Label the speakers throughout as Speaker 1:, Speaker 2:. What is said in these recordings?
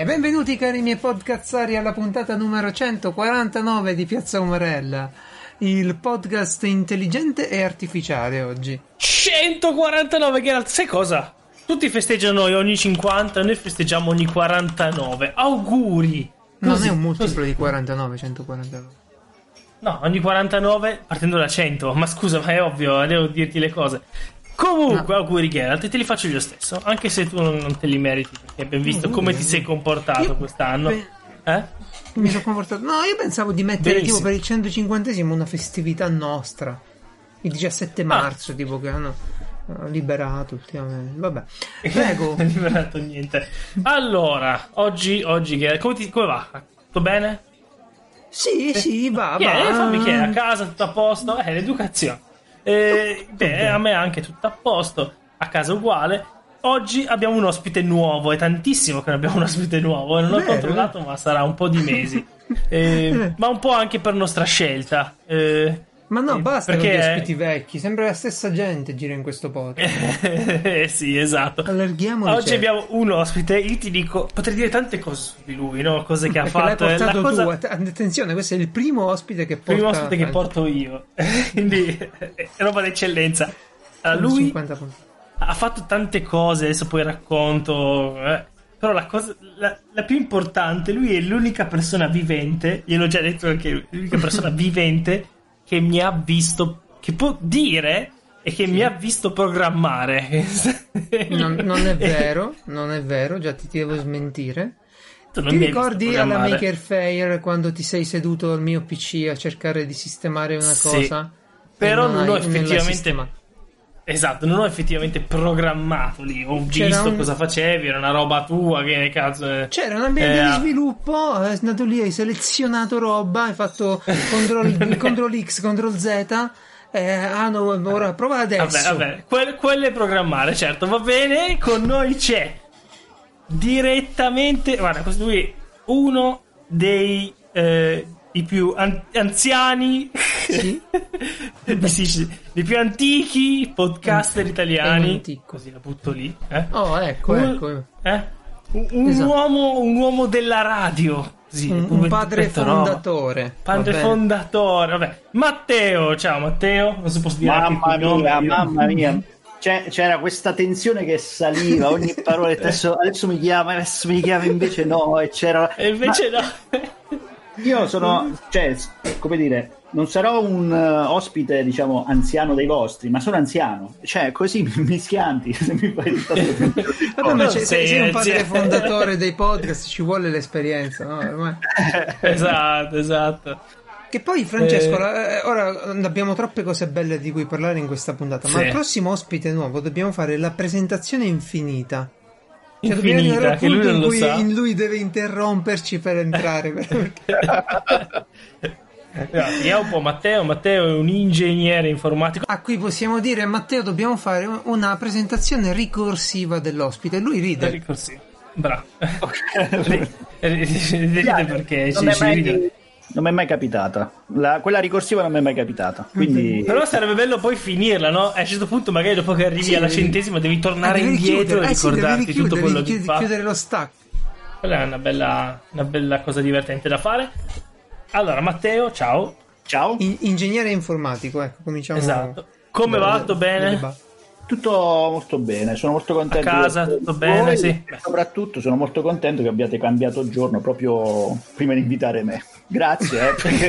Speaker 1: Benvenuti cari miei podcazzari alla puntata numero 149 di Piazza Umarella, il podcast intelligente e artificiale oggi.
Speaker 2: 149, Geralt, sai cosa? Tutti festeggiano ogni 50, noi festeggiamo ogni 49. Auguri!
Speaker 1: Non è un multiplo di 49, 149.
Speaker 2: No, ogni 49 partendo da 100. Ma scusa, ma è ovvio, devo dirti le cose. Comunque, no. Auguri Geralt, e te li faccio io stesso, anche se tu non te li meriti, perché abbiamo visto come ti sei comportato quest'anno.
Speaker 1: Mi sono comportato. No, io pensavo di mettere tipo per il 150esimo una festività nostra. Il 17 marzo, tipo che hanno liberato ultimamente. Vabbè. Prego.
Speaker 2: Non liberato niente. Allora, oggi Geralt, come va? Tutto bene?
Speaker 1: Sì, va.
Speaker 2: Fammi chiedere, a casa tutto a posto? L'educazione. A me anche tutto a posto, a casa uguale. Oggi abbiamo un ospite nuovo, è tantissimo che abbiamo un ospite nuovo, non l'ho controllato, ma sarà un po' di mesi. Ma un po' anche per nostra scelta.
Speaker 1: Ma no, basta perché con gli ospiti vecchi, sembra la stessa gente gira in questo podcast.
Speaker 2: Sì, esatto.
Speaker 1: Allarghiamolo.
Speaker 2: Oggi abbiamo un ospite, io ti dico, potrei dire tante cose su di lui, no? Cose che ha fatto.
Speaker 1: L'hai portato tu, attenzione, questo è il primo ospite che porta.
Speaker 2: Il primo ospite che porto io. Quindi è roba d'eccellenza. Lui
Speaker 1: 50 punti.
Speaker 2: Ha fatto tante cose, adesso poi racconto. Però la più importante, lui è l'unica persona vivente, gliel'ho già detto anche, l'unica persona vivente che mi ha visto, che può dire e che mi ha visto programmare.
Speaker 1: Non è vero, già ti devo smentire. Ti ricordi alla Maker Faire quando ti sei seduto al mio PC a cercare di sistemare una cosa?
Speaker 2: Però non ho effettivamente... Esatto, non ho effettivamente programmato lì, ho visto cosa facevi, era una roba tua, che cazzo...
Speaker 1: C'era un ambiente di sviluppo, è andato lì, hai selezionato roba, hai fatto Ctrl X, Ctrl Z, ora prova adesso.
Speaker 2: Vabbè, quello è programmare, certo, va bene, con noi c'è direttamente, guarda, questo lui è uno dei... i più anziani, sì? I più antichi podcaster italiani, così la butto lì.
Speaker 1: Oh, ecco.
Speaker 2: Un uomo della radio, sì,
Speaker 1: un padre fondatore.
Speaker 2: Vabbè. Matteo, ciao Matteo, non si può dire
Speaker 3: mamma mia. C'era questa tensione che saliva ogni parola. Adesso mi chiama invece no, e
Speaker 2: invece no.
Speaker 3: Io sono, come dire, non sarò un ospite, diciamo, anziano dei vostri, ma sono anziano, così mischianti. Se mi fai
Speaker 1: ma sei un padre fondatore dei podcast, ci vuole l'esperienza, no? Ormai.
Speaker 2: Esatto.
Speaker 1: Che poi, Francesco, ora abbiamo troppe cose belle di cui parlare in questa puntata, ma il prossimo ospite nuovo dobbiamo fare la presentazione infinita.
Speaker 2: Infinita, che lui non lo sa.
Speaker 1: Lui deve interromperci per entrare.
Speaker 2: Vediamo un po' Matteo è un ingegnere informatico.
Speaker 1: Qui possiamo dire, Matteo, dobbiamo fare una presentazione ricorsiva dell'ospite. Lui ride.
Speaker 2: Ricorsiva, bravo. Vedete perché ci ride.
Speaker 3: Non mi è mai capitata. Quella ricorsiva non mi è mai capitata. Quindi...
Speaker 2: Però sarebbe bello poi finirla, no? A un certo punto, magari dopo che arrivi alla centesima, devi tornare indietro e ricordarti tutto quello che fa.
Speaker 1: Chiudere lo stack.
Speaker 2: Quella è una bella cosa divertente da fare. Allora, Matteo, ciao.
Speaker 1: Ingegnere informatico, ecco, cominciamo.
Speaker 2: Esatto. Come va? Tutto bene?
Speaker 3: Tutto molto bene, sono molto contento.
Speaker 2: A casa tutto bene, sì.
Speaker 3: Soprattutto sono molto contento che abbiate cambiato giorno proprio prima di invitare me. Grazie, perché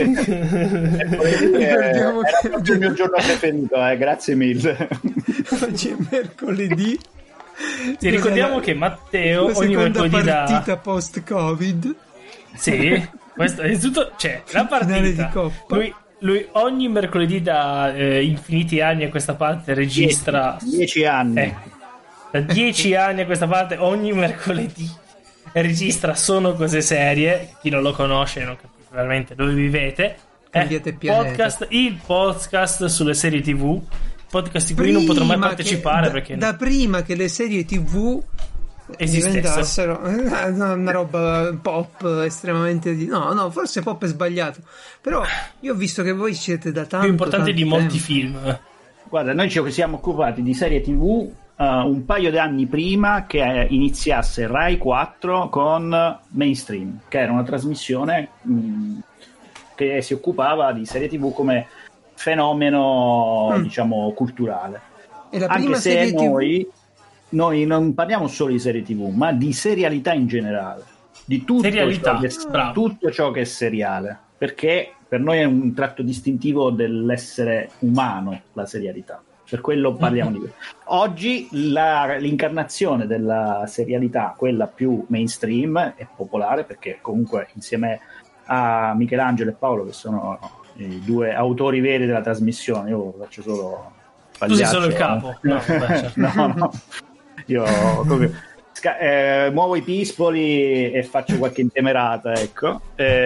Speaker 3: era proprio il mio giorno preferito, grazie mille.
Speaker 1: Oggi è mercoledì.
Speaker 2: Ti ricordiamo che Matteo ogni mercoledì
Speaker 1: partita post-Covid.
Speaker 2: Sì, questo è tutto, la partita di Coppa. Lui ogni mercoledì da infiniti anni a questa parte registra
Speaker 3: 10 anni.
Speaker 2: Da 10 anni a questa parte ogni mercoledì registra Sono Cose Serie. Chi non lo conosce non capisce veramente dove vivete. Il podcast sulle serie TV. Podcast di cui non potrò mai partecipare perché
Speaker 1: da prima che le serie TV diventassero una roba pop estremamente no, forse pop è sbagliato, però io ho visto che voi siete da tanto
Speaker 2: più importante di molti
Speaker 1: tempo.
Speaker 2: film.
Speaker 3: Guarda, noi ci siamo occupati di serie TV un paio di anni prima che iniziasse Rai 4 con Mainstream, che era una trasmissione che si occupava di serie TV come fenomeno, diciamo, culturale.
Speaker 1: E la
Speaker 3: Anche
Speaker 1: prima
Speaker 3: se
Speaker 1: serie TV?
Speaker 3: noi non parliamo solo di serie TV, ma di serialità in generale, di tutto tutto ciò che è seriale, perché per noi è un tratto distintivo dell'essere umano la serialità. Per quello parliamo di questo. Oggi l'incarnazione della serialità, quella più mainstream e popolare, perché comunque insieme a Michelangelo e Paolo, che sono i due autori veri della trasmissione, io faccio solo
Speaker 2: tu sei solo il capo. No,
Speaker 3: no. Io muovo i pispoli e faccio qualche intemerata, ecco.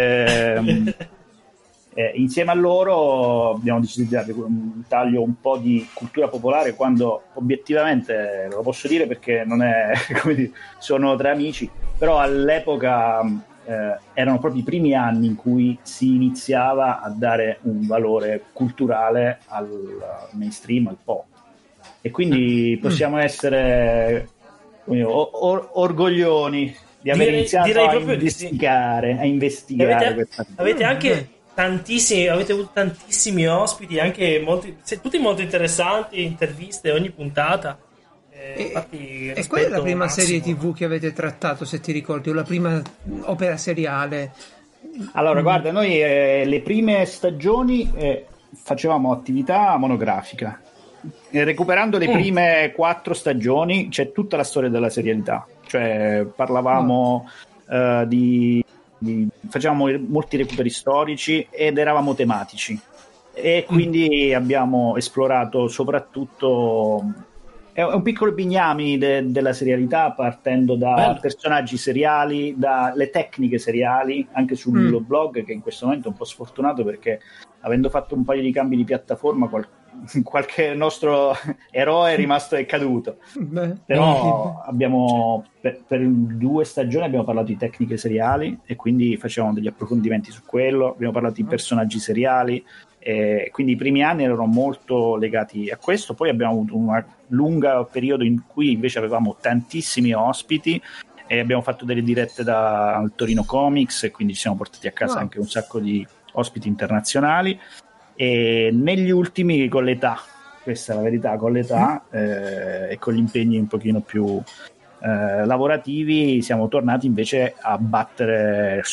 Speaker 3: Insieme a loro abbiamo deciso di dare un taglio un po' di cultura popolare, quando obiettivamente, lo posso dire perché non è come dire, sono tra amici, però all'epoca erano proprio i primi anni in cui si iniziava a dare un valore culturale al mainstream, al pop, e quindi possiamo essere orgoglioni di aver iniziato a investigare questa cosa.
Speaker 2: Avete anche avete avuto tantissimi ospiti, anche tutti molto interessanti, interviste ogni puntata.
Speaker 1: E qual è la prima serie TV che avete trattato, se ti ricordi, o la prima opera seriale?
Speaker 3: Allora, guarda, noi le prime stagioni facevamo attività monografica. Recuperando le prime 4 stagioni c'è tutta la storia della serialità, cioè parlavamo facevamo molti recuperi storici ed eravamo tematici, e quindi abbiamo esplorato soprattutto è un piccolo bignami della serialità, partendo da personaggi seriali, dalle tecniche seriali, anche sul blog, che in questo momento è un po' sfortunato perché, avendo fatto un paio di cambi di piattaforma, qualche nostro eroe è rimasto e caduto. Però abbiamo per 2 stagioni abbiamo parlato di tecniche seriali, e quindi facevamo degli approfondimenti su quello. Abbiamo parlato di personaggi seriali, quindi i primi anni erano molto legati a questo. Poi abbiamo avuto un lungo periodo in cui invece avevamo tantissimi ospiti, e abbiamo fatto delle dirette al Torino Comics, e quindi ci siamo portati a casa anche un sacco di ospiti internazionali. E negli ultimi, con l'età, questa è la verità, con l'età e con gli impegni un pochino più lavorativi, siamo tornati invece a battere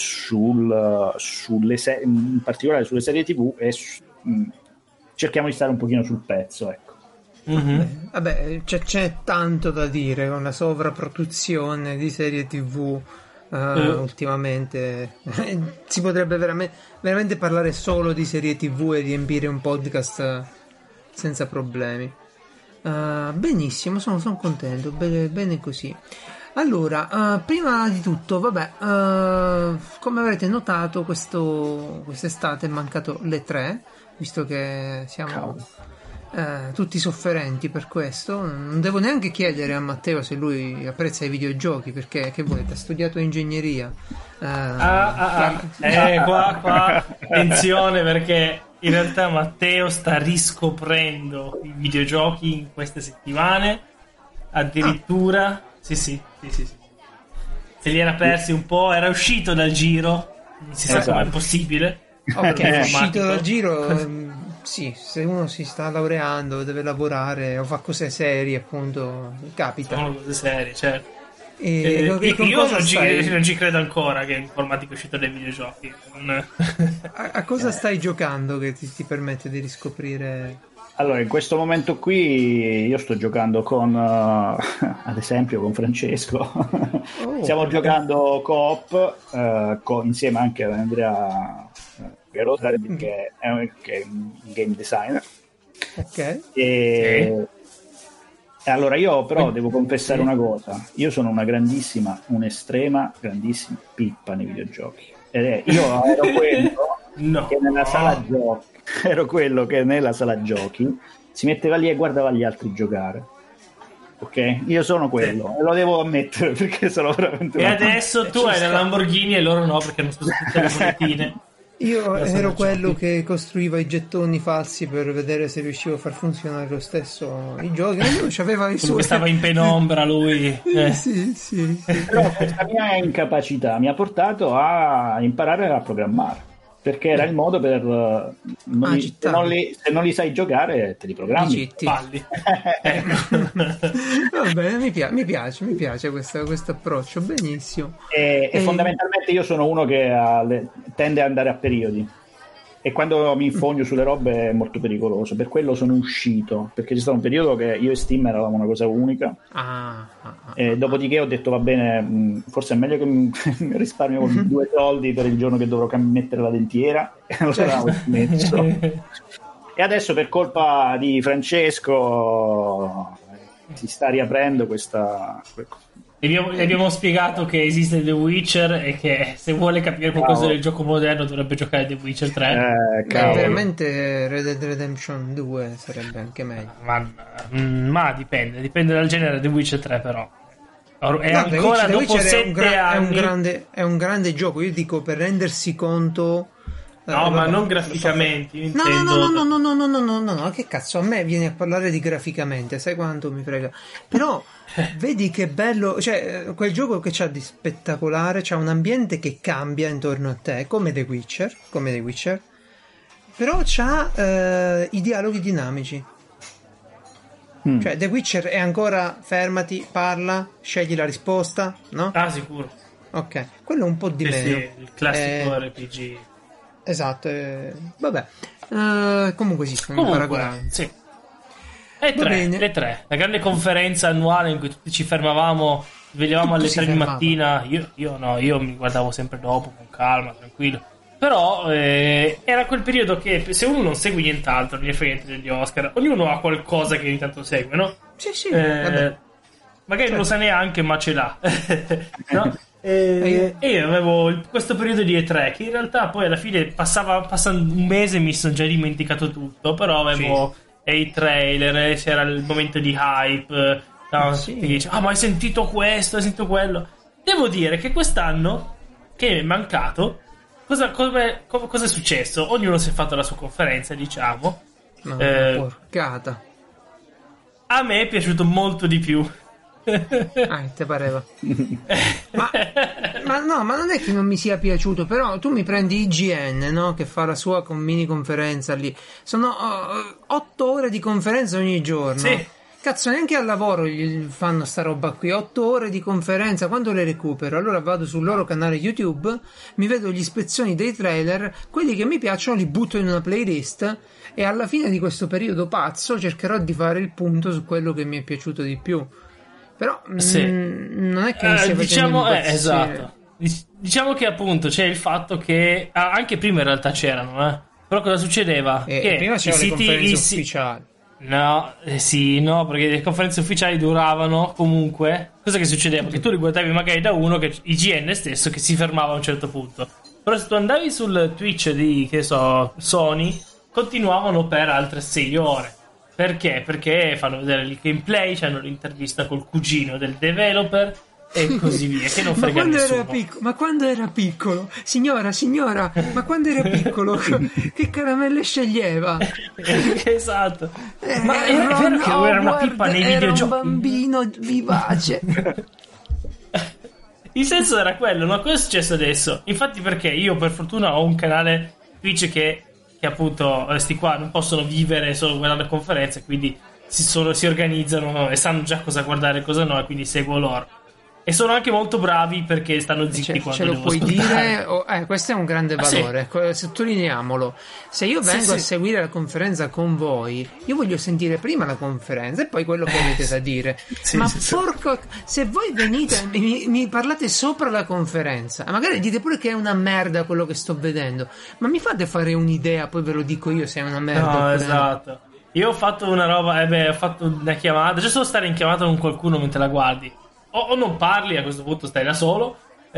Speaker 3: in particolare sulle serie TV, e cerchiamo di stare un pochino sul pezzo, ecco.
Speaker 1: Vabbè, c'è tanto da dire con la sovrapproduzione di serie TV. Ultimamente si potrebbe veramente parlare solo di serie TV e riempire un podcast senza problemi. Benissimo, sono contento, bene così. Allora, prima di tutto, vabbè, come avrete notato, quest'estate è mancato le 3, visto che siamo tutti sofferenti per questo. Non devo neanche chiedere a Matteo se lui apprezza i videogiochi, perché che volete, ha studiato ingegneria.
Speaker 2: Qua attenzione, perché in realtà Matteo sta riscoprendo i videogiochi in queste settimane, addirittura sì. Se li era persi un po', era uscito dal giro, non si sa come è possibile.
Speaker 1: Ok, è uscito dal giro. Sì, se uno si sta laureando, deve lavorare o fa cose serie, appunto, capita.
Speaker 2: Sono cose serie, certo.
Speaker 1: Io
Speaker 2: non ci credo ancora che l'informatico è uscito dai videogiochi.
Speaker 1: A cosa stai giocando che ti permette di riscoprire?
Speaker 3: Allora, in questo momento qui io sto giocando con, ad esempio, con Francesco. Stiamo giocando co-op insieme anche ad Andrea che è un game designer.
Speaker 1: Ok.
Speaker 3: E allora io però devo confessare una cosa: io sono un'estrema grandissima pippa nei videogiochi, io ero quello che nella sala giochi si metteva lì e guardava gli altri giocare. Ok, io sono quello, e lo devo ammettere, perché sono veramente.
Speaker 2: E adesso tu hai la Lamborghini e loro no, perché non sono tutte le monetine.
Speaker 1: Io ero quello che costruiva i gettoni falsi per vedere se riuscivo a far funzionare lo stesso i giochi. Ognuno c'aveva il suo.
Speaker 2: Stava in penombra lui.
Speaker 1: Sì.
Speaker 3: Però questa mia incapacità mi ha portato a imparare a programmare. Perché era il modo per se non li sai giocare te li programmi.
Speaker 2: Falli.
Speaker 1: Va bene, mi piace questo approccio, benissimo.
Speaker 3: E fondamentalmente io sono uno che tende ad andare a periodi, e quando mi infogno sulle robe è molto pericoloso. Per quello sono uscito, perché c'è stato un periodo che io e Steam eravamo una cosa unica. Dopodiché ho detto va bene, forse è meglio che mi risparmio con 2 soldi per il giorno che dovrò mettere la dentiera, e allora ho smesso. E adesso per colpa di Francesco si sta riaprendo questa.
Speaker 2: Gli abbiamo spiegato che esiste The Witcher e che se vuole capire qualcosa del gioco moderno dovrebbe giocare The Witcher 3.
Speaker 1: Veramente Red Dead Redemption 2 sarebbe anche meglio.
Speaker 2: Ma dipende dal genere. The Witcher 3 però è ancora
Speaker 1: The
Speaker 2: dopo 7 anni.
Speaker 1: È un grande gioco, io dico, per rendersi conto.
Speaker 2: No, ma non graficamente.
Speaker 1: No, che cazzo, a me viene a parlare di graficamente, sai quanto mi frega. Però vedi che bello, cioè quel gioco che c'ha di spettacolare, c'ha un ambiente che cambia intorno a te, come The Witcher, però c'ha i dialoghi dinamici. Cioè The Witcher è ancora fermati, parla, scegli la risposta, no?
Speaker 2: Ah, sicuro.
Speaker 1: Ok, quello un po' di meno.
Speaker 2: Sì, il classico RPG.
Speaker 1: Esatto, vabbè. Comunque sì, sono imparagonabili.
Speaker 2: Sì. Le tre, la grande conferenza annuale in cui tutti ci fermavamo, svegliavamo alle 3 di mattina. Io mi guardavo sempre dopo con calma, tranquillo. Però era quel periodo che se uno non segue nient'altro, non gli frega niente degli Oscar, ognuno ha qualcosa che ogni tanto segue, no?
Speaker 1: Sì,
Speaker 2: magari non lo sa neanche, ma ce l'ha. No? E io avevo questo periodo di E3 che in realtà poi alla fine passando un mese mi sono già dimenticato tutto, però avevo i trailer, c'era il momento di hype, ti dice ma hai sentito questo, hai sentito quello. Devo dire che quest'anno che è mancato, cosa è successo? Ognuno si è fatto la sua conferenza, diciamo.
Speaker 1: Porcata.
Speaker 2: A me è piaciuto molto di più.
Speaker 1: Te pareva. ma non è che non mi sia piaciuto, però tu mi prendi IGN, no? Che fa la sua mini conferenza lì. Sono 8 ore di conferenza ogni giorno.
Speaker 2: Sì.
Speaker 1: Cazzo, neanche al lavoro gli fanno sta roba qui. 8 ore di conferenza, quando le recupero? Allora vado sul loro canale YouTube, mi vedo gli ispezioni dei trailer, quelli che mi piacciono li butto in una playlist, e alla fine di questo periodo pazzo cercherò di fare il punto su quello che mi è piaciuto di più. Però non è che mi stia facendo
Speaker 2: esatto. Diciamo che appunto c'è il fatto che anche prima in realtà c'erano, però cosa succedeva? Che
Speaker 1: prima c'erano le conferenze ufficiali.
Speaker 2: No, perché le conferenze ufficiali duravano comunque. Cosa che succedeva? Che tu li guardavi magari da uno, che IGN stesso, che si fermava a un certo punto. Però se tu andavi sul Twitch di, che so, Sony, continuavano per altre 6 ore. Perché? Perché fanno vedere il gameplay, c'hanno l'intervista col cugino del developer e così via, che non frega nessuno.
Speaker 1: Ma quando era piccolo, signora, ma quando era piccolo che caramelle sceglieva?
Speaker 2: Esatto. Ma è vero che era una pippa nei videogiochi.
Speaker 1: Era un bambino vivace.
Speaker 2: Il senso era quello, no? Cosa è successo adesso? Infatti, perché io per fortuna ho un canale Twitch che appunto sti qua non possono vivere solo guardando conferenze, quindi si organizzano e sanno già cosa guardare e cosa no, e quindi seguo loro. E sono anche molto bravi perché stanno zitti quando
Speaker 1: ce lo puoi
Speaker 2: ascoltare.
Speaker 1: dire? Questo è un grande valore, sottolineiamolo. Se io vengo a seguire la conferenza con voi, io voglio sentire prima la conferenza e poi quello che avete da dire. Porco, se voi venite mi parlate sopra la conferenza, magari dite pure che è una merda quello che sto vedendo, ma mi fate fare un'idea, poi ve lo dico io se è una merda.
Speaker 2: No, esatto. Io ho fatto una roba, ho fatto una chiamata, già solo stare in chiamata con qualcuno mentre la guardi. O non parli, a questo punto stai da solo,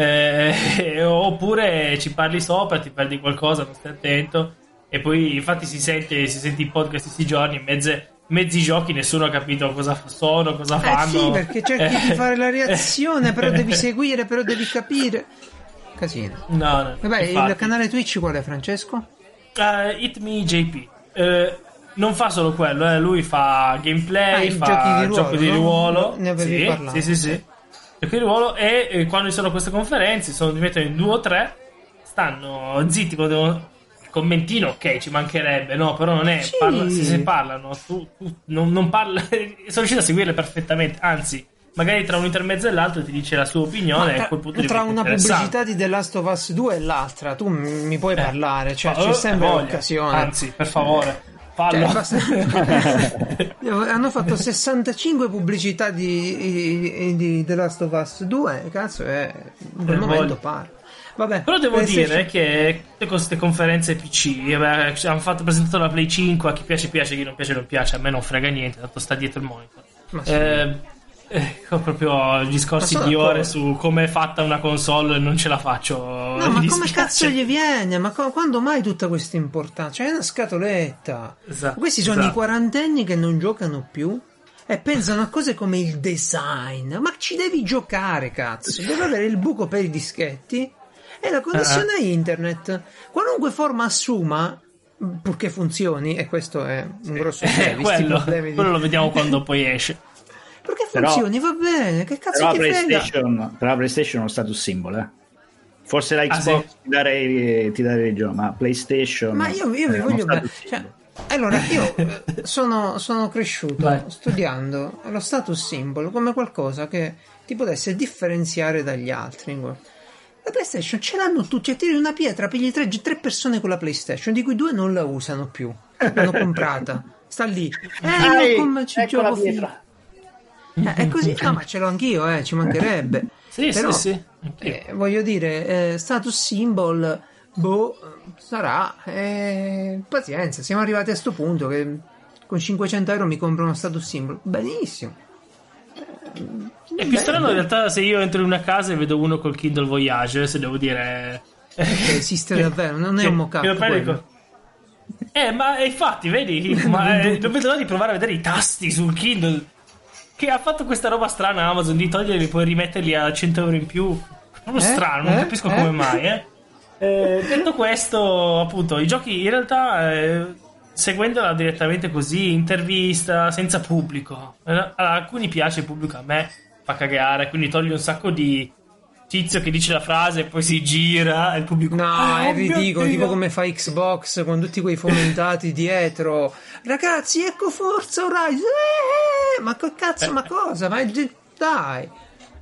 Speaker 2: oppure ci parli sopra, ti perdi qualcosa, non stai attento. E poi infatti si sente in podcast questi giorni, mezzi giochi, nessuno ha capito cosa sono, cosa fanno.
Speaker 1: Sì, perché cerchi di fare la reazione, però devi seguire, però devi capire. casino.
Speaker 2: No,
Speaker 1: Vabbè,
Speaker 2: infatti.
Speaker 1: il canale Twitch qual è, Francesco?
Speaker 2: Hit Me JP. Non fa solo quello, lui fa gameplay, fa giochi di ruolo.
Speaker 1: Ne avevi parlato.
Speaker 2: Sì. Giochi di ruolo, e quando ci sono queste conferenze, si mettono in 2 o 3, stanno zitti quando devono. Il commentino, ok, ci mancherebbe, no? Però non è.
Speaker 1: Sì.
Speaker 2: Se parlano, tu non parla. Sono riuscito a seguirle perfettamente, anzi. Magari tra un intermezzo e l'altro ti dice la sua opinione, e a quel punto
Speaker 1: tra una pubblicità di The Last of Us 2 e l'altra tu mi puoi parlare, cioè c'è sempre l'occasione.
Speaker 2: Anzi, per favore, fallo.
Speaker 1: Hanno fatto 65 pubblicità di The Last of Us 2, cazzo, in quel momento parlo. Vabbè,
Speaker 2: però devo dire che con queste conferenze PC hanno presentato la Play 5, a chi piace, a chi non piace, non piace, a me non frega niente, tanto sta dietro il monitor.
Speaker 1: Ma sì.
Speaker 2: Proprio discorsi di ore su come è fatta una console, non ce la faccio.
Speaker 1: No, ma come cazzo gli viene? Ma quando mai tutta questa importanza? Cioè, è una scatoletta.
Speaker 2: Esatto,
Speaker 1: questi sono i quarantenni che non giocano più e pensano a cose come il design. Ma ci devi giocare, cazzo. Devi avere il buco per i dischetti e la connessione a internet. Qualunque forma assuma, purché funzioni, e questo è un grosso problema.
Speaker 2: Quello lo vediamo quando poi esce.
Speaker 1: Perché funzioni, va bene, che cazzo ti frega?
Speaker 3: Per la PlayStation è uno status symbol, Forse la Xbox ti darei il gioco, ma PlayStation.
Speaker 1: Ma io vi voglio bene. Allora, io sono cresciuto studiando lo status symbol come qualcosa che ti potesse differenziare dagli altri. La PlayStation ce l'hanno tutti, tiri una pietra, pigli tre persone con la PlayStation, di cui 2 non la usano più. L'hanno comprata. Sta lì. Io come ci
Speaker 3: ecco
Speaker 1: gioco
Speaker 3: la pietra.
Speaker 1: È così, no, ma ce l'ho anch'io, ci mancherebbe. Però, voglio dire, status symbol, sarà. Pazienza, siamo arrivati a sto punto che con 500 euro mi compro uno status symbol. Benissimo.
Speaker 2: È più strano in realtà se io entro in una casa e vedo uno col Kindle Voyage, se devo dire.
Speaker 1: Che esiste davvero, non è un mock-up.
Speaker 2: Ma infatti, vedi, non vedo l'ora di provare a vedere i tasti sul Kindle. Che ha fatto questa roba strana Amazon di toglierli e poi rimetterli a 100 euro in più. Proprio strano, non capisco come mai. Detto questo, appunto, i giochi in realtà, seguendola direttamente così, intervista, senza pubblico. A alcuni piace il pubblico, a me fa cagare, quindi togli un sacco di tizio che dice la frase e poi si gira e il pubblico.
Speaker 1: No, è ridicolo, tipo come fa Xbox con tutti quei fomentati dietro. Ragazzi, ecco Forza Horizon. Ma che cazzo, ma cosa? Ma dai.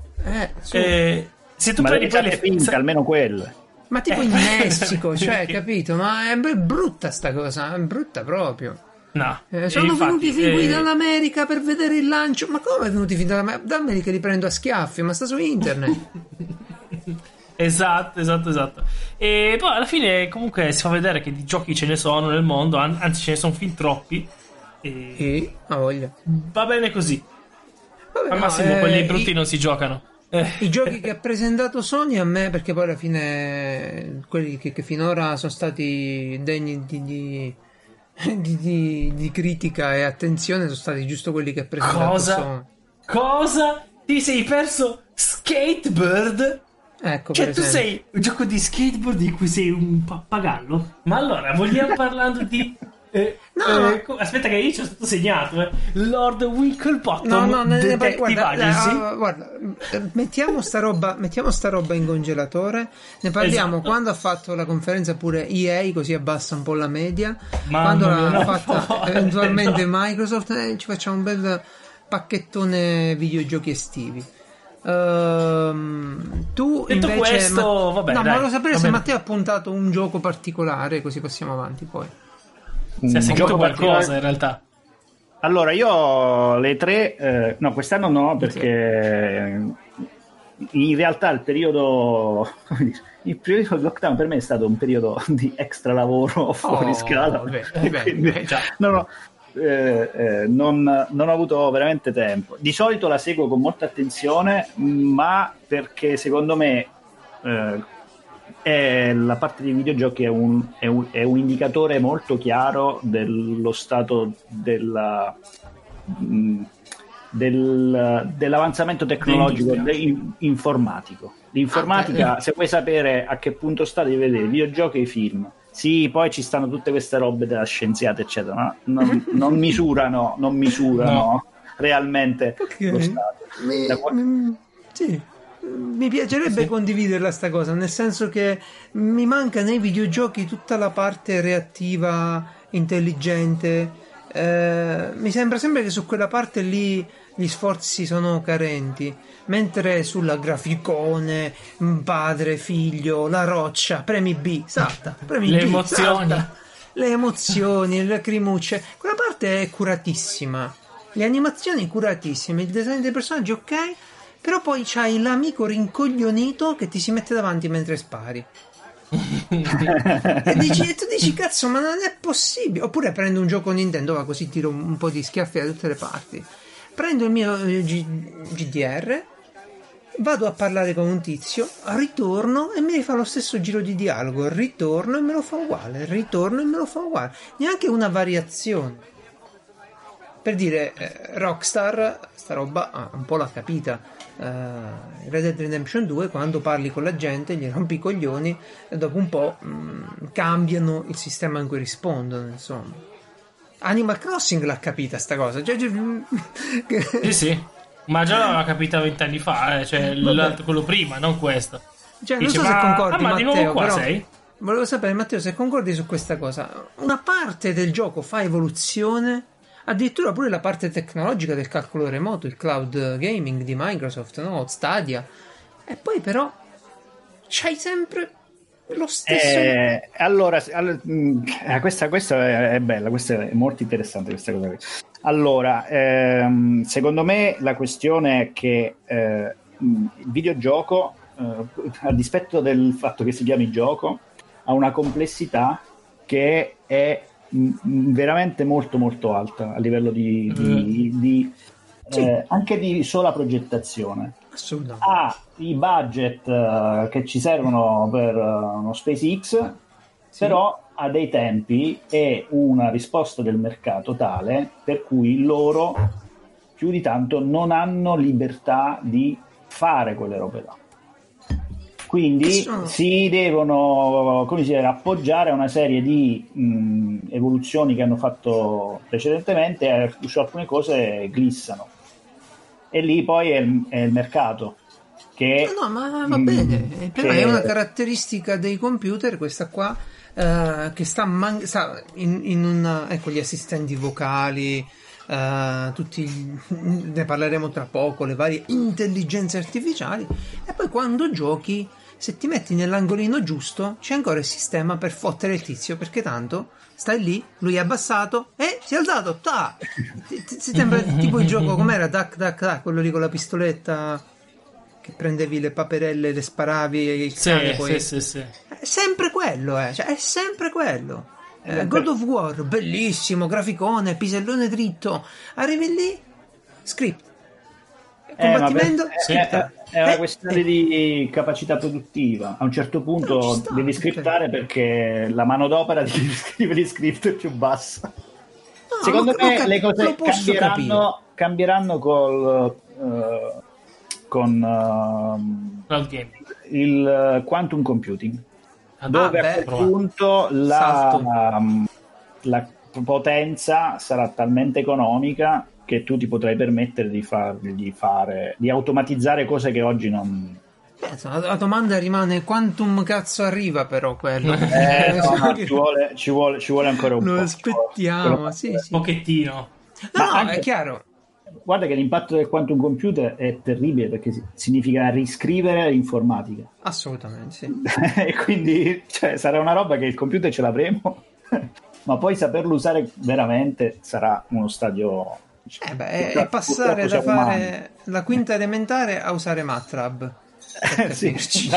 Speaker 2: Se tu
Speaker 3: prendi le almeno quelle.
Speaker 1: Ma tipo in Messico, cioè, capito? Ma è brutta sta cosa, è brutta proprio.
Speaker 2: No.
Speaker 1: Sono venuti fin qui dall'America per vedere il lancio. Ma come venuti fin dall'America? Li prendo a schiaffi, ma sta su internet.
Speaker 2: Esatto. E poi alla fine comunque si fa vedere che di giochi ce ne sono nel mondo, anzi ce ne sono fin troppi.
Speaker 1: E voglia.
Speaker 2: Va bene così. Vabbè, al massimo quelli brutti non si giocano.
Speaker 1: I giochi che ha presentato Sony a me, perché poi alla fine quelli che finora sono stati degni di critica e attenzione sono stati giusto quelli che ha presentato Sony.
Speaker 2: Cosa? Ti sei perso Skatebird?
Speaker 1: Ecco,
Speaker 2: cioè tu sei un gioco di skateboard di cui sei un pappagallo? Ma allora vogliamo parlando di aspetta che io ci ho stato segnato Lord Winklebottom Detective Agency.
Speaker 1: Guarda, mettiamo sta roba in congelatore, ne parliamo quando ha fatto la conferenza pure EA, così abbassa un po' la media. Quando l'ha fatta eventualmente Microsoft, ci facciamo un bel pacchettone videogiochi estivi. Tu
Speaker 2: detto
Speaker 1: invece
Speaker 2: questo, vabbè,
Speaker 1: ma volevo sapere se Matteo ha puntato un gioco particolare, così passiamo avanti poi.
Speaker 2: Si è seguito qualcosa in realtà.
Speaker 3: Allora io le tre no, quest'anno no, perché in realtà il periodo del lockdown per me è stato un periodo di extra lavoro fuori scala. Non ho avuto veramente tempo. Di solito la seguo con molta attenzione, ma perché secondo me la parte dei videogiochi è un indicatore molto chiaro dello stato dell'avanzamento tecnologico informatico. L'informatica, se vuoi sapere a che punto sta, devi vedere i videogiochi e i film. Sì, poi ci stanno tutte queste robe della scienziata, eccetera, ma non misurano no. Realmente lo stato.
Speaker 1: Sì. Mi piacerebbe condividerla sta cosa, nel senso che mi manca nei videogiochi tutta la parte reattiva, intelligente. Mi sembra sempre che su quella parte lì gli sforzi sono carenti, mentre sulla graficone, padre, figlio, la roccia, premi B, salta, premi
Speaker 2: le
Speaker 1: B,
Speaker 2: emozioni,
Speaker 1: salta. Le emozioni, le lacrimucce, quella parte è curatissima, le animazioni curatissime, il design dei personaggi ok, però poi c'hai l'amico rincoglionito che ti si mette davanti mentre spari. E tu dici cazzo, ma non è possibile. Oppure prendo un gioco Nintendo, va, così tiro un po' di schiaffi da tutte le parti, prendo il mio GDR, vado a parlare con un tizio, ritorno e mi rifà lo stesso giro di dialogo, ritorno e me lo fa uguale, ritorno e me lo fa uguale, neanche una variazione. Per dire, Rockstar sta roba un po' l'ha capita. Red Dead Redemption 2, quando parli con la gente gli rompi i coglioni e dopo un po' cambiano il sistema in cui rispondono, insomma. Animal Crossing l'ha capita sta cosa,
Speaker 2: sì, ma già l'aveva capita 20 anni fa, cioè quello prima, non questo.
Speaker 1: Cioè, non so se concordi,
Speaker 2: ma
Speaker 1: Matteo,
Speaker 2: di nuovo qua
Speaker 1: però
Speaker 2: sei?
Speaker 1: volevo sapere, Matteo, se concordi su questa cosa. Una parte del gioco fa evoluzione, addirittura pure la parte tecnologica del calcolo remoto, il cloud gaming di Microsoft, no? Stadia, e poi però c'hai sempre lo stesso.
Speaker 3: Allora, questa è bella, questa è molto interessante questa cosa. Allora, secondo me la questione è che il videogioco, a dispetto del fatto che si chiami gioco, ha una complessità che è veramente molto molto alta a livello di anche di sola progettazione.
Speaker 1: Assolutamente.
Speaker 3: Ha i budget che ci servono per uno SpaceX, però ha dei tempi e una risposta del mercato tale per cui loro più di tanto non libertà di fare quelle robe là. Quindi si devono, come si dice, appoggiare a una serie di evoluzioni che hanno fatto precedentemente, e su alcune cose glissano. E lì poi è il mercato che
Speaker 1: ma va bene, però è una caratteristica dei computer questa qua, che sta in una, ecco, gli assistenti vocali, ne parleremo tra poco, le varie intelligenze artificiali, e poi quando giochi, se ti metti nell'angolino giusto, c'è ancora il sistema per fottere il tizio, perché tanto stai lì, lui è abbassato e si è alzato, ta! Si sembra tipo il gioco, com'era? Duck, quello lì con la pistoletta che prendevi le paperelle, le sparavi e il cane poi...
Speaker 2: Sì.
Speaker 1: È sempre quello, cioè è sempre quello. God of War, bellissimo, graficone, pisellone dritto, arrivi lì, script, combattimento,
Speaker 3: è una questione di capacità produttiva. A un certo punto devi scriptare, perché la manodopera di scrivere gli script è più bassa. Secondo me le cose cambieranno con
Speaker 2: cloud gaming,
Speaker 3: il quantum computing, dove a quel punto la potenza sarà talmente economica che tu ti potrai permettere di automatizzare cose che oggi non...
Speaker 1: La domanda rimane: quantum cazzo arriva, però quello?
Speaker 3: Ci vuole ancora un po'.
Speaker 1: Lo aspettiamo, sì.
Speaker 2: Un pochettino.
Speaker 1: No, è chiaro.
Speaker 3: Guarda che l'impatto del quantum computer è terribile, perché significa riscrivere l'informatica.
Speaker 1: Assolutamente, sì.
Speaker 3: E quindi sarà una roba che il computer ce l'avremo, ma poi saperlo usare veramente sarà uno stadio...
Speaker 1: è passare da fare la quinta elementare a usare MATLAB.
Speaker 3: Sì,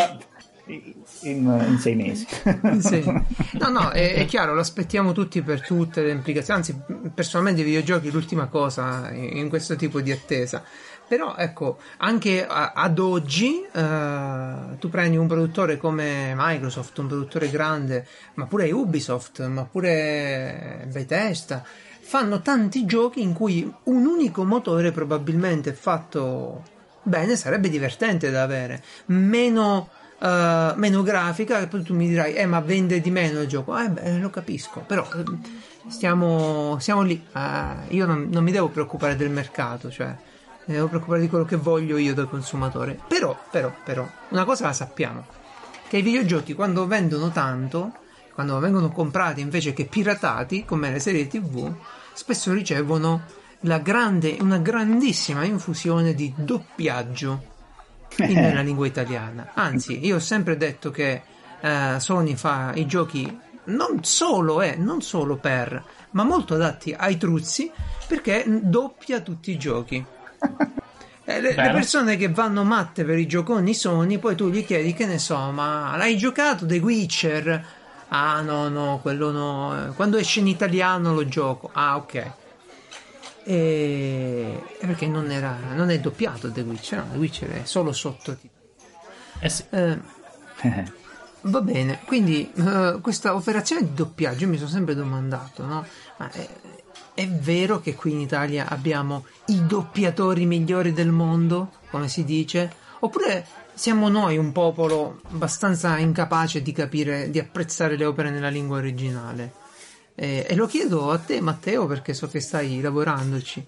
Speaker 3: in 6 mesi.
Speaker 1: Sì. No, è chiaro, lo aspettiamo tutti per tutte le implicazioni. Anzi, personalmente i videogiochi è l'ultima cosa in questo tipo di attesa. Però ecco, anche ad oggi tu prendi un produttore come Microsoft, un produttore grande, ma pure Ubisoft, ma pure Bethesda, fanno tanti giochi in cui un unico motore probabilmente fatto bene sarebbe divertente da avere, meno grafica, che poi tu mi dirai ma vende di meno il gioco, lo capisco, però siamo lì, io non mi devo preoccupare del mercato, cioè mi devo preoccupare di quello che voglio io del consumatore. Però una cosa la sappiamo, che i videogiochi quando vendono tanto, quando vengono comprati invece che piratati come le serie TV, spesso ricevono una grandissima infusione di doppiaggio nella lingua italiana. Anzi, io ho sempre detto che Sony fa i giochi non solo per, ma molto adatti ai truzzi, perché doppia tutti i giochi. Le persone che vanno matte per i gioconi Sony, poi tu gli chiedi, che ne so, ma l'hai giocato The Witcher? Ah no, quello no, quando esce in italiano lo gioco. Ah, ok. Perché non è doppiato The Witcher, no, The Witcher è solo sottotitolo.
Speaker 2: Sì.
Speaker 1: Va bene, quindi questa operazione di doppiaggio mi sono sempre domandato, no? Ma è vero che qui in Italia abbiamo i doppiatori migliori del mondo, come si dice? Oppure siamo noi un popolo abbastanza incapace di capire, di apprezzare le opere nella lingua originale? E lo chiedo a te, Matteo, perché so che stai lavorandoci.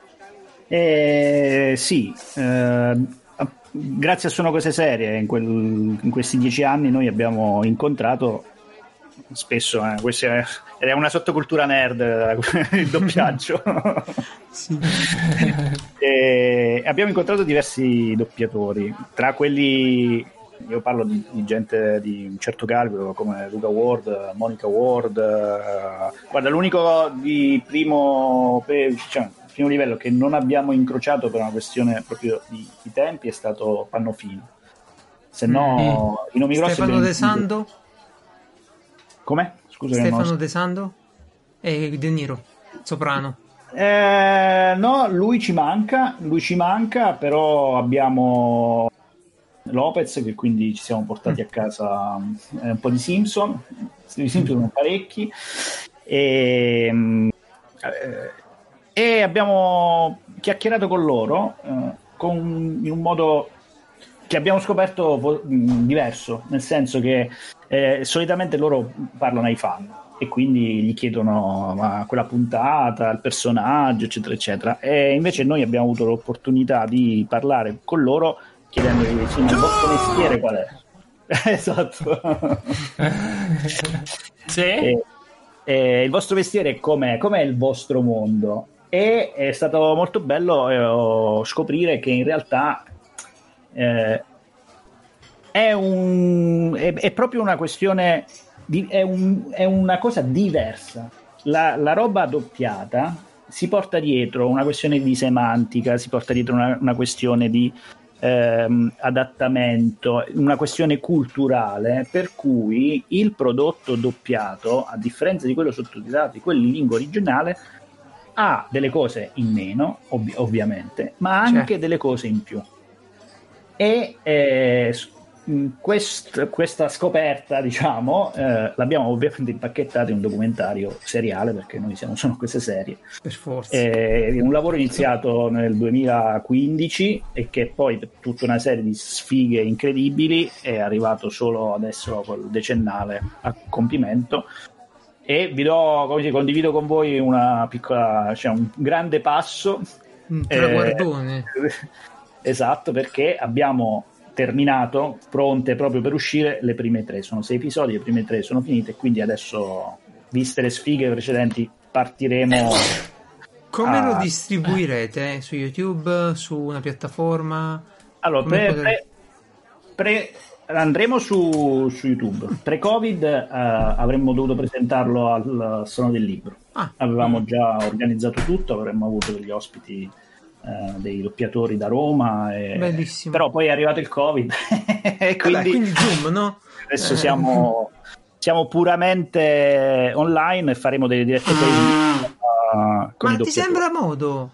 Speaker 3: Sì, grazie a Sono Cose Serie in questi 10 anni noi abbiamo incontrato spesso, questa è una sottocultura nerd, il doppiaggio.
Speaker 1: Sì.
Speaker 3: Abbiamo incontrato diversi doppiatori, tra quelli, io parlo di gente di un certo calibro come Luca Ward, Monica Ward, guarda, l'unico di primo livello che non abbiamo incrociato per una questione proprio di tempi è stato Pannofino, se no i nomi grossi.
Speaker 1: Stefano De Sando?
Speaker 3: Come? Scusa,
Speaker 1: Stefano De Sando e De Niro, soprano.
Speaker 3: No, lui ci manca, però abbiamo Lopez, che quindi ci siamo portati a casa un po' di Simpson. I Simpson sono parecchi e abbiamo chiacchierato con loro in un modo che abbiamo scoperto diverso, nel senso che solitamente loro parlano ai fan e quindi gli chiedono quella puntata, il personaggio, eccetera eccetera, e invece noi abbiamo avuto l'opportunità di parlare con loro chiedendogli ma il vostro mestiere qual è? Esatto.
Speaker 2: Sì.
Speaker 3: Il vostro mestiere com'è il vostro mondo? E è stato molto bello scoprire che in realtà è proprio una questione è una cosa diversa. La roba doppiata si porta dietro una questione di semantica, si porta dietro una questione di adattamento, una questione culturale, per cui il prodotto doppiato, a differenza di quello sottotitolato, di quello in lingua originale, ha delle cose in meno, ovviamente, ma anche delle cose in più. E questa scoperta, diciamo, l'abbiamo ovviamente impacchettata in un documentario seriale, perché noi sono queste serie.
Speaker 1: Per forza.
Speaker 3: Un lavoro iniziato nel 2015 e che poi, per tutta una serie di sfighe incredibili, è arrivato solo adesso col decennale a compimento. E condivido con voi una piccola, un grande passo,
Speaker 1: un traguardone.
Speaker 3: Esatto, perché abbiamo terminato, pronte proprio per uscire le prime 3, sono 6 episodi, le prime 3 sono finite, quindi adesso, viste le sfighe precedenti, partiremo.
Speaker 1: Come lo distribuirete? Su YouTube, su una piattaforma?
Speaker 3: Allora, andremo su YouTube. Pre-Covid avremmo dovuto presentarlo al Salone del Libro. Avevamo già organizzato tutto, avremmo avuto degli ospiti, dei doppiatori da Roma,
Speaker 1: bellissimo.
Speaker 3: Però poi è arrivato il Covid e quindi
Speaker 1: Zoom, no?
Speaker 3: Adesso siamo puramente online e faremo delle dirette con
Speaker 1: ma ti sembra modo?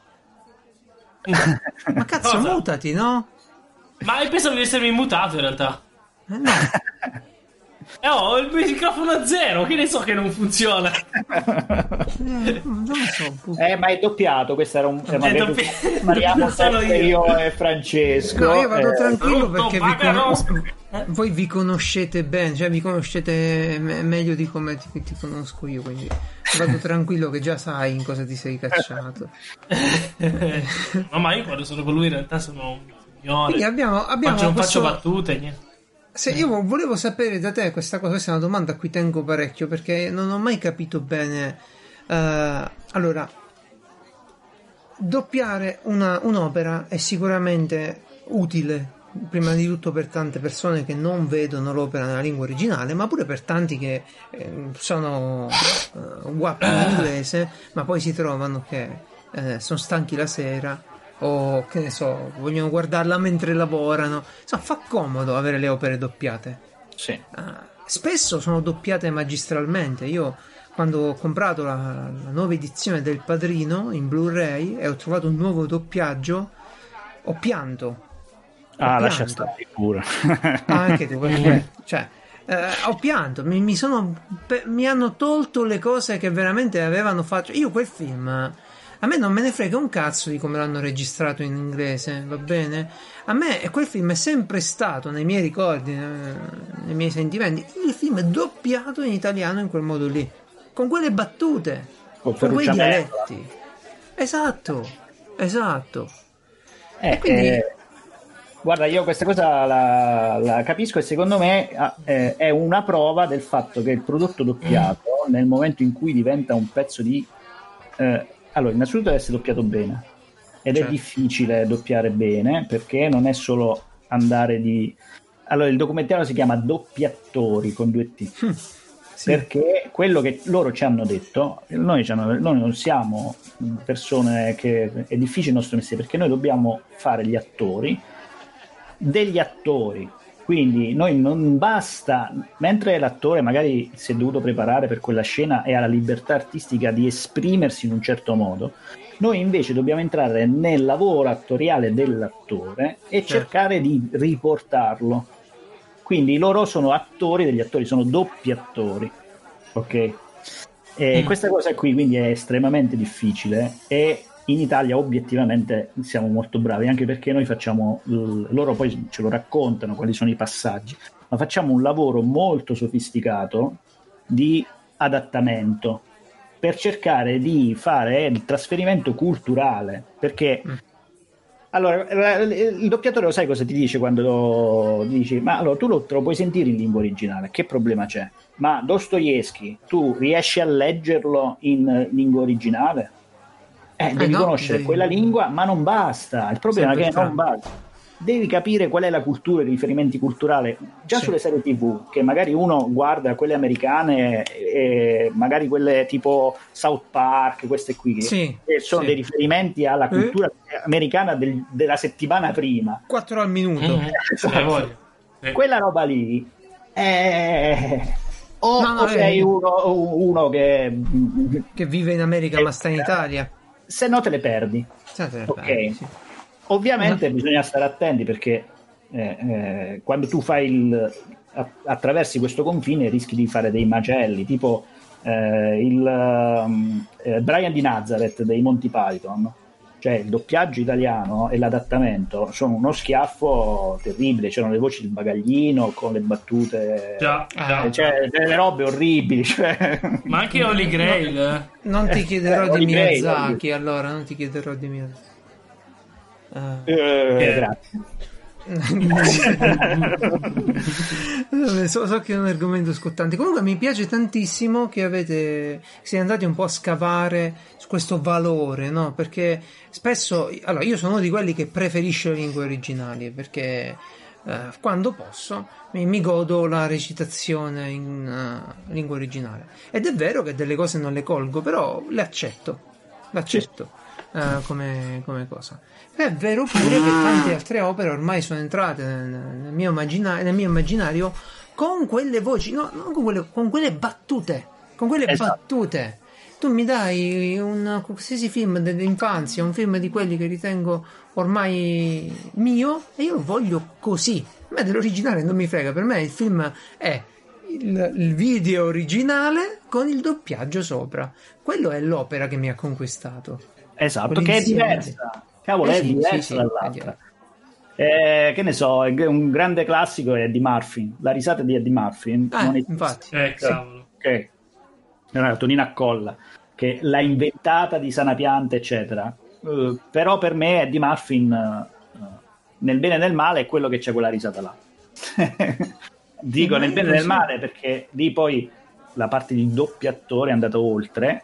Speaker 1: Ma cazzo,
Speaker 2: cosa?
Speaker 1: Mutati, no?
Speaker 2: Ma io pensavo di essermi immutato in realtà.
Speaker 1: No.
Speaker 2: Ho il microfono a zero, che ne so che non funziona.
Speaker 1: Non lo so.
Speaker 3: Ma è doppiato, questo era un Mariano
Speaker 2: sono
Speaker 3: io e Francesco.
Speaker 1: No, io vado tranquillo
Speaker 2: Brutto
Speaker 1: perché
Speaker 2: vagaroso.
Speaker 1: voi vi conoscete bene, cioè vi conoscete meglio di come ti conosco io, quindi vado tranquillo che già sai in cosa ti sei cacciato.
Speaker 2: No, ma io quando sono con lui in realtà sono un signore.
Speaker 1: Quindi abbiamo
Speaker 2: Non
Speaker 1: questo...
Speaker 2: faccio battute, niente.
Speaker 1: Se io volevo sapere da te questa cosa, questa è una domanda a cui tengo parecchio perché non ho mai capito bene. Allora, doppiare un'opera è sicuramente utile, prima di tutto per tante persone che non vedono l'opera nella lingua originale, ma pure per tanti che sono guappi in inglese, ma poi si trovano che sono stanchi la sera o che ne so, vogliono guardarla mentre lavorano. Insomma, fa comodo avere le opere doppiate.
Speaker 3: Sì.
Speaker 1: Spesso sono doppiate magistralmente. Io quando ho comprato la nuova edizione del Padrino in Blu-ray e ho trovato un nuovo doppiaggio, ho pianto.
Speaker 3: Lascia stare pure.
Speaker 1: Anche tu, perché cioè, ho pianto, mi hanno tolto le cose che veramente avevano fatto. Io quel film, a me non me ne frega un cazzo di come l'hanno registrato in inglese, va bene? A me quel film è sempre stato, nei miei ricordi, nei miei sentimenti, il film doppiato in italiano in quel modo lì, con quelle battute, con quei dialetti. Esatto. E quindi...
Speaker 3: Guarda, io questa cosa la capisco e secondo me è una prova del fatto che il prodotto doppiato, nel momento in cui diventa un pezzo di... allora, innanzitutto deve essere doppiato bene ed è difficile doppiare bene perché non è solo andare di... Allora, il documentario si chiama Doppiatori con 2 T. Sì. Perché quello che loro ci hanno detto, noi non siamo persone che... È difficile il nostro mestiere perché noi dobbiamo fare gli attori degli attori, quindi noi non basta, mentre l'attore magari si è dovuto preparare per quella scena e ha la libertà artistica di esprimersi in un certo modo, noi invece dobbiamo entrare nel lavoro attoriale dell'attore e cercare di riportarlo. Quindi loro sono attori degli attori, sono doppi attori, ok? E questa cosa qui quindi è estremamente difficile e in Italia obiettivamente siamo molto bravi, anche perché noi facciamo, loro poi ce lo raccontano quali sono i passaggi, ma facciamo un lavoro molto sofisticato di adattamento per cercare di fare il trasferimento culturale, perché allora il doppiatore lo sai cosa ti dice quando dici ma allora tu te lo puoi sentire in lingua originale, che problema c'è? Ma Dostoevskij tu riesci a leggerlo in lingua originale? Devi conoscere quella lingua, ma non basta. Il problema è che non basta. Devi capire qual è la cultura, i riferimenti culturali. Già sulle serie TV, che magari uno guarda quelle americane e magari quelle tipo South Park, queste qui, che sono dei riferimenti alla cultura americana della settimana prima.
Speaker 1: 4 al minuto.
Speaker 3: Quella roba lì o sei uno che
Speaker 1: vive in America ma sta in Italia.
Speaker 3: Se no te le perdi. Ovviamente bisogna stare attenti perché quando tu fai attraversi questo confine rischi di fare dei macelli, tipo Brian di Nazareth dei Monty Python, cioè il doppiaggio italiano e l'adattamento sono uno schiaffo terribile, c'erano le voci del bagaglino con le battute, cioè delle robe orribili, cioè...
Speaker 2: ma anche Holy Grail.
Speaker 1: Non ti chiederò di Miyazaki, allora non ti chiederò di Miyazaki.
Speaker 3: Grazie.
Speaker 1: So che è un argomento scottante. Comunque mi piace tantissimo che siete andati un po' a scavare su questo valore, no? Perché spesso, allora, io sono uno di quelli che preferisce le lingue originali perché quando posso mi godo la recitazione in lingua originale, ed è vero che delle cose non le colgo, però le accetto come cosa. È vero pure che tante altre opere ormai sono entrate nel mio immaginario con quelle voci, no, non con quelle battute, battute. Tu mi dai un qualsiasi film dell'infanzia, un film di quelli che ritengo ormai mio, e io lo voglio così. A me dell'originale non mi frega, per me il film è il video originale con il doppiaggio sopra. Quello è l'opera che mi ha conquistato.
Speaker 3: Esatto, che è diversa. Cavolo, è diversa dall'altra. Che ne so, un grande classico è Eddie Murphy. La risata di Eddie Murphy. Non
Speaker 1: infatti.
Speaker 2: Cavolo.
Speaker 3: Che era Tonina Colla, che l'ha inventata di sana pianta, eccetera. Però per me Eddie Murphy, nel bene e nel male, è quello che c'è quella risata là. Dico nel bene e nel male perché lì poi la parte di doppiatore è andata oltre,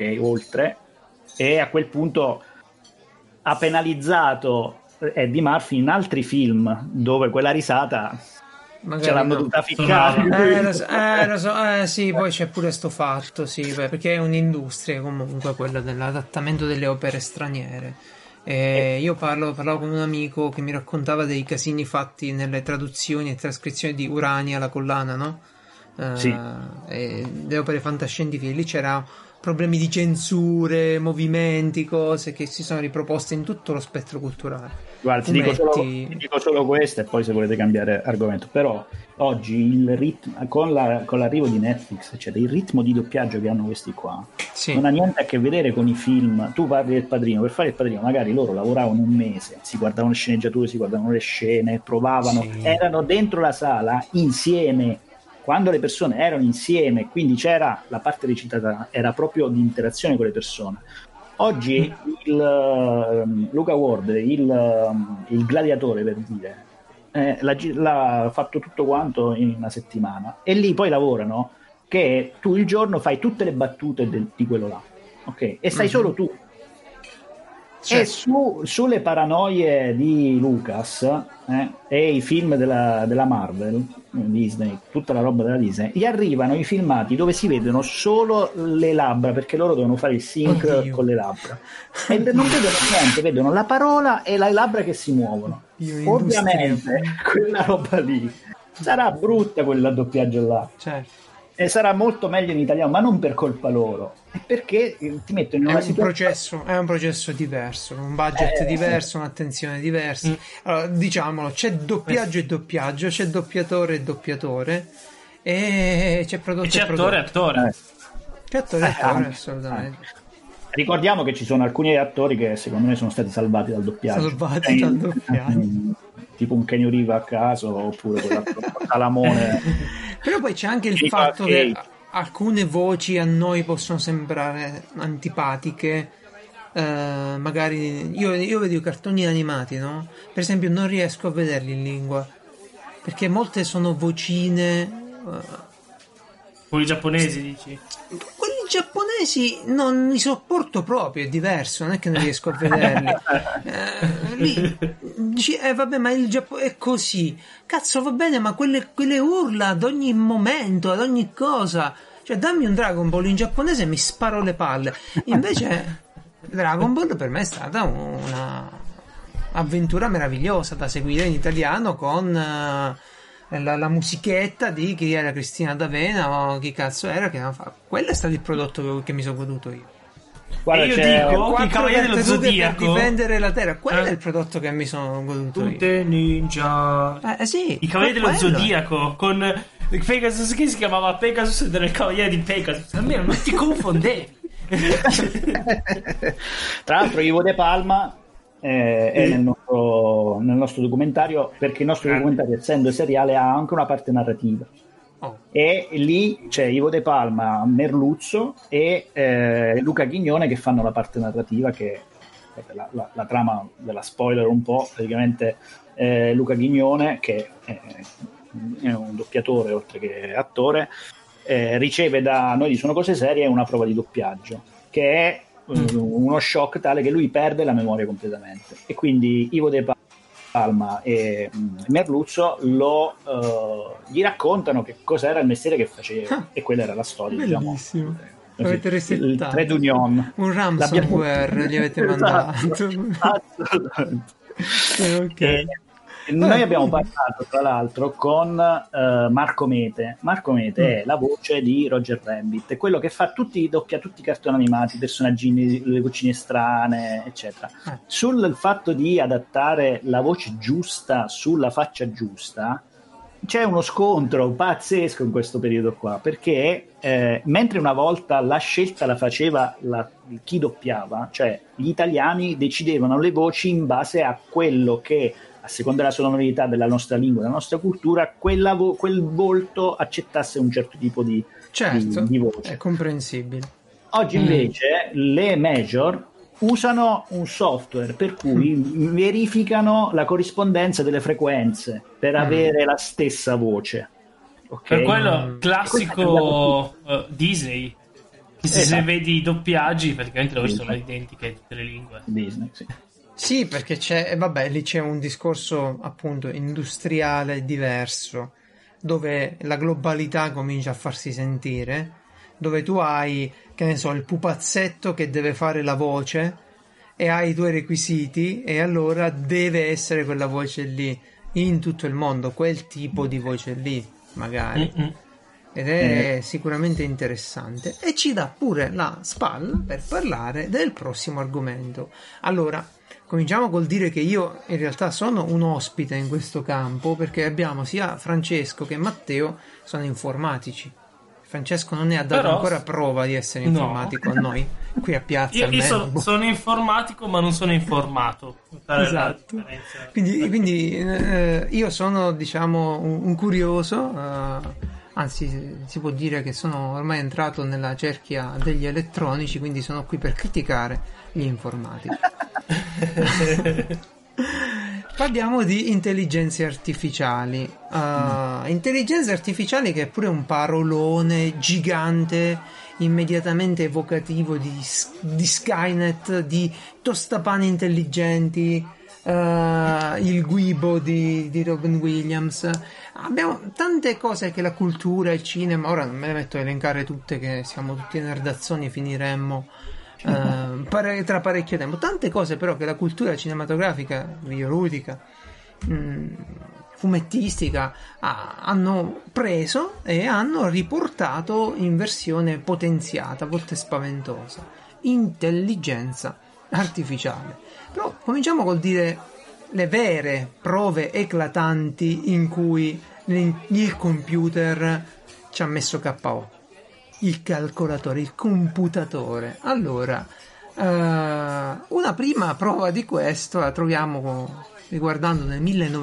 Speaker 3: e a quel punto ha penalizzato Eddie Murphy in altri film dove quella risata magari ce l'hanno dovuta ficcare.
Speaker 1: Lo so, sì, poi c'è pure sto fatto, sì, perché è un'industria comunque quella dell'adattamento delle opere straniere. Io parlavo con un amico che mi raccontava dei casini fatti nelle traduzioni e trascrizioni di Urania, la collana, no?
Speaker 3: Sì.
Speaker 1: Le opere fantascientifiche, lì c'era problemi di censure, movimenti, cose che si sono riproposte in tutto lo spettro culturale.
Speaker 3: Guarda, ti dico solo questo e poi se volete cambiare argomento. Però oggi il ritmo, con l'arrivo di Netflix, eccetera, il ritmo di doppiaggio che hanno questi qua non ha niente a che vedere con i film. Tu parli del Padrino, per fare il Padrino magari loro lavoravano un mese, si guardavano le sceneggiature, si guardavano le scene, provavano, erano dentro la sala insieme. Quando le persone erano insieme, quindi c'era la parte recitata, era proprio di interazione con le persone. Oggi Luca Ward, il gladiatore, per dire, l'ha fatto tutto quanto in una settimana, e lì poi lavorano che tu il giorno fai tutte le battute di quello là, ok? E stai solo tu. E sulle paranoie di Lucas e i film della Marvel, Disney, tutta la roba della Disney, gli arrivano i filmati dove si vedono solo le labbra, perché loro devono fare il sync con le labbra, e non vedono niente, vedono la parola e le labbra che si muovono. Ovviamente quella roba lì sarà brutta, quel doppiaggio là, e sarà molto meglio in italiano, ma non per colpa loro, è perché ti mettono in una situazione.
Speaker 1: È un processo diverso, un budget diverso, un'attenzione diversa. Allora, diciamolo, c'è doppiaggio e doppiaggio, c'è doppiatore e doppiatore, e c'è prodotto e c'è
Speaker 2: attore e attore.
Speaker 1: C'è attore e attore, assolutamente.
Speaker 3: Ricordiamo che ci sono alcuni attori che secondo me sono stati salvati dal doppiaggio.
Speaker 1: Dal doppiaggio.
Speaker 3: Tipo un Kenny Reeves a caso, oppure quell'altro Salamone.
Speaker 1: Però poi c'è anche il fatto che alcune voci a noi possono sembrare antipatiche. Magari io vedo i cartoni animati, no? Per esempio non riesco a vederli in lingua perché molte sono vocine.
Speaker 2: Quelli giapponesi, dici?
Speaker 1: Quelli giapponesi non li sopporto proprio, è diverso, non è che non riesco a vederli. Lì dici, vabbè, ma il Giappone è così. Cazzo, va bene, ma quelle urla ad ogni momento, ad ogni cosa. Cioè, dammi un Dragon Ball in giapponese e mi sparo le palle. Invece Dragon Ball per me è stata una avventura meravigliosa da seguire in italiano con la musichetta di chi era Cristina D'Avena o chi cazzo era che quello è stato il prodotto che mi sono goduto io.
Speaker 2: Guarda, io dico il Cavaliere dello Zodiaco
Speaker 1: per difendere la terra, quello è il prodotto che mi sono goduto io.
Speaker 2: Tutte ninja.
Speaker 1: Sì,
Speaker 2: il Cavaliere dello Zodiaco con Pegasus, che si chiamava Pegasus ed era il Cavaliere di Pegasus. Almeno non ti confondevi.
Speaker 3: Tra l'altro Ivo De Palma è nel nostro documentario, perché il nostro documentario, essendo seriale, ha anche una parte narrativa. E lì c'è Ivo De Palma, Merluzzo e Luca Ghignone che fanno la parte narrativa, che la trama ve la spoiler un po'. Praticamente Luca Ghignone, che è un doppiatore oltre che attore, riceve da Noi di Sono Cose Serie una prova di doppiaggio che è uno shock tale che lui perde la memoria completamente, e quindi Ivo De Palma e Merluzzo gli raccontano che cos'era il mestiere che faceva, e quella era la storia.
Speaker 1: Bellissimo.
Speaker 3: Diciamo,
Speaker 1: avete resettato
Speaker 3: il trade union,
Speaker 1: un ransomware gli avete mandato.
Speaker 3: Assolutamente.
Speaker 1: Okay.
Speaker 3: Noi abbiamo parlato tra l'altro con Marco Mete. Marco Mete è la voce di Roger Rabbit, è quello che fa doppia tutti i cartoni animati, i personaggini, le vocine strane, eccetera. Sul fatto di adattare la voce giusta sulla faccia giusta, c'è uno scontro pazzesco in questo periodo qua, perché mentre una volta la scelta la faceva chi doppiava, cioè gli italiani decidevano le voci in base a quello che, a seconda della sonorità della nostra lingua, della nostra cultura, quel volto accettasse un certo tipo di voce.
Speaker 1: È comprensibile.
Speaker 3: Oggi invece le major usano un software per cui verificano la corrispondenza delle frequenze per avere la stessa voce.
Speaker 2: Per quello classico Disney, se vedi i doppiaggi praticamente le voci sono identiche in tutte le lingue.
Speaker 3: Disney,
Speaker 1: sì, perché lì c'è un discorso appunto industriale diverso, dove la globalità comincia a farsi sentire, dove tu hai, che ne so, il pupazzetto che deve fare la voce e hai i tuoi requisiti e allora deve essere quella voce lì in tutto il mondo, quel tipo di voce lì magari. Ed è sicuramente interessante e ci dà pure la spalla per parlare del prossimo argomento. Allora, cominciamo col dire che io in realtà sono un ospite in questo campo, perché abbiamo sia Francesco che Matteo sono informatici. Francesco non ne ha dato ancora prova di essere informatico a noi qui a Piazza.
Speaker 2: Io sono informatico ma non sono informato.
Speaker 1: Esatto. Quindi io sono, diciamo, un curioso, anzi si può dire che sono ormai entrato nella cerchia degli elettronici, quindi sono qui per criticare gli informatici. Parliamo di intelligenze artificiali. Intelligenze artificiali, che è pure un parolone gigante, immediatamente evocativo di Skynet, di tostapane intelligenti, il Guibo di Robin Williams. Abbiamo tante cose che la cultura, il cinema, ora non me le metto a elencare tutte, che siamo tutti nerdazzoni e finiremmo tra parecchio tempo. Tante cose però che la cultura cinematografica, videoludica, fumettistica hanno preso e hanno riportato in versione potenziata, a volte spaventosa, intelligenza artificiale. Però cominciamo col dire le vere prove eclatanti in cui il computer ci ha messo KO. Il calcolatore, il computatore. Allora, una prima prova di questo la troviamo riguardando nel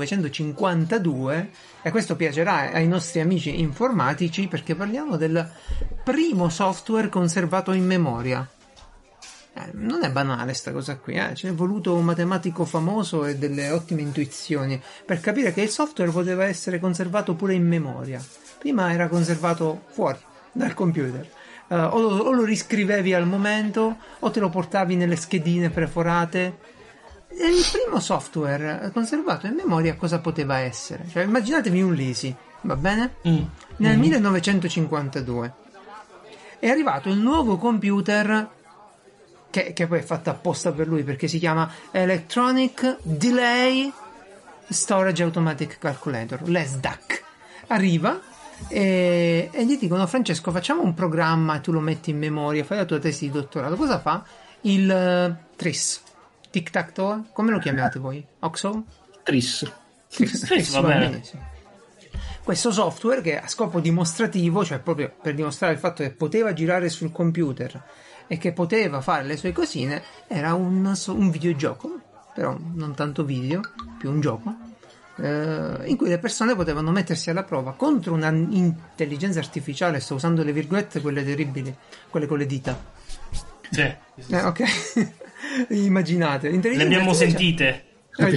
Speaker 1: 1952, e questo piacerà ai nostri amici informatici, perché parliamo del primo software conservato in memoria. Non è banale sta cosa qui, ce n'è voluto un matematico famoso e delle ottime intuizioni per capire che il software poteva essere conservato pure in memoria. Prima era conservato fuori dal computer, o lo riscrivevi al momento o te lo portavi nelle schedine perforate. E il primo software conservato in memoria cosa poteva essere? Cioè, immaginatevi un Lisi, va bene? Nel 1952 è arrivato il nuovo computer che poi è fatto apposta per lui, perché si chiama Electronic Delay Storage Automatic Calculator, l'ESDAC. Arriva e gli dicono: Francesco, facciamo un programma e tu lo metti in memoria, fai la tua tesi di dottorato. Cosa fa? Il TRIS, Tic Tac Toe, come lo chiamate voi? Oxo?
Speaker 3: TRIS,
Speaker 2: va bene.
Speaker 1: Sì. Questo software, che a scopo dimostrativo, cioè proprio per dimostrare il fatto che poteva girare sul computer e che poteva fare le sue cosine, era un videogioco, però non tanto video, più un gioco, in cui le persone potevano mettersi alla prova contro una intelligenza artificiale. Sto usando le virgolette, quelle terribili, quelle con le dita.
Speaker 2: Sì.
Speaker 1: Ok. Immaginate,
Speaker 2: le abbiamo sentite.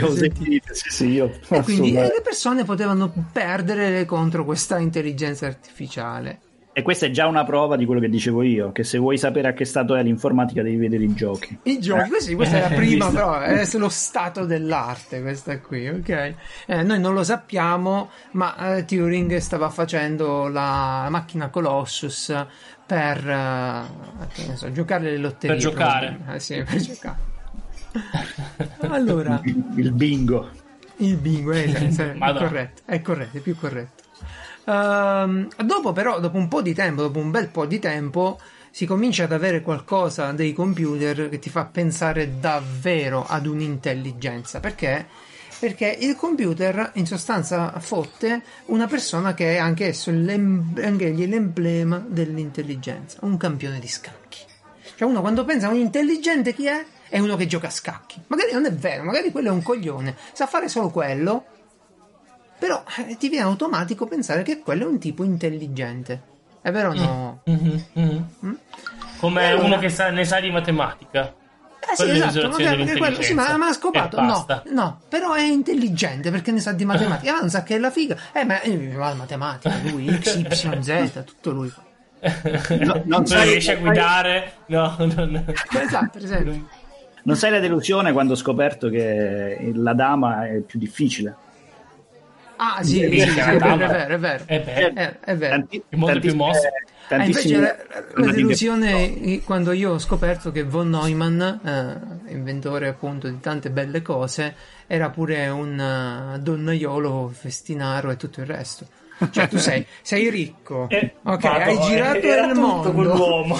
Speaker 3: Sì, io.
Speaker 1: E quindi le persone potevano perdere contro questa intelligenza artificiale.
Speaker 3: E questa è già una prova di quello che dicevo io, che se vuoi sapere a che stato è l'informatica devi vedere i giochi.
Speaker 1: I giochi, sì, questa è la prima, però è lo stato dell'arte, questa qui, ok? Noi non lo sappiamo, ma Turing stava facendo la macchina Colossus per giocare le lotterie.
Speaker 2: Per giocare.
Speaker 1: Sì, per giocare. Allora,
Speaker 3: il bingo,
Speaker 1: è corretto, è più corretto. Dopo un po' di tempo, dopo un bel po' di tempo, si comincia ad avere qualcosa dei computer che ti fa pensare davvero ad un'intelligenza, perché Perché il computer in sostanza fotte una persona che è anche esso anch'egli l'emblema dell'intelligenza, un campione di scacchi. Cioè uno quando pensa a un intelligente chi è? È uno che gioca a scacchi. Magari non è vero, magari quello è un coglione, sa fare solo quello, però ti viene automatico pensare che quello è un tipo intelligente. È vero o no?
Speaker 2: Come
Speaker 1: allora,
Speaker 2: uno che ne sa di matematica.
Speaker 1: Sì, esatto, quello, sì, ma l'ha scopato. No, però è intelligente perché ne sa di matematica. Ma non sa che è la figa. Ma la matematica, lui, X, Y, Z, tutto lui.
Speaker 2: Non riesce a guidare. No.
Speaker 1: Esatto, esatto.
Speaker 3: Non sai la delusione quando ho scoperto che la dama è più difficile.
Speaker 1: Ah, sì, è vero. È vero.
Speaker 2: Molto più mosse.
Speaker 1: Invece la delusione quando io ho scoperto che von Neumann, inventore appunto di tante belle cose, era pure un donnaiolo, festinaro e tutto il resto. Cioè tu sei ricco, ok, hai girato il mondo,
Speaker 2: quell'uomo.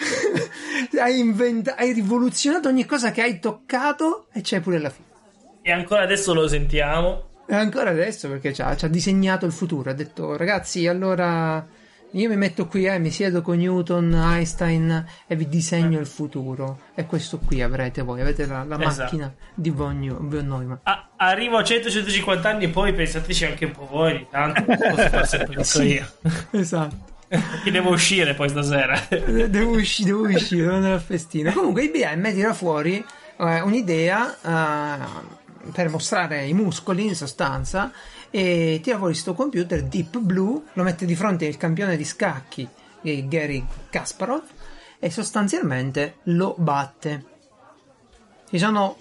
Speaker 1: hai rivoluzionato ogni cosa che hai toccato e c'è pure la fine.
Speaker 2: E ancora adesso lo sentiamo.
Speaker 1: E ancora adesso perché ci ha disegnato il futuro, ha detto ragazzi allora io mi metto qui, mi siedo con Newton, Einstein e vi disegno il futuro. E questo qui avrete voi, avete la macchina di von Neumann.
Speaker 2: Arrivo a 100-150 anni e poi pensateci anche un po' voi, tanto posso fare sempre tutto io.
Speaker 1: Esatto.
Speaker 2: Che devo uscire poi stasera.
Speaker 1: Devo uscire, devo andare a festina. Comunque IBM tira fuori un'idea per mostrare i muscoli in sostanza e tira fuori sto computer Deep Blue, lo mette di fronte al campione di scacchi Garry Kasparov e sostanzialmente lo batte. Ci sono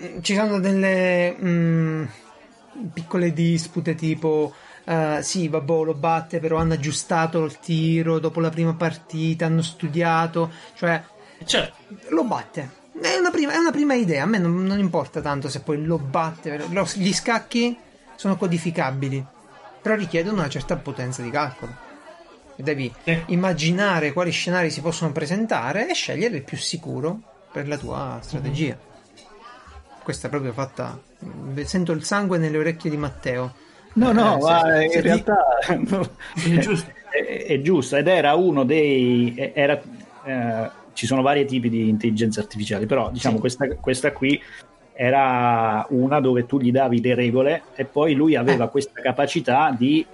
Speaker 1: delle piccole dispute tipo sì vabbè lo batte però hanno aggiustato il tiro dopo la prima partita, hanno studiato, cioè
Speaker 2: certo.
Speaker 1: Lo batte. È una prima idea, a me non importa tanto se poi lo batte. Gli scacchi sono codificabili, però richiedono una certa potenza di calcolo. Devi immaginare quali scenari si possono presentare e scegliere il più sicuro per la tua strategia. Questa è proprio fatta. Sento il sangue nelle orecchie di Matteo.
Speaker 3: No, ma in realtà è giusto. Ed era uno dei. Ci sono vari tipi di intelligenza artificiale, però diciamo questa qui era una dove tu gli davi le regole e poi lui aveva questa capacità di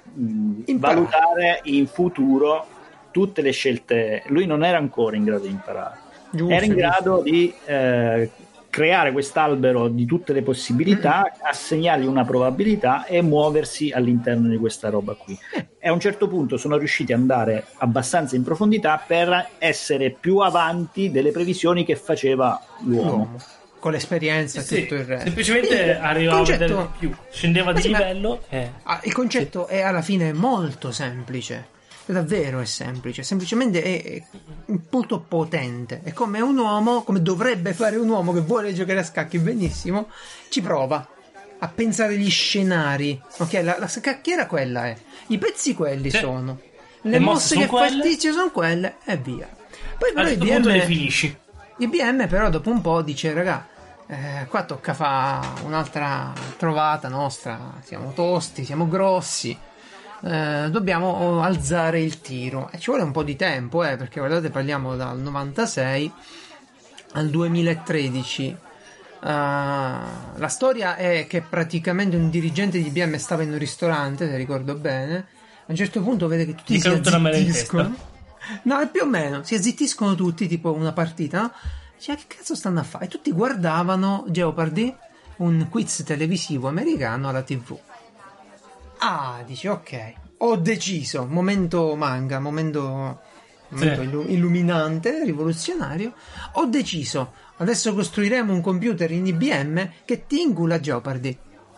Speaker 3: valutare in futuro tutte le scelte. Lui non era ancora in grado di imparare, era in grado di creare quest'albero di tutte le possibilità, assegnargli una probabilità e muoversi all'interno di questa roba qui. E a un certo punto sono riusciti ad andare abbastanza in profondità per essere più avanti delle previsioni che faceva l'uomo.
Speaker 1: Con l'esperienza e tutto il resto.
Speaker 2: Semplicemente arrivava a vedere di più, scendeva di livello.
Speaker 1: Il concetto è alla fine molto semplice. Davvero è semplice, semplicemente è molto potente. È come un uomo, come dovrebbe fare un uomo che vuole giocare a scacchi benissimo, ci prova a pensare gli scenari. Ok, la scacchiera quella è, i pezzi quelli sono, le mosse che fastidio sono quelle e via. Poi però
Speaker 2: IBM le finisci.
Speaker 1: IBM però dopo un po' dice raga, qua tocca fare un'altra trovata nostra, siamo tosti, siamo grossi. Dobbiamo alzare il tiro e ci vuole un po' di tempo perché guardate parliamo dal 96 al 2013. La storia è che praticamente un dirigente di IBM stava in un ristorante, se ricordo bene, a un certo punto vede che tutti si azzittiscono, no è più o meno si azzittiscono tutti tipo una partita, no? Cioè che cazzo stanno a fare? E tutti guardavano Jeopardy, un quiz televisivo americano alla TV. Dici ok, ho deciso, momento manga, momento illuminante, rivoluzionario, ho deciso, adesso costruiremo un computer in IBM che ti incula Jeopardy.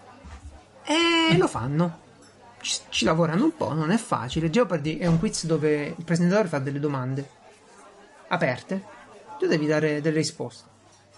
Speaker 1: E lo fanno, ci lavorano un po', non è facile. Jeopardy è un quiz dove il presentatore fa delle domande aperte, tu devi dare delle risposte.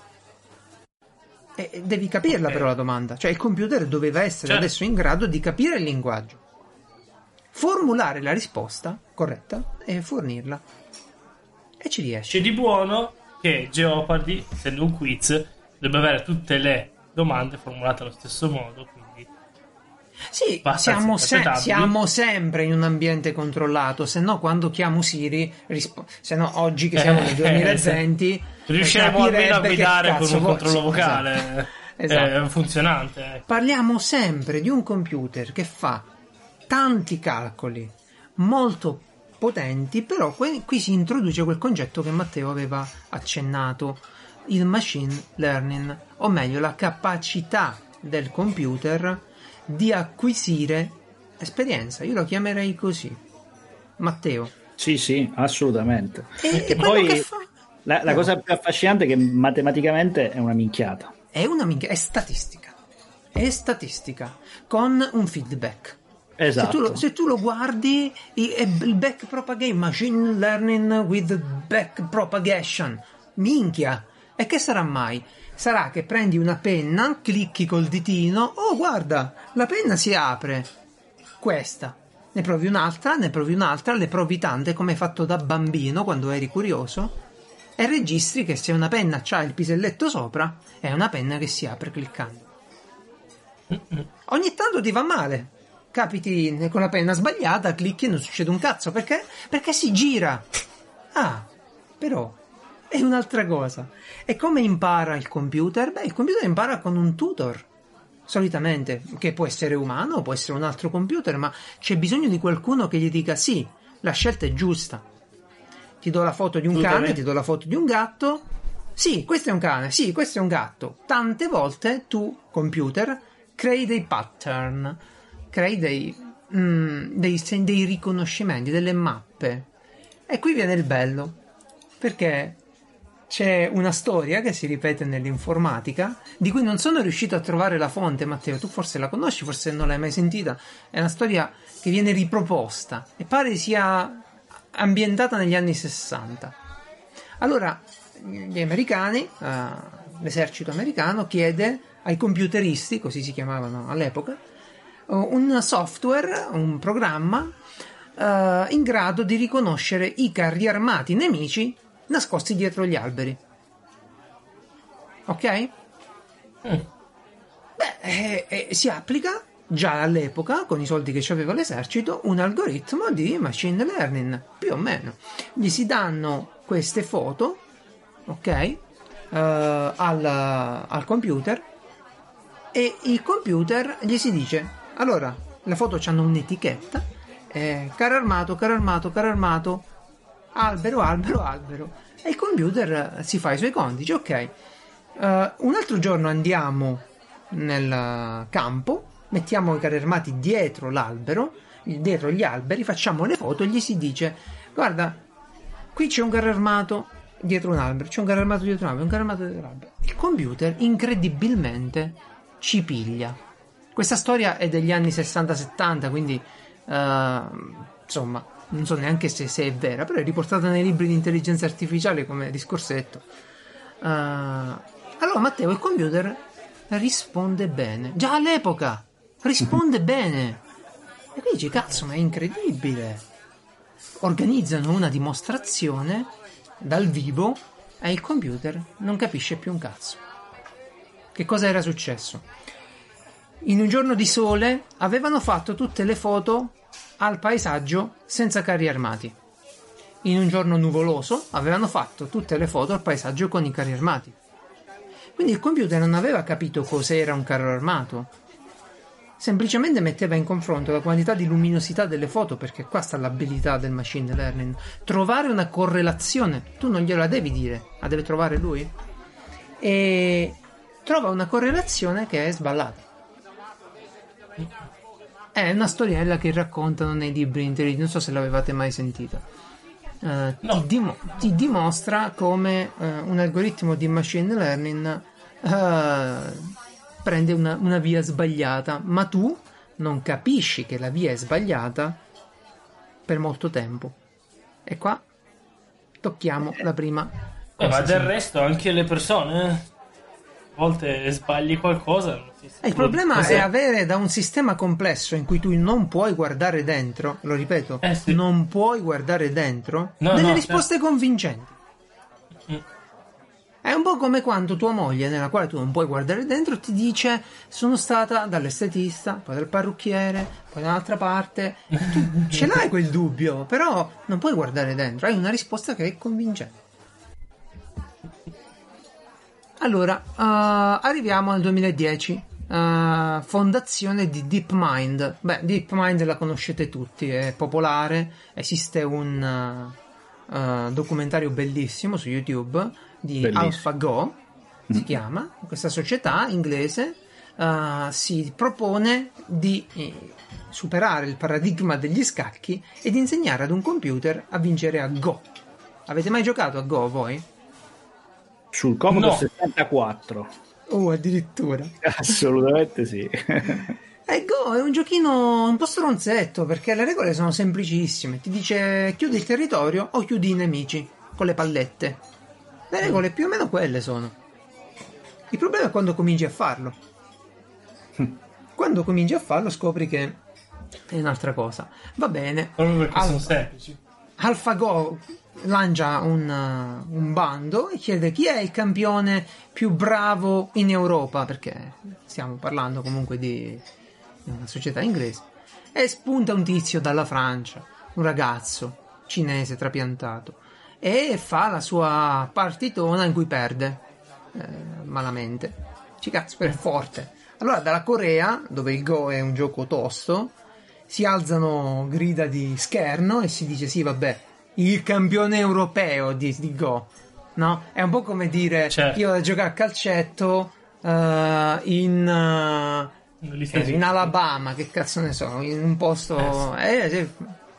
Speaker 1: E devi capirla però la domanda, cioè il computer doveva essere adesso in grado di capire il linguaggio, formulare la risposta corretta e fornirla, e ci riesce.
Speaker 2: C'è di buono che Jeopardy, essendo un quiz, dovrebbe avere tutte le domande formulate allo stesso modo, quindi
Speaker 1: sì, siamo sempre in un ambiente controllato, se no quando chiamo Siri, se no oggi che siamo nel 2020
Speaker 2: riusciremo almeno a guidare con un controllo vocale
Speaker 1: esatto.
Speaker 2: Funzionante.
Speaker 1: Parliamo sempre di un computer che fa tanti calcoli molto potenti, però qui si introduce quel concetto che Matteo aveva accennato, il machine learning, o meglio la capacità del computer di acquisire esperienza. Io lo chiamerei così, Matteo.
Speaker 3: Sì, assolutamente.
Speaker 1: E
Speaker 3: poi la cosa più affascinante è che matematicamente è una minchiata.
Speaker 1: È statistica con un feedback.
Speaker 3: Esatto.
Speaker 1: Se tu lo guardi, il back propagation, machine learning with back propagation, minchia. E che sarà mai? Sarà che prendi una penna, clicchi col ditino, oh guarda, la penna si apre. Questa. Ne provi un'altra, le provi tante come hai fatto da bambino quando eri curioso, e registri che se una penna c'ha il piselletto sopra, è una penna che si apre cliccando. Ogni tanto ti va male. Capiti con la penna sbagliata, clicchi e non succede un cazzo. Perché? Perché si gira. Però è un'altra cosa. E come impara il computer? Il computer impara con un tutor, solitamente, che può essere umano, può essere un altro computer, ma c'è bisogno di qualcuno che gli dica sì, la scelta è giusta. Ti do la foto di un cane, ti do la foto di un gatto. Sì, questo è un cane, sì, questo è un gatto. Tante volte tu, computer, crei dei pattern, crei dei riconoscimenti, delle mappe. E qui viene il bello, perché c'è una storia che si ripete nell'informatica, di cui non sono riuscito a trovare la fonte. Matteo, tu forse la conosci, forse non l'hai mai sentita. È una storia che viene riproposta e pare sia ambientata negli anni 60. Allora, gli americani, l'esercito americano chiede ai computeristi, così si chiamavano all'epoca, un software, un programma in grado di riconoscere i carri armati nemici nascosti dietro gli alberi. Ok? Si applica già all'epoca, con i soldi che aveva l'esercito, un algoritmo di machine learning, più o meno. Gli si danno queste foto, ok, al computer, e il computer gli si dice: allora, le foto hanno un'etichetta, carro armato, albero, e il computer si fa i suoi conti, dice ok, un altro giorno andiamo nel campo, mettiamo i carri armati dietro l'albero, dietro gli alberi, facciamo le foto e gli si dice: guarda, qui c'è un carro armato dietro un albero, c'è un carro armato dietro un albero, un carro armato dietro un albero. Il computer incredibilmente ci piglia. Questa storia è degli anni 60-70, quindi insomma non so neanche se è vera, però è riportata nei libri di intelligenza artificiale come discorsetto. Allora Matteo, il computer risponde bene, già all'epoca risponde bene, e quindi dici: cazzo, ma è incredibile. Organizzano una dimostrazione dal vivo e il computer non capisce più un cazzo. Che cosa era successo? In un giorno di sole avevano fatto tutte le foto al paesaggio senza carri armati. In un giorno nuvoloso avevano fatto tutte le foto al paesaggio con i carri armati. Quindi il computer non aveva capito cos'era un carro armato, semplicemente metteva in confronto la quantità di luminosità delle foto, perché qua sta l'abilità del machine learning, trovare una correlazione. Tu non gliela devi dire, la deve trovare lui, e trova una correlazione che è sballata. È una storiella che raccontano nei libri intelligenti, non so se l'avevate mai sentita.
Speaker 2: No.
Speaker 1: Ti dimostra come un algoritmo di machine learning prende una via sbagliata, ma tu non capisci che la via è sbagliata per molto tempo. E qua tocchiamo la prima cosa.
Speaker 2: Ma del resto anche le persone a volte sbagli qualcosa.
Speaker 1: Il problema è avere da un sistema complesso in cui tu non puoi guardare dentro, lo ripeto,
Speaker 2: sì.
Speaker 1: non puoi guardare dentro delle risposte convincenti. È un po' come quando tua moglie, nella quale tu non puoi guardare dentro, ti dice sono stata dall'estetista, poi dal parrucchiere, poi da un'altra parte. Tu ce l'hai quel dubbio, però non puoi guardare dentro. Hai una risposta che è convincente. Allora, arriviamo al 2010. Fondazione di DeepMind. Beh, DeepMind la conoscete tutti, è popolare. Esiste un documentario bellissimo su YouTube di AlphaGo, si chiama. Questa società inglese si propone di superare il paradigma degli scacchi e di insegnare ad un computer a vincere a Go. Avete mai giocato a Go voi?
Speaker 3: Sul Commodore 64.
Speaker 1: Oh, addirittura.
Speaker 3: Assolutamente sì.
Speaker 1: Go è un giochino un po' stronzetto, perché le regole sono semplicissime. Ti dice chiudi il territorio o chiudi i nemici con le pallette. Le regole più o meno quelle sono. Il problema è quando cominci a farlo. Quando cominci a farlo scopri che è un'altra cosa. Va bene.
Speaker 2: Proprio perché sono semplici.
Speaker 1: AlphaGo lancia un bando e chiede chi è il campione più bravo in Europa, perché stiamo parlando comunque di una società inglese, e spunta un tizio dalla Francia, un ragazzo cinese trapiantato, e fa la sua partitona in cui perde malamente. Cazzo, è forte. Allora dalla Corea, dove il Go è un gioco tosto, si alzano grida di scherno e si dice sì, vabbè, il campione europeo di Go, no? È un po' come dire io da giocare a calcetto in Alabama, che cazzo ne so, in un posto e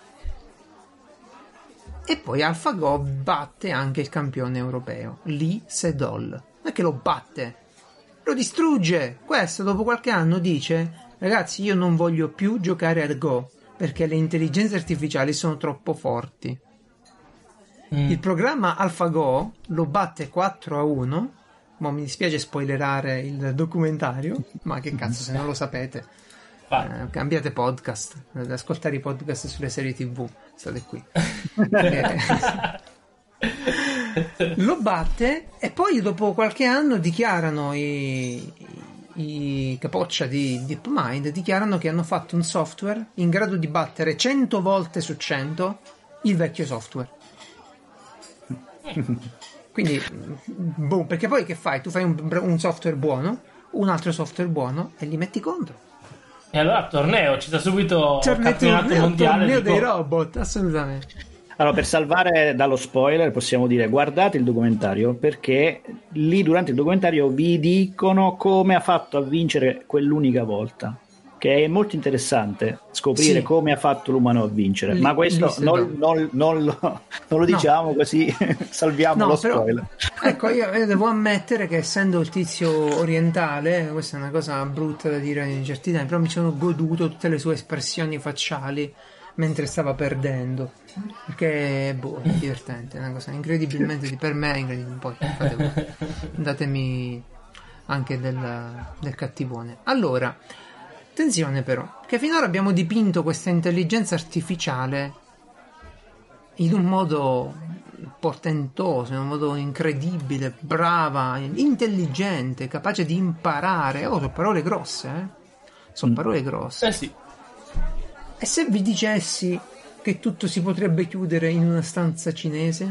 Speaker 1: poi AlphaGo batte anche il campione europeo Lee Sedol. Non è che lo batte, lo distrugge. Questo dopo qualche anno dice: ragazzi, io non voglio più giocare a Go perché le intelligenze artificiali sono troppo forti. Il programma AlphaGo lo batte 4-1. Ma mi dispiace spoilerare il documentario, ma che cazzo, se non lo sapete, cambiate podcast, ad ascoltare i podcast sulle serie TV, state qui. Lo batte e poi dopo qualche anno dichiarano i capoccia di DeepMind dichiarano che hanno fatto un software in grado di battere 100 volte su 100 il vecchio software. Quindi, boom, perché poi che fai? Tu fai un software buono, un altro software buono e li metti contro.
Speaker 2: E allora torneo, ci sta subito il campionato mondiale
Speaker 1: torneo dei robot, assolutamente.
Speaker 3: Allora, per salvare dallo spoiler possiamo dire guardate il documentario, perché lì durante il documentario vi dicono come ha fatto a vincere quell'unica volta, che è molto interessante scoprire come ha fatto l'umano a vincere, ma questo non lo diciamo, così salviamo lo spoiler.
Speaker 1: Ecco, io devo ammettere che essendo il tizio orientale, questa è una cosa brutta da dire in certi tempi, però mi sono goduto tutte le sue espressioni facciali mentre stava perdendo, perché è divertente, è una cosa incredibilmente per me è incredibile. Poi datemi anche del cattivone. Allora, attenzione però, che finora abbiamo dipinto questa intelligenza artificiale in un modo portentoso, in un modo incredibile, brava, intelligente, capace di imparare. Sono parole grosse, sono parole grosse.
Speaker 2: Sì.
Speaker 1: E se vi dicessi che tutto si potrebbe chiudere in una stanza cinese?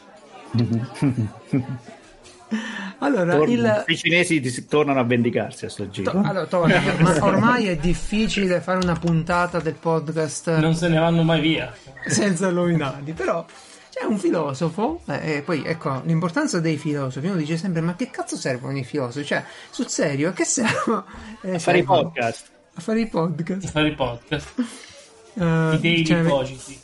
Speaker 1: Allora,
Speaker 3: i cinesi tornano a vendicarsi a sto giro.
Speaker 1: Ma ormai è difficile fare una puntata del podcast.
Speaker 2: Non se ne vanno mai via.
Speaker 1: Senza nominarli, però c'è un filosofo, e poi ecco l'importanza dei filosofi. Uno dice sempre: ma che cazzo servono i filosofi? Cioè, sul serio, a che servono?
Speaker 3: A fare i podcast.
Speaker 1: A fare i podcast.
Speaker 2: I daily cogiti.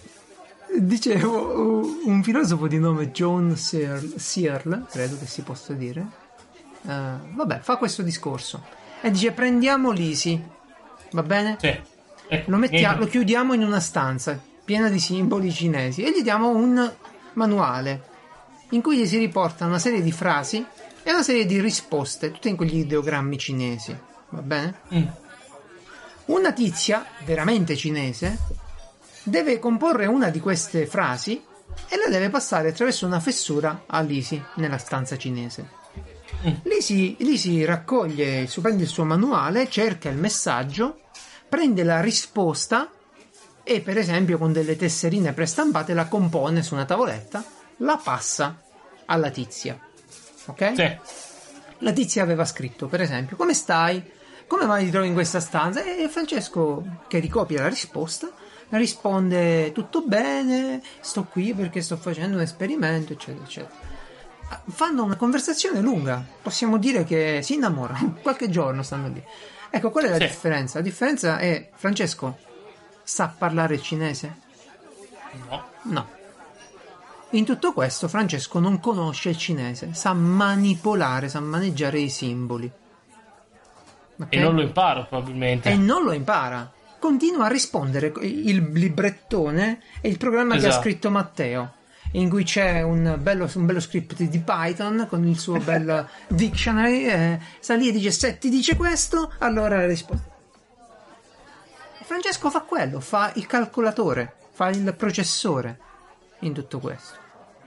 Speaker 1: Dicevo, un filosofo di nome John Searle, credo che si possa dire, fa questo discorso e dice: prendiamo l'Easy, va bene?
Speaker 2: Sì.
Speaker 1: Lo chiudiamo in una stanza piena di simboli cinesi e gli diamo un manuale in cui gli si riporta una serie di frasi e una serie di risposte, tutte in quegli ideogrammi cinesi, va bene? Una tizia veramente cinese deve comporre una di queste frasi e la deve passare attraverso una fessura a Lisi nella stanza cinese. Lisi raccoglie, prende il suo manuale, cerca il messaggio, prende la risposta e per esempio con delle tesserine prestampate la compone su una tavoletta, la passa alla tizia. Ok?
Speaker 2: Sì.
Speaker 1: La tizia aveva scritto, per esempio, come stai? Come mai ti trovi in questa stanza? E Francesco, che ricopia la risposta, risponde tutto bene, sto qui perché sto facendo un esperimento, eccetera, eccetera. Fanno una conversazione lunga, possiamo dire che si innamorano, qualche giorno stanno lì. Ecco, qual è la differenza? La differenza è, Francesco sa parlare il cinese? No. In tutto questo Francesco non conosce il cinese, sa manipolare, sa maneggiare i simboli. Okay?
Speaker 2: E non lo impara probabilmente.
Speaker 1: E non lo impara. Continua a rispondere il librettone e il programma che ha scritto Matteo, in cui c'è un bello script di Python con il suo bel dictionary, sta lì e dice se ti dice questo, allora la risposta. E Francesco fa quello, fa il calcolatore, fa il processore in tutto questo.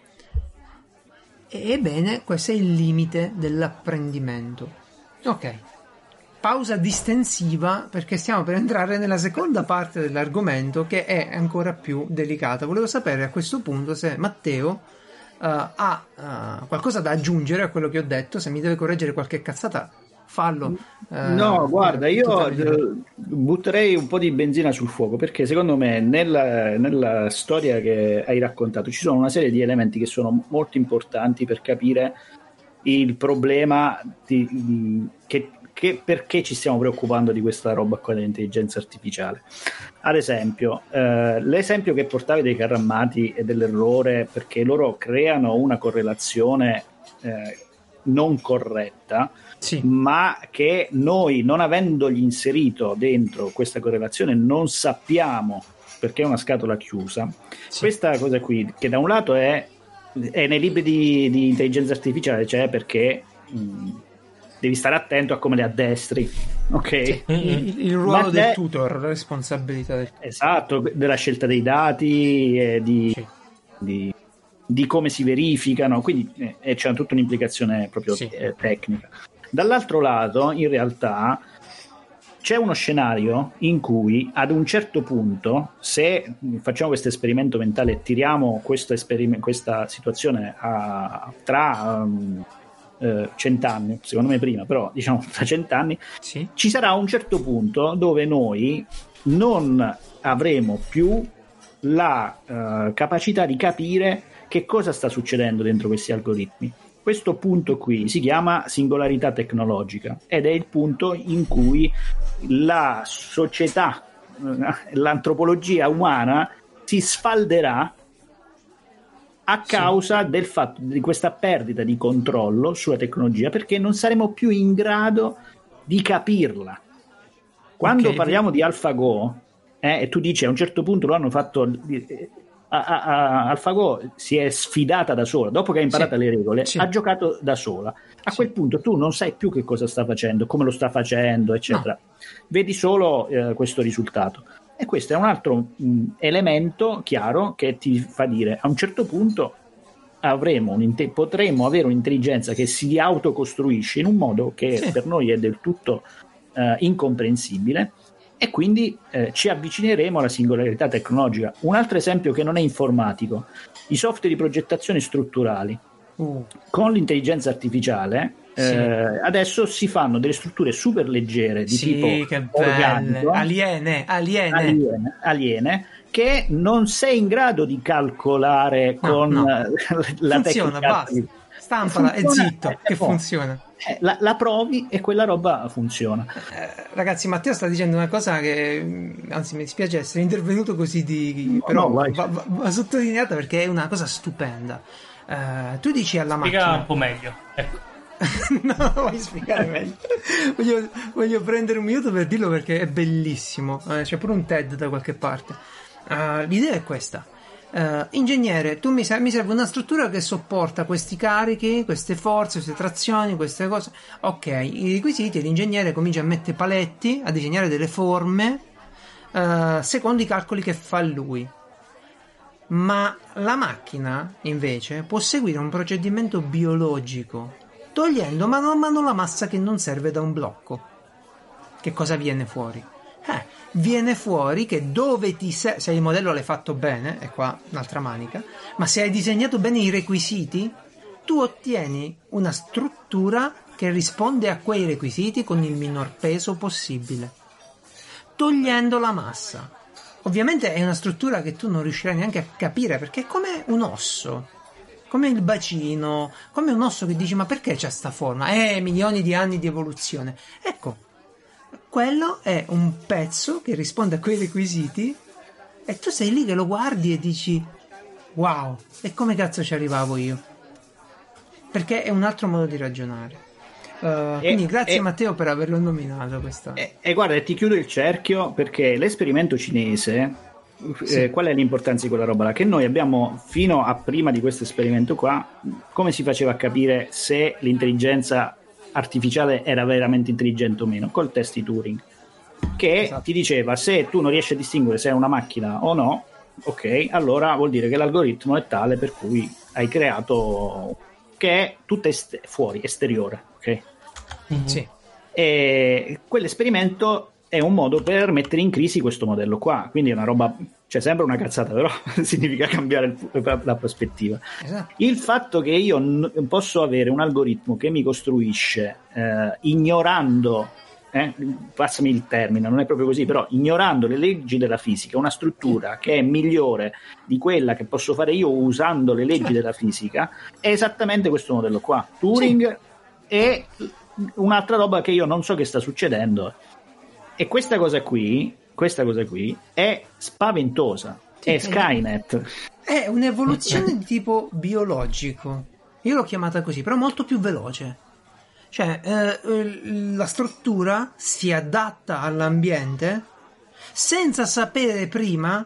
Speaker 1: Ebbene, questo è il limite dell'apprendimento. Ok, pausa distensiva perché stiamo per entrare nella seconda parte dell'argomento, che è ancora più delicata. Volevo sapere a questo punto se Matteo ha qualcosa da aggiungere a quello che ho detto, se mi deve correggere qualche cazzata, fallo.
Speaker 3: No, guarda, io butterei un po' di benzina sul fuoco, perché secondo me nella storia che hai raccontato ci sono una serie di elementi che sono molto importanti per capire il problema che perché ci stiamo preoccupando di questa roba qua dell'intelligenza artificiale. Ad esempio, l'esempio che portavi dei carri armati e dell'errore, perché loro creano una correlazione non corretta, sì, ma che noi, non avendogli inserito dentro questa correlazione, non sappiamo, perché è una scatola chiusa. Sì. Questa cosa qui, che da un lato è nei libri di intelligenza artificiale, c'è perché devi stare attento a come le addestri, ok?
Speaker 1: Il ruolo del tutor, la responsabilità
Speaker 3: esatto, della scelta dei dati e di come si verificano, quindi c'è tutta un'implicazione proprio tecnica. Dall'altro lato, in realtà, c'è uno scenario in cui ad un certo punto, se facciamo questo esperimento mentale e tiriamo questa situazione tra 100 anni, secondo me prima, però diciamo tra 100 anni, ci sarà un certo punto dove noi non avremo più la capacità di capire che cosa sta succedendo dentro questi algoritmi. Questo punto qui si chiama singolarità tecnologica ed è il punto in cui la società, l'antropologia umana si sfalderà a causa del fatto di questa perdita di controllo sulla tecnologia, perché non saremo più in grado di capirla. Quando parliamo di AlphaGo, e tu dici a un certo punto lo hanno fatto... AlphaGo si è sfidata da sola, dopo che ha imparato le regole, ha giocato da sola. A quel punto tu non sai più che cosa sta facendo, come lo sta facendo, eccetera. Vedi solo questo risultato. E questo è un altro elemento chiaro che ti fa dire a un certo punto potremmo avere un'intelligenza che si autocostruisce in un modo che per noi è del tutto incomprensibile, e quindi ci avvicineremo alla singolarità tecnologica. Un altro esempio che non è informatico: i software di progettazione strutturali. Con l'intelligenza artificiale adesso si fanno delle strutture super leggere di tipo
Speaker 1: che
Speaker 3: organico,
Speaker 1: aliene,
Speaker 3: che non sei in grado di calcolare con la
Speaker 1: funziona,
Speaker 3: tecnica.
Speaker 1: Basta. Stampala e zitto, che funziona.
Speaker 3: La provi e quella roba funziona.
Speaker 1: Ragazzi, Matteo sta dicendo una cosa che, anzi, mi dispiace essere intervenuto così, però va sottolineata perché è una cosa stupenda. Tu dici alla macchina...
Speaker 2: Spiega un po' meglio, ecco.
Speaker 1: No, vuoi spiegare meglio? voglio prendere un minuto per dirlo perché è bellissimo. C'è pure un TED da qualche parte. L'idea è questa. Ingegnere, mi serve una struttura che sopporta questi carichi, queste forze, queste trazioni, queste cose. Ok, i requisiti, l'ingegnere comincia a mettere paletti, a disegnare delle forme secondo i calcoli che fa lui. Ma la macchina, invece, può seguire un procedimento biologico, togliendo mano a mano la massa che non serve da un blocco. Che cosa viene fuori? Viene fuori che dove ti serve, se il modello l'hai fatto bene, e qua un'altra manica, ma se hai disegnato bene i requisiti, tu ottieni una struttura che risponde a quei requisiti con il minor peso possibile, togliendo la massa. Ovviamente è una struttura che tu non riuscirai neanche a capire, perché è come un osso, come il bacino, come un osso che dici ma perché c'ha sta forma? Milioni di anni di evoluzione. Ecco, quello è un pezzo che risponde a quei requisiti e tu sei lì che lo guardi e dici wow, e come cazzo ci arrivavo io? Perché è un altro modo di ragionare. Quindi grazie Matteo per averlo nominato questa.
Speaker 3: E guarda, ti chiudo il cerchio, perché l'esperimento cinese, qual è l'importanza di quella roba là? Che noi abbiamo, fino a prima di questo esperimento qua, come si faceva a capire se l'intelligenza artificiale era veramente intelligente o meno? Col test di Turing, che ti diceva se tu non riesci a distinguere se è una macchina o no, ok, allora vuol dire che l'algoritmo è tale per cui hai creato, che è tutto fuori, esteriore, ok?
Speaker 1: Sì.
Speaker 3: E quell'esperimento è un modo per mettere in crisi questo modello qua, quindi è una roba, cioè sembra una cazzata, però significa cambiare la prospettiva.
Speaker 1: Esatto.
Speaker 3: Il fatto che io posso avere un algoritmo che mi costruisce ignorando, passami il termine, non è proprio così, però ignorando le leggi della fisica, una struttura che è migliore di quella che posso fare io usando le leggi della fisica, è esattamente questo modello qua. Turing è un'altra roba che io non so che sta succedendo, e questa cosa qui è spaventosa, è Skynet,
Speaker 1: è un'evoluzione di tipo biologico, io l'ho chiamata così, però molto più veloce. Cioè la struttura si adatta all'ambiente senza sapere prima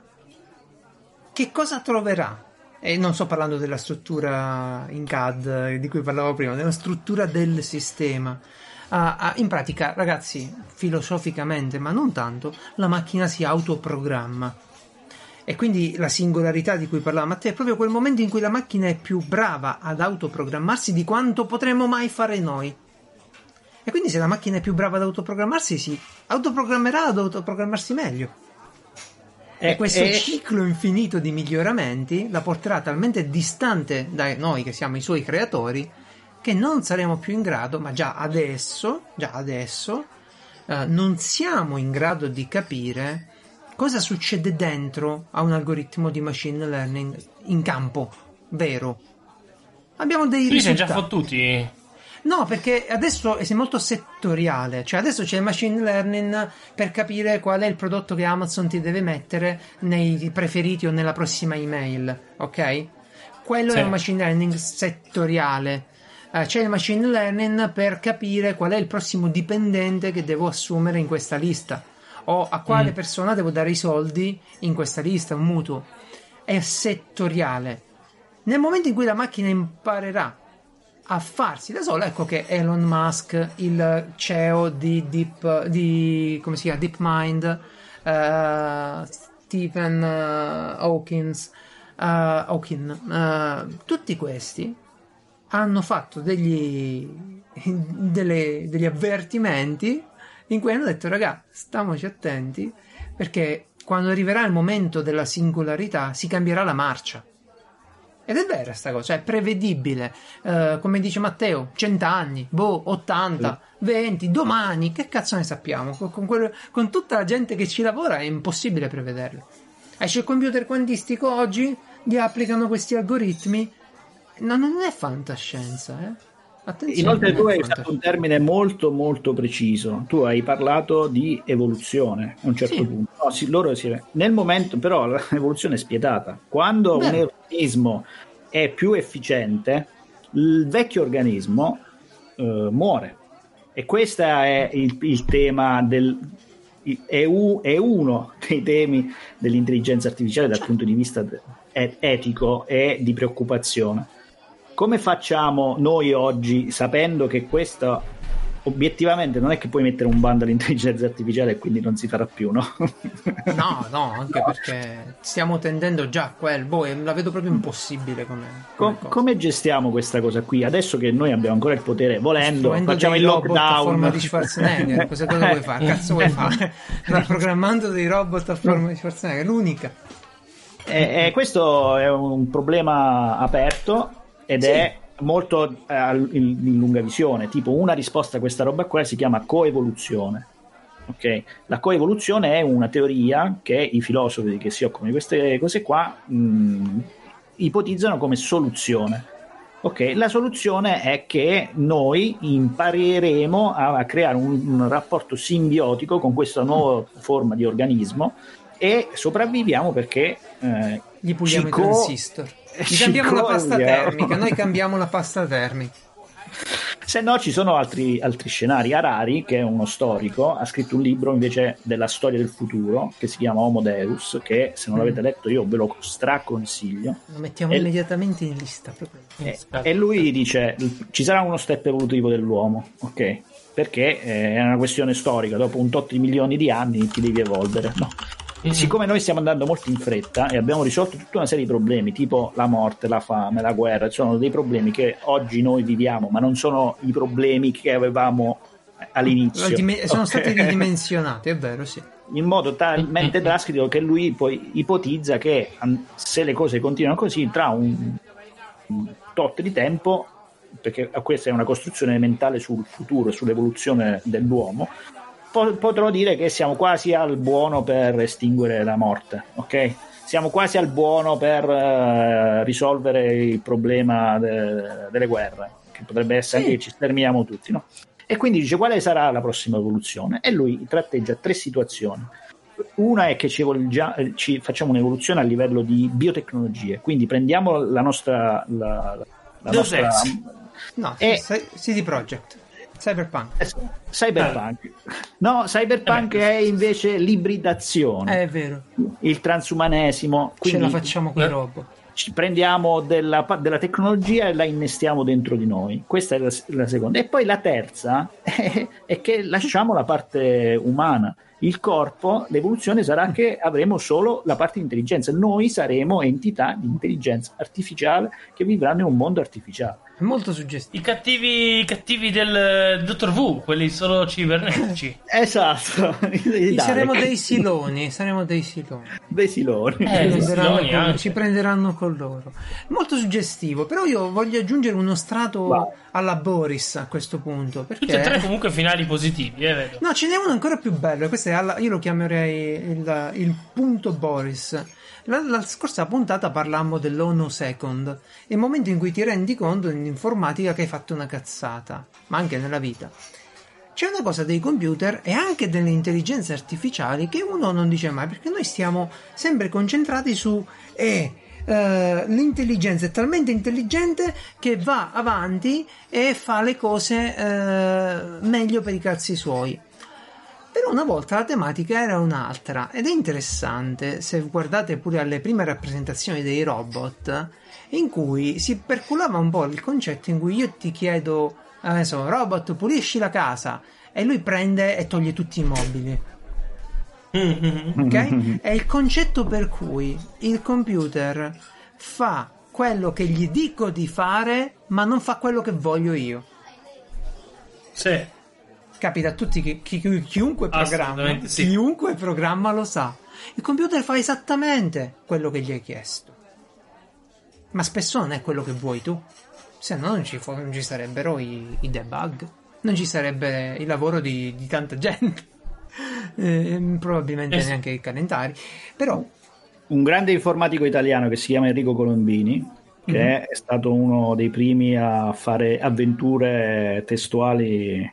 Speaker 1: che cosa troverà. E non sto parlando della struttura in CAD di cui parlavo prima, della struttura del sistema. In pratica, ragazzi, filosoficamente, ma non tanto, la macchina si autoprogramma. E quindi la singolarità di cui parlava Matteo è proprio quel momento in cui la macchina è più brava ad autoprogrammarsi di quanto potremmo mai fare noi. E quindi se la macchina è più brava ad autoprogrammarsi, si autoprogrammerà ad autoprogrammarsi meglio. E questo ciclo infinito di miglioramenti la porterà talmente distante da noi che siamo i suoi creatori che non saremo più in grado, ma già adesso non siamo in grado di capire cosa succede dentro a un algoritmo di machine learning in campo vero. Abbiamo dei risultati.
Speaker 2: Siamo già fottuti.
Speaker 1: No, perché adesso è molto settoriale, cioè adesso c'è il machine learning per capire qual è il prodotto che Amazon ti deve mettere nei preferiti o nella prossima email, ok? Quello è un machine learning settoriale. C'è il machine learning per capire qual è il prossimo dipendente che devo assumere in questa lista, o a quale persona devo dare i soldi in questa lista, un mutuo. È settoriale. Nel momento in cui la macchina imparerà a farsi da sola, ecco che Elon Musk, il CEO di DeepMind, Stephen Hawking, tutti questi hanno fatto degli avvertimenti in cui hanno detto: raga, stiamoci attenti, perché quando arriverà il momento della singolarità si cambierà la marcia. Ed è vera sta cosa, è prevedibile. Come dice Matteo, 100 anni, 80, 20, domani, che cazzo ne sappiamo? Con tutta la gente che ci lavora è impossibile prevederlo. Esce il computer quantistico oggi, gli applicano questi algoritmi. No, non è fantascienza, Attenzione.
Speaker 3: Inoltre tu hai usato un termine molto molto preciso. Tu hai parlato di evoluzione a un certo punto. No, nel momento, però l'evoluzione è spietata. Quando un organismo è più efficiente, il vecchio organismo muore. E questo è il tema è uno dei temi dell'intelligenza artificiale dal punto di vista etico e di preoccupazione. Come facciamo noi oggi, sapendo che questo obiettivamente non è che puoi mettere un bando all'intelligenza artificiale e quindi non si farà più, no?
Speaker 1: No, anche perché stiamo tendendo già a quel, la vedo proprio impossibile
Speaker 3: come gestiamo questa cosa qui? Adesso che noi abbiamo ancora il potere, volendo, facciamo il lockdown
Speaker 1: a forma di Schwarzenegger, cosa vuoi fare? Cazzo vuoi fare? Programmando dei robot a forma di Schwarzenegger, l'unica.
Speaker 3: Questo è un problema aperto ed è molto in lunga visione. Tipo, una risposta a questa roba qua si chiama coevoluzione. Okay? La coevoluzione è una teoria che i filosofi che si occupano di queste cose qua ipotizzano come soluzione. Okay? La soluzione è che noi impareremo a creare un rapporto simbiotico con questa nuova forma di organismo e sopravviviamo perché
Speaker 1: gli puliamo i transistor, gli cambiamo la pasta termica, noi cambiamo la pasta termica.
Speaker 3: Se no ci sono altri scenari. Harari, che è uno storico, ha scritto un libro invece della storia del futuro che si chiama Homo Deus, che se non l'avete letto io ve lo straconsiglio.
Speaker 1: Lo mettiamo immediatamente in lista proprio.
Speaker 3: E lui dice ci sarà uno step evolutivo dell'uomo, ok? Perché è una questione storica, dopo un tot di milioni di anni ti devi evolvere, no? Siccome noi stiamo andando molto in fretta e abbiamo risolto tutta una serie di problemi tipo la morte, la fame, la guerra, sono dei problemi che oggi noi viviamo, ma non sono i problemi che avevamo all'inizio.
Speaker 1: Sono stati ridimensionati, è vero, sì.
Speaker 3: In modo talmente drastico che lui poi ipotizza che se le cose continuano così, tra un tot di tempo, perché questa è una costruzione mentale sul futuro, sull'evoluzione dell'uomo, potrò dire che siamo quasi al buono per estinguere la morte, ok? Siamo quasi al buono per risolvere il problema delle guerre, che potrebbe essere anche che ci sterminiamo tutti, no? E quindi dice quale sarà la prossima evoluzione? E lui tratteggia 3 situazioni. Una è che ci facciamo un'evoluzione a livello di biotecnologie, quindi prendiamo la nostra
Speaker 1: CD Projekt
Speaker 3: Cyberpunk. No, Cyberpunk è invece l'ibridazione.
Speaker 1: È vero.
Speaker 3: Il transumanesimo.
Speaker 1: Ce la facciamo con i robot.
Speaker 3: Ci prendiamo della tecnologia e la innestiamo dentro di noi. Questa è la seconda. E poi la terza è che lasciamo la parte umana. Il corpo, l'evoluzione sarà che avremo solo la parte di intelligenza. Noi saremo entità di intelligenza artificiale che vivranno in un mondo artificiale.
Speaker 1: È molto suggestivo.
Speaker 2: I cattivi del Dottor Who, quelli solo cibernetici.
Speaker 3: Esatto.
Speaker 1: Saremo dei siloni.
Speaker 3: Dei siloni.
Speaker 1: Ci prenderanno con loro. Molto suggestivo, però io voglio aggiungere uno strato alla Boris a questo punto. Perché...
Speaker 2: Tutti e 3 comunque finali positivi, vedo.
Speaker 1: No, ce n'è uno ancora più bello. Questo io lo chiamerei il punto Boris. La scorsa puntata parlammo dell'Ono Second, il momento in cui ti rendi conto in informatica che hai fatto una cazzata, ma anche nella vita. C'è una cosa dei computer e anche delle intelligenze artificiali che uno non dice mai, perché noi stiamo sempre concentrati su l'intelligenza è talmente intelligente che va avanti e fa le cose meglio per i cazzi suoi. Però una volta la tematica era un'altra ed è interessante se guardate pure alle prime rappresentazioni dei robot, in cui si perculava un po' il concetto in cui io ti chiedo adesso robot pulisci la casa e lui prende e toglie tutti i mobili. Ok? È il concetto per cui il computer fa quello che gli dico di fare ma non fa quello che voglio io.
Speaker 2: Sì.
Speaker 1: Capita a tutti chiunque programma lo sa. Il computer fa esattamente quello che gli hai chiesto, ma spesso non è quello che vuoi tu, se no non ci sarebbero i debug, non ci sarebbe il lavoro di tanta gente, probabilmente neanche i calendari. Però
Speaker 3: un grande informatico italiano che si chiama Enrico Colombini, che è stato uno dei primi a fare avventure testuali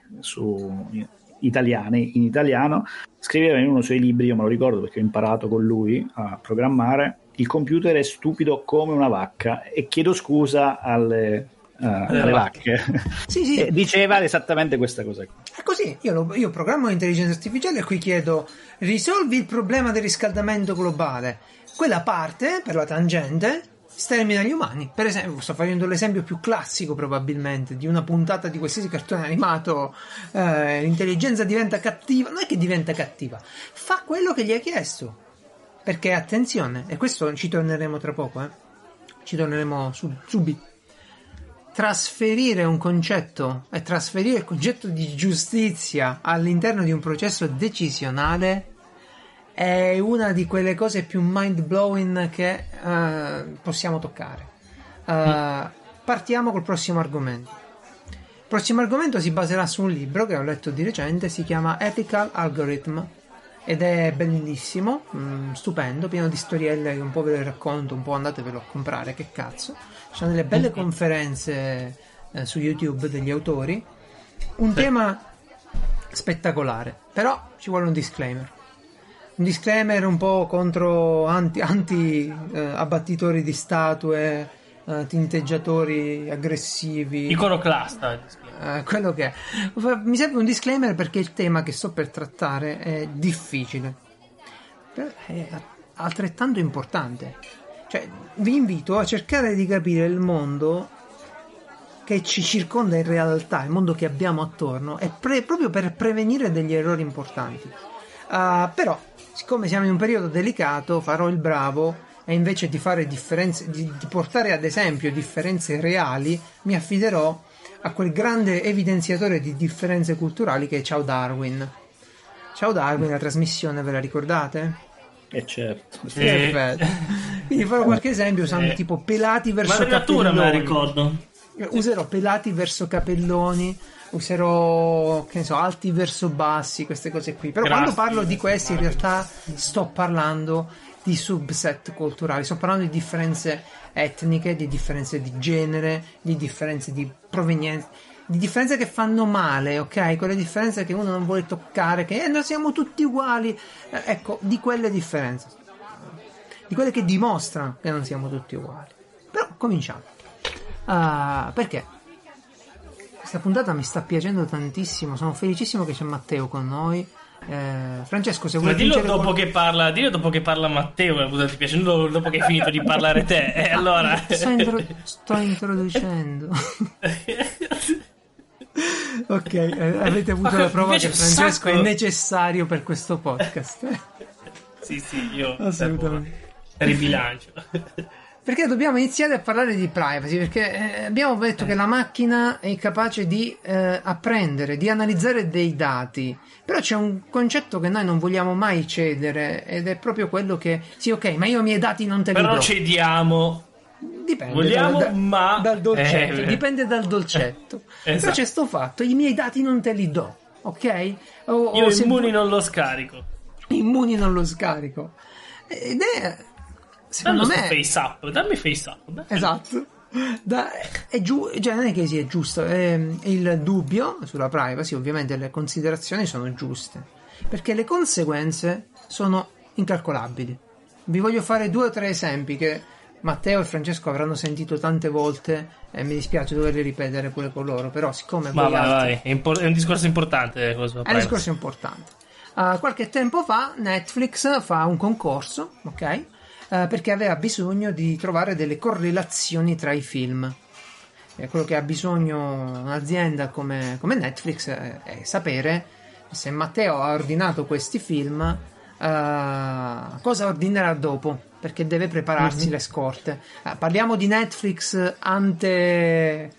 Speaker 3: in italiano, scriveva in uno dei suoi libri, io me lo ricordo perché ho imparato con lui a programmare: il computer è stupido come una vacca, e chiedo scusa alle vacche. Sì. Diceva esattamente questa cosa qui.
Speaker 1: È così, io programmo l'intelligenza artificiale e qui chiedo risolvi il problema del riscaldamento globale, quella parte per la tangente stermina gli umani. Per esempio, sto facendo l'esempio più classico probabilmente di una puntata di qualsiasi cartone animato. L'intelligenza diventa cattiva. Non è che diventa cattiva, fa quello che gli hai chiesto, perché attenzione, e questo ci torneremo tra poco, ci torneremo subito. Trasferire un concetto e trasferire il concetto di giustizia all'interno di un processo decisionale è una di quelle cose più mind blowing che possiamo toccare. Partiamo col prossimo argomento. Il prossimo argomento si baserà su un libro che ho letto di recente, si chiama Ethical Algorithm ed è bellissimo, stupendo, pieno di storielle che un po' ve le racconto, un po' andatevelo a comprare, che cazzo. Ci sono delle belle conferenze su YouTube degli autori, un tema spettacolare, però ci vuole un disclaimer un po' contro anti abbattitori di statue, tinteggiatori aggressivi,
Speaker 2: iconoclasta,
Speaker 1: quello che è. Mi serve un disclaimer perché il tema che sto per trattare è difficile, è altrettanto importante. Cioè, vi invito a cercare di capire il mondo che ci circonda in realtà, il mondo che abbiamo attorno, e proprio per prevenire degli errori importanti. Però, siccome siamo in un periodo delicato, farò il bravo e invece di fare differenze, di portare ad esempio differenze reali, mi affiderò a quel grande evidenziatore di differenze culturali che è Ciao Darwin. Ciao Darwin, la trasmissione, ve la ricordate?
Speaker 3: Certo.
Speaker 1: Perfetto. Quindi farò qualche esempio usando tipo pelati verso capelloni.
Speaker 2: Me la ricordo.
Speaker 1: Userò pelati verso capelloni, userò, che ne so, alti verso bassi, queste cose qui. Però quando parlo di questi in realtà sto parlando di subset culturali, sto parlando di differenze etniche, di differenze di genere, di differenze di provenienza, di differenze che fanno male, ok? Quelle differenze che uno non vuole toccare, che noi siamo tutti uguali, ecco, di quelle differenze, di quelle che dimostrano che non siamo tutti uguali. Però cominciamo. Perché questa puntata mi sta piacendo tantissimo, sono felicissimo che c'è Matteo con noi. Francesco, se vuoi
Speaker 2: dillo dopo che parla Matteo, la puntata ti piace, non dopo che hai finito di parlare te. Allora
Speaker 1: sto introducendo. Ok, avete avuto la prova che Francesco è necessario per questo podcast.
Speaker 2: Sì, io
Speaker 1: assolutamente
Speaker 2: ribilancio.
Speaker 1: Perché dobbiamo iniziare a parlare di privacy, perché abbiamo detto che la macchina è capace di apprendere, di analizzare dei dati, però c'è un concetto che noi non vogliamo mai cedere, ed è proprio quello che sì, ok, ma io i miei dati non te li do.
Speaker 2: Però cediamo.
Speaker 1: Dipende,
Speaker 2: vogliamo, ma
Speaker 1: dal dolcetto, dipende dal dolcetto.
Speaker 2: Esatto.
Speaker 1: Però c'è sto fatto, i miei dati non te li do, ok?
Speaker 2: Io Immuni non lo scarico.
Speaker 1: Immuni non lo scarico. Ed è, secondo me,
Speaker 2: dammi face up.
Speaker 1: Esatto. Cioè non è che sia giusto, il dubbio sulla privacy, ovviamente le considerazioni sono giuste, perché le conseguenze sono incalcolabili. Vi voglio fare 2 o 3 esempi che Matteo e Francesco avranno sentito tante volte e mi dispiace doverli ripetere pure con loro, però siccome
Speaker 2: vai. È un discorso importante.
Speaker 1: È un discorso importante. Qualche tempo fa Netflix fa un concorso, ok? Perché aveva bisogno di trovare delle correlazioni tra i film. E quello che ha bisogno un'azienda come Netflix è sapere se Matteo ha ordinato questi film, cosa ordinerà dopo, perché deve prepararsi le scorte. Parliamo di Netflix ante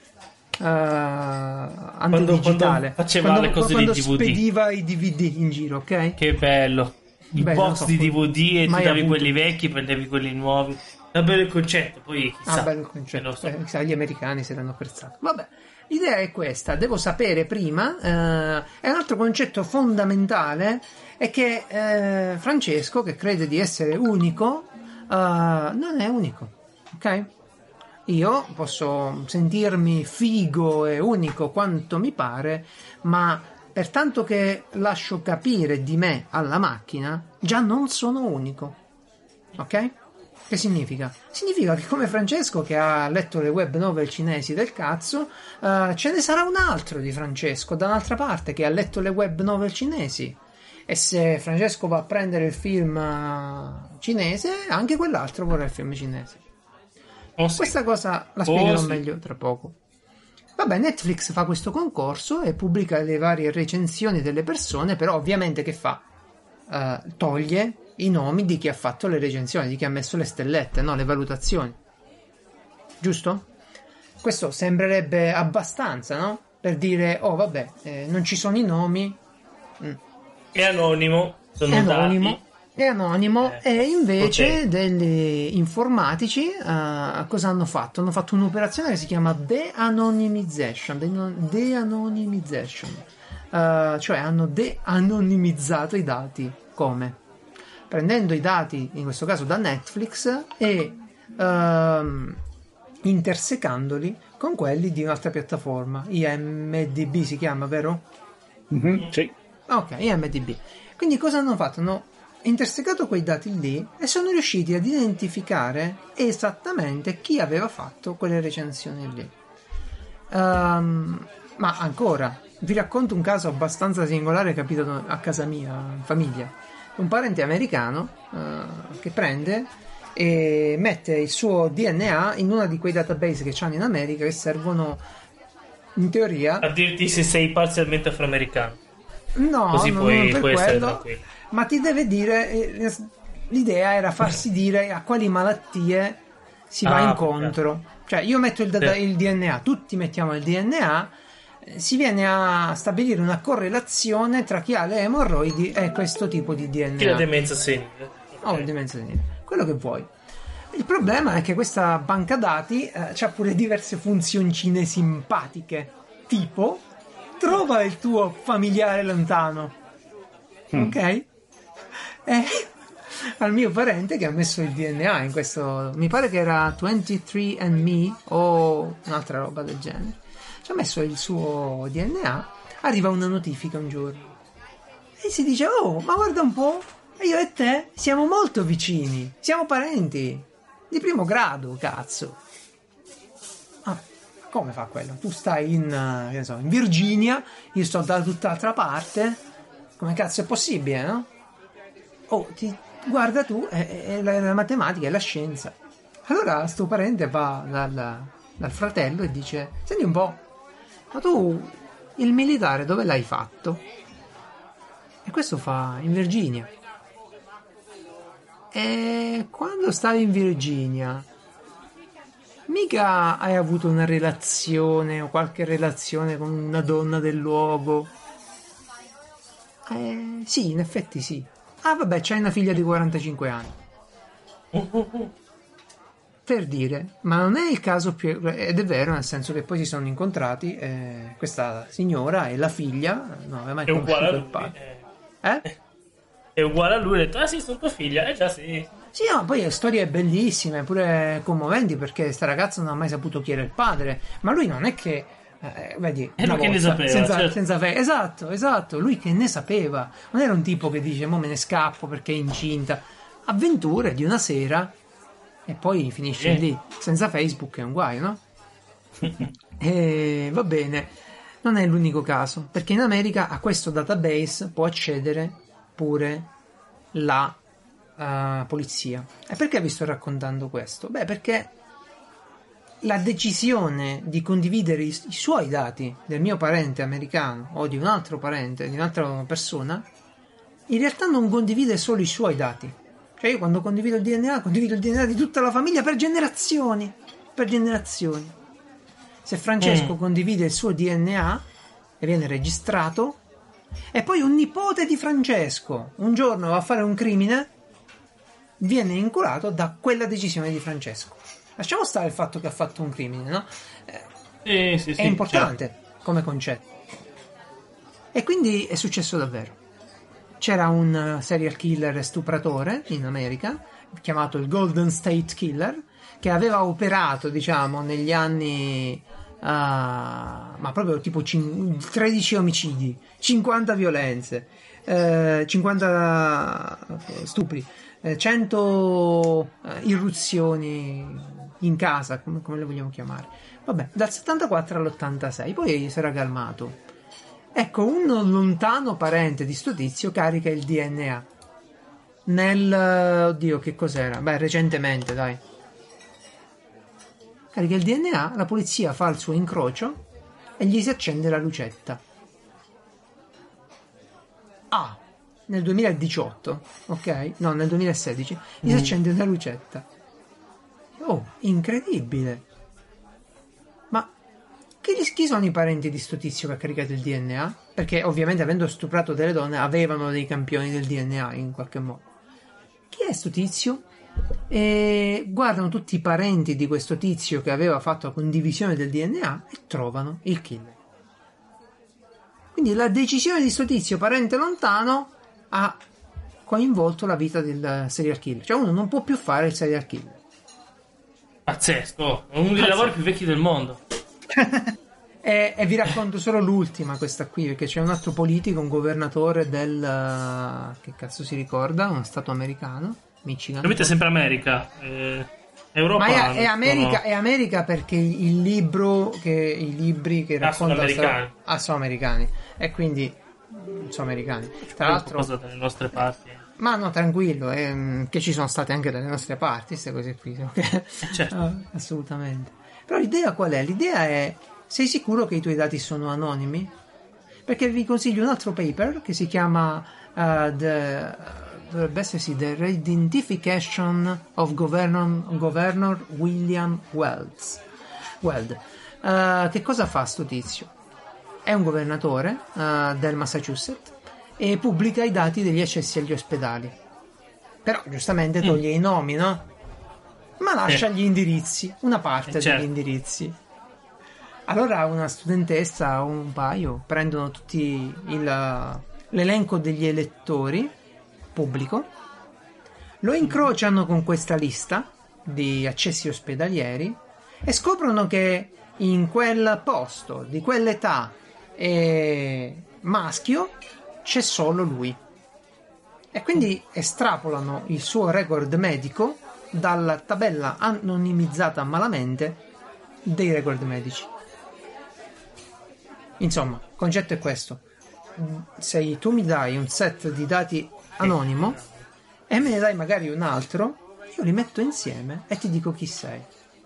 Speaker 1: digitale,
Speaker 2: quando faceva le cose
Speaker 1: quando
Speaker 2: di DVD,
Speaker 1: spediva i DVD in giro, ok?
Speaker 2: Che bello. I box di DVD e tu davi quelli vecchi, prendevi quelli nuovi. È bello il concetto, poi chissà.
Speaker 1: Bello il concetto. Chissà, gli americani se l'hanno apprezzato. Vabbè, l'idea è questa, devo sapere prima. E un altro concetto fondamentale è che Francesco, che crede di essere unico, non è unico, ok? Io posso sentirmi figo e unico quanto mi pare, ma pertanto che lascio capire di me alla macchina, già non sono unico. Ok? Che significa? Significa che come Francesco, che ha letto le web novel cinesi del cazzo, ce ne sarà un altro di Francesco da un'altra parte che ha letto le web novel cinesi. E se Francesco va a prendere il film cinese, anche quell'altro vorrà il film cinese.
Speaker 2: Sì.
Speaker 1: Questa cosa la spiegherò meglio tra poco. Vabbè, Netflix fa questo concorso e pubblica le varie recensioni delle persone, però ovviamente che fa? Toglie i nomi di chi ha fatto le recensioni, di chi ha messo le stellette, no? Le valutazioni. Giusto? Questo sembrerebbe abbastanza, no? Per dire, oh vabbè, non ci sono i nomi.
Speaker 2: È anonimo. Sono dati.
Speaker 1: È anonimo, e invece degli informatici cosa hanno fatto? Hanno fatto un'operazione che si chiama de-anonymization, cioè hanno de-anonimizzato i dati. Come? Prendendo i dati, in questo caso da Netflix, e intersecandoli con quelli di un'altra piattaforma, IMDb si chiama, vero?
Speaker 3: Mm-hmm, sì.
Speaker 1: Ok, IMDb. Quindi cosa hanno fatto? Hanno intersecato quei dati lì e sono riusciti ad identificare esattamente chi aveva fatto quelle recensioni lì. Ma ancora, vi racconto un caso abbastanza singolare capitato a casa mia, in famiglia. Un parente americano che prende e mette il suo DNA in uno di quei database che hanno in America, che servono in teoria
Speaker 2: a dirti se sei parzialmente afroamericano.
Speaker 1: No,
Speaker 2: così
Speaker 1: non per quello, ma ti deve dire, l'idea era farsi dire a quali malattie si va incontro. Cioè io metto il DNA, tutti mettiamo il DNA, si viene a stabilire una correlazione tra chi ha le emorroidi e questo tipo di DNA.
Speaker 2: Chi ha demenza senile.
Speaker 1: Demenza senile, quello che vuoi. Il problema è che questa banca dati c'ha pure diverse funzioncine simpatiche, tipo trova il tuo familiare lontano, ok? E al mio parente che ha messo il DNA in questo, mi pare che era 23andMe o un'altra roba del genere, ci ha messo il suo DNA, arriva una notifica un giorno e si dice: oh, ma guarda un po', io e te siamo molto vicini, siamo parenti di primo grado, cazzo. Come fa quello? Tu stai in Virginia, io sto da tutt'altra parte. Come cazzo è possibile, no? Guarda tu, è la matematica, è la scienza. Allora sto parente va dal fratello e dice: senti un po', ma tu il militare dove l'hai fatto? E questo fa in Virginia. E quando stavi in Virginia mica hai avuto una relazione o qualche relazione con una donna del luogo? Sì, in effetti sì. Ah vabbè, c'hai una figlia di 45 anni. Per dire, ma non è il caso più... Ed è vero, nel senso che poi si sono incontrati questa signora e la figlia non aveva mai conosciuto il padre.
Speaker 2: È uguale a lui, ha detto: ah sì, sono tua figlia, già sì.
Speaker 1: Sì, no, poi storie bellissime, pure commoventi, perché sta ragazza non ha mai saputo chi era il padre, ma lui non è che vedi,
Speaker 2: è lui che ne sapeva,
Speaker 1: senza esatto, lui che ne sapeva, non era un tipo che dice: mo me ne scappo perché è incinta. Avventure di una sera e poi finisce lì. Senza Facebook è un guaio, no? E va bene, non è l'unico caso, perché in America a questo database può accedere pure la polizia. E perché vi sto raccontando questo? Beh, perché la decisione di condividere i suoi dati del mio parente americano o di un altro parente, di un'altra persona, in realtà non condivide solo i suoi dati. Cioè io quando condivido il DNA di tutta la famiglia per generazioni. Se Francesco condivide il suo DNA e viene registrato, e poi un nipote di Francesco un giorno va a fare un crimine, viene incurato da quella decisione di Francesco. Lasciamo stare il fatto che ha fatto un crimine, no?
Speaker 2: Sì,
Speaker 1: è importante come concetto. E quindi è successo davvero. C'era un serial killer e stupratore in America chiamato il Golden State Killer, che aveva operato, diciamo, negli anni ma proprio tipo 13 omicidi, 50 violenze, 50 stupri, 100 irruzioni in casa, come le vogliamo chiamare. Vabbè, dal 74 all'86, poi si era calmato. Ecco, un lontano parente di sto tizio carica il DNA nel... oddio, che cos'era? Beh, recentemente, dai. carica il DNA, la polizia fa il suo incrocio e gli si accende la lucetta. Nel 2018, ok? No, nel 2016 gli si accende una lucetta. Oh, incredibile. Ma chi sono i parenti di sto tizio che ha caricato il DNA? Perché ovviamente, avendo stuprato delle donne, avevano dei campioni del DNA in qualche modo. Chi è sto tizio? E guardano tutti i parenti di questo tizio che aveva fatto la condivisione del DNA e trovano il killer. Quindi la decisione di sto tizio, parente lontano, ha coinvolto la vita del serial killer. Cioè uno non può più fare il serial killer.
Speaker 2: Pazzesco, è uno dei lavori più vecchi del mondo.
Speaker 1: E vi racconto solo l'ultima, questa qui, perché c'è un altro politico, un governatore del che cazzo si ricorda, uno stato americano, Michigan.
Speaker 2: Capite, sempre America, Europa.
Speaker 1: Ma è America perché i libri che raccontano sono americani, e quindi sono americani. Tra l'altro,
Speaker 2: cosa dalle nostre parti.
Speaker 1: Ma no, tranquillo, che ci sono state anche dalle nostre parti queste cose qui,
Speaker 2: certo.
Speaker 1: Assolutamente. Però l'idea qual è? L'idea è: sei sicuro che i tuoi dati sono anonimi? Perché vi consiglio un altro paper che si chiama dovrebbe essersi The Re-Identification of Governor William Weld. Che cosa fa sto tizio? È un governatore del Massachusetts e pubblica i dati degli accessi agli ospedali. Però giustamente toglie i nomi, no? Ma lascia gli indirizzi, una parte degli indirizzi. Allora una studentessa o un paio prendono tutti l'elenco degli elettori pubblico, lo incrociano con questa lista di accessi ospedalieri e scoprono che in quel posto, di quell'età e maschio, c'è solo lui. E quindi estrapolano il suo record medico dalla tabella anonimizzata malamente dei record medici. Insomma, il concetto è questo: se tu mi dai un set di dati anonimo e me ne dai magari un altro, io li metto insieme e ti dico chi sei.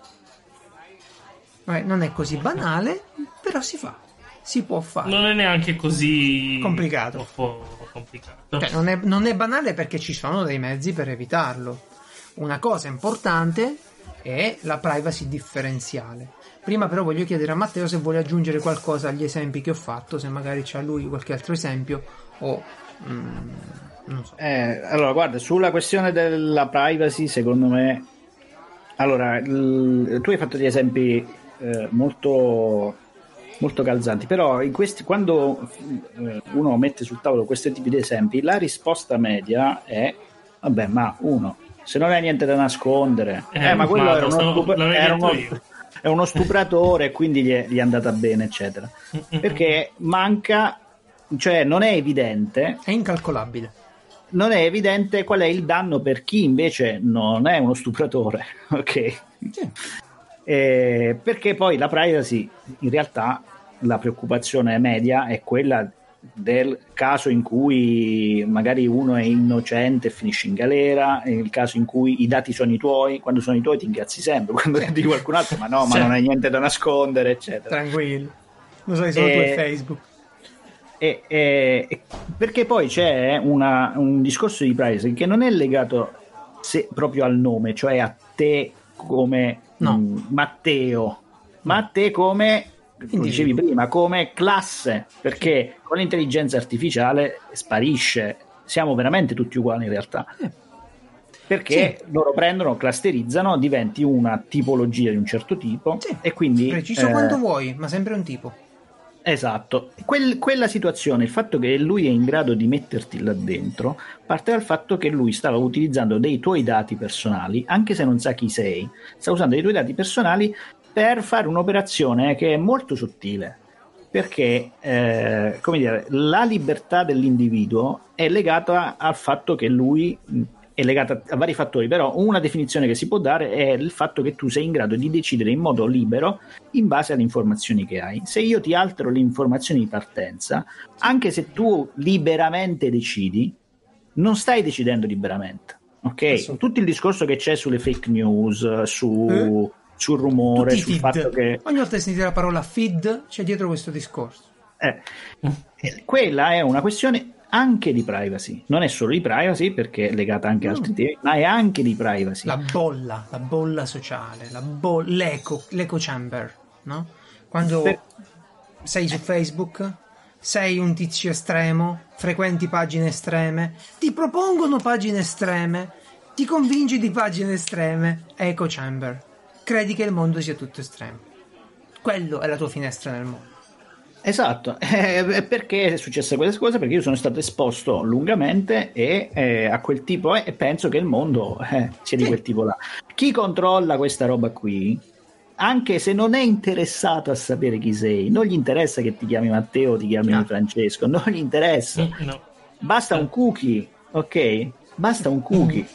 Speaker 1: Non è così banale, però si fa, si può fare.
Speaker 2: Non è neanche così
Speaker 1: complicato. Cioè, non è banale perché ci sono dei mezzi per evitarlo. Una cosa importante è la privacy differenziale. Prima però voglio chiedere a Matteo se vuole aggiungere qualcosa agli esempi che ho fatto, se magari c'ha lui qualche altro esempio o non so.
Speaker 3: Allora, guarda, sulla questione della privacy, secondo me, allora, tu hai fatto degli esempi molto molto calzanti, però quando uno mette sul tavolo questo tipo di esempi, la risposta media è: vabbè, ma se non hai niente da nascondere, ma quello è uno stupratore, quindi gli è andata bene, eccetera. Perché manca, cioè non è evidente,
Speaker 1: è incalcolabile.
Speaker 3: Non è evidente qual è il danno per chi invece non è uno stupratore, ok? Sì. Perché poi la privacy, in realtà la preoccupazione media è quella del caso in cui magari uno è innocente e finisce in galera, nel caso in cui i dati sono i tuoi, quando sono i tuoi ti incazzi sempre, quando di qualcun altro ma non hai niente da nascondere, eccetera.
Speaker 1: Tranquillo, lo sai solo tu e Facebook.
Speaker 3: Perché poi c'è un discorso di privacy che non è legato proprio al nome, cioè a te come Matteo, ma a te come dicevi prima, come classe, perché con l'intelligenza artificiale sparisce, siamo veramente tutti uguali in realtà, perché loro prendono, clusterizzano, diventi una tipologia di un certo tipo, e quindi
Speaker 1: preciso quanto vuoi, ma sempre un tipo.
Speaker 3: Esatto, quella situazione, il fatto che lui è in grado di metterti là dentro, parte dal fatto che lui stava utilizzando dei tuoi dati personali, anche se non sa chi sei, sta usando dei tuoi dati personali per fare un'operazione che è molto sottile, perché come dire, la libertà dell'individuo è legata al fatto che lui è legata a vari fattori, però una definizione che si può dare è il fatto che tu sei in grado di decidere in modo libero in base alle informazioni che hai. Se io ti altero le informazioni di partenza, anche se tu liberamente decidi, non stai decidendo liberamente, ok? Tutto il discorso che c'è sulle fake news, sul rumore,
Speaker 1: Tutti
Speaker 3: sul
Speaker 1: feed.
Speaker 3: fatto che...
Speaker 1: Ogni volta che sentite la parola feed c'è dietro questo discorso.
Speaker 3: Quella è una questione anche di privacy, non è solo di privacy perché è legata anche a altri temi, ma è anche di privacy.
Speaker 1: La bolla sociale, l'echo chamber, no? Quando sei su Facebook, sei un tizio estremo, frequenti pagine estreme, ti propongono pagine estreme, ti convinci di pagine estreme, echo chamber. Credi che il mondo sia tutto estremo. Quello è la tua finestra nel mondo.
Speaker 3: Esatto, perché è successa questa cosa? Perché io sono stato esposto lungamente a quel tipo e penso che il mondo sia di quel tipo là. Chi controlla questa roba qui, anche se non è interessato a sapere chi sei, non gli interessa che ti chiami Matteo o ti chiami Francesco, non gli interessa.
Speaker 2: No.
Speaker 3: Basta un cookie, ok? Basta un cookie.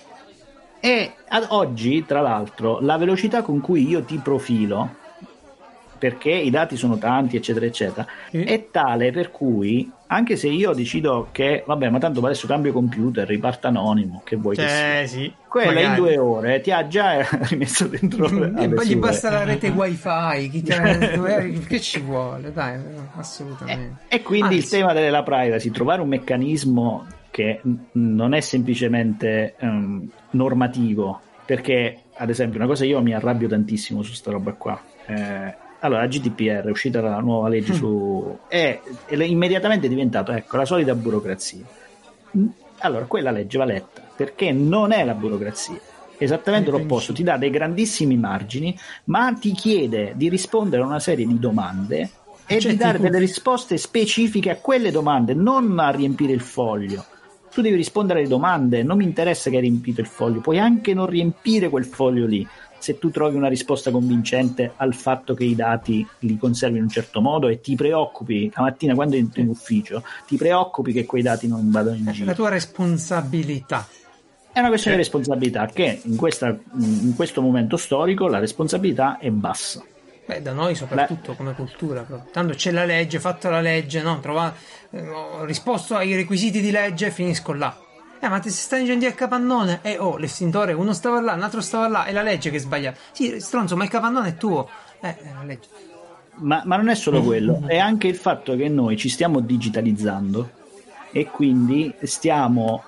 Speaker 3: E ad oggi, tra l'altro, la velocità con cui io ti profilo, perché i dati sono tanti eccetera eccetera, è tale per cui anche se io decido che vabbè, ma tanto adesso cambio computer, riparto anonimo, che vuoi che sia,
Speaker 1: sì,
Speaker 3: quella
Speaker 1: magari.
Speaker 3: in 2 ore ti ha già rimesso dentro
Speaker 1: e poi gli basta la rete wifi, che ci vuole, dai, assolutamente.
Speaker 3: E quindi il tema della privacy, trovare un meccanismo che non è semplicemente normativo, perché ad esempio una cosa, io mi arrabbio tantissimo su sta roba qua. Allora, la GDPR è uscita la nuova legge e immediatamente è diventato, ecco, la solita burocrazia. Allora, quella legge va letta, perché non è la burocrazia, esattamente l'opposto, ti dà dei grandissimi margini, ma ti chiede di rispondere a una serie di domande e di dare delle risposte specifiche a quelle domande, non a riempire il foglio. Tu devi rispondere alle domande, non mi interessa che hai riempito il foglio, puoi anche non riempire quel foglio lì, se tu trovi una risposta convincente al fatto che i dati li conservi in un certo modo e ti preoccupi la mattina quando entri in ufficio, ti preoccupi che quei dati non vadano in giro.
Speaker 1: La tua responsabilità.
Speaker 3: È una questione di responsabilità che in questo momento storico la responsabilità è bassa.
Speaker 1: Beh, da noi soprattutto come cultura, tanto c'è la legge, fatta la legge, no? Ho risposto ai requisiti di legge e finisco là. Ma ti si sta incendiando il capannone? L'estintore, uno stava là, un altro stava là, è la legge che sbaglia. Sì, stronzo, ma il capannone è tuo. È la legge.
Speaker 3: Ma non è solo quello, è anche il fatto che noi ci stiamo digitalizzando e quindi stiamo,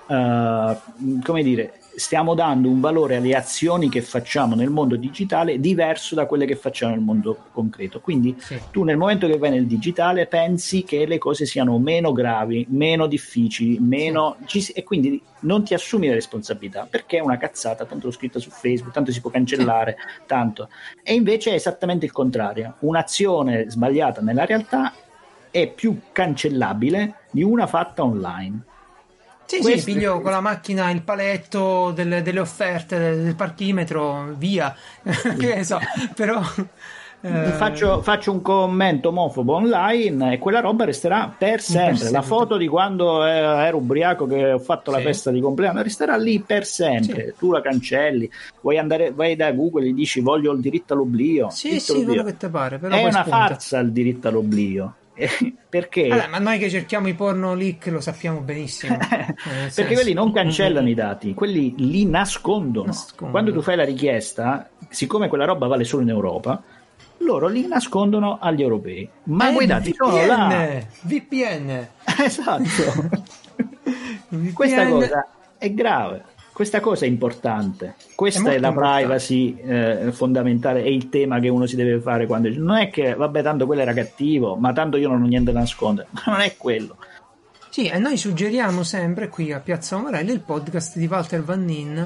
Speaker 3: stiamo dando un valore alle azioni che facciamo nel mondo digitale diverso da quelle che facciamo nel mondo concreto. Quindi tu nel momento che vai nel digitale pensi che le cose siano meno gravi, meno difficili, e quindi non ti assumi la responsabilità, perché è una cazzata, tanto l'ho scritta su Facebook, tanto si può cancellare, tanto. E invece è esattamente il contrario. Un'azione sbagliata nella realtà è più cancellabile di una fatta online.
Speaker 1: Sì, piglio con la macchina il paletto delle offerte del parchimetro, via. Che ne so, però...
Speaker 3: Faccio un commento omofobo online e quella roba resterà per sempre. La foto di quando ero ubriaco che ho fatto la festa di compleanno resterà lì per sempre. Tu la cancelli, vai da Google e dici voglio il diritto all'oblio.
Speaker 1: Quello che ti pare, però
Speaker 3: è una farsa il diritto all'oblio. Perché?
Speaker 1: Ma noi che cerchiamo i porno leak lo sappiamo benissimo.
Speaker 3: Perché quelli non cancellano i dati, quelli li nascondono. Quando tu fai la richiesta, siccome quella roba vale solo in Europa, loro li nascondono agli europei. Ma quei dati sono là.
Speaker 1: VPN.
Speaker 3: Esatto. Questa cosa è grave. Questa cosa è importante, questa è la privacy fondamentale, è il tema che uno si deve fare quando non è che vabbè tanto quello era cattivo, ma tanto io non ho niente da nascondere, ma non è quello.
Speaker 1: Sì, e noi suggeriamo sempre qui a Piazza Morelli il podcast di Walter Vannini,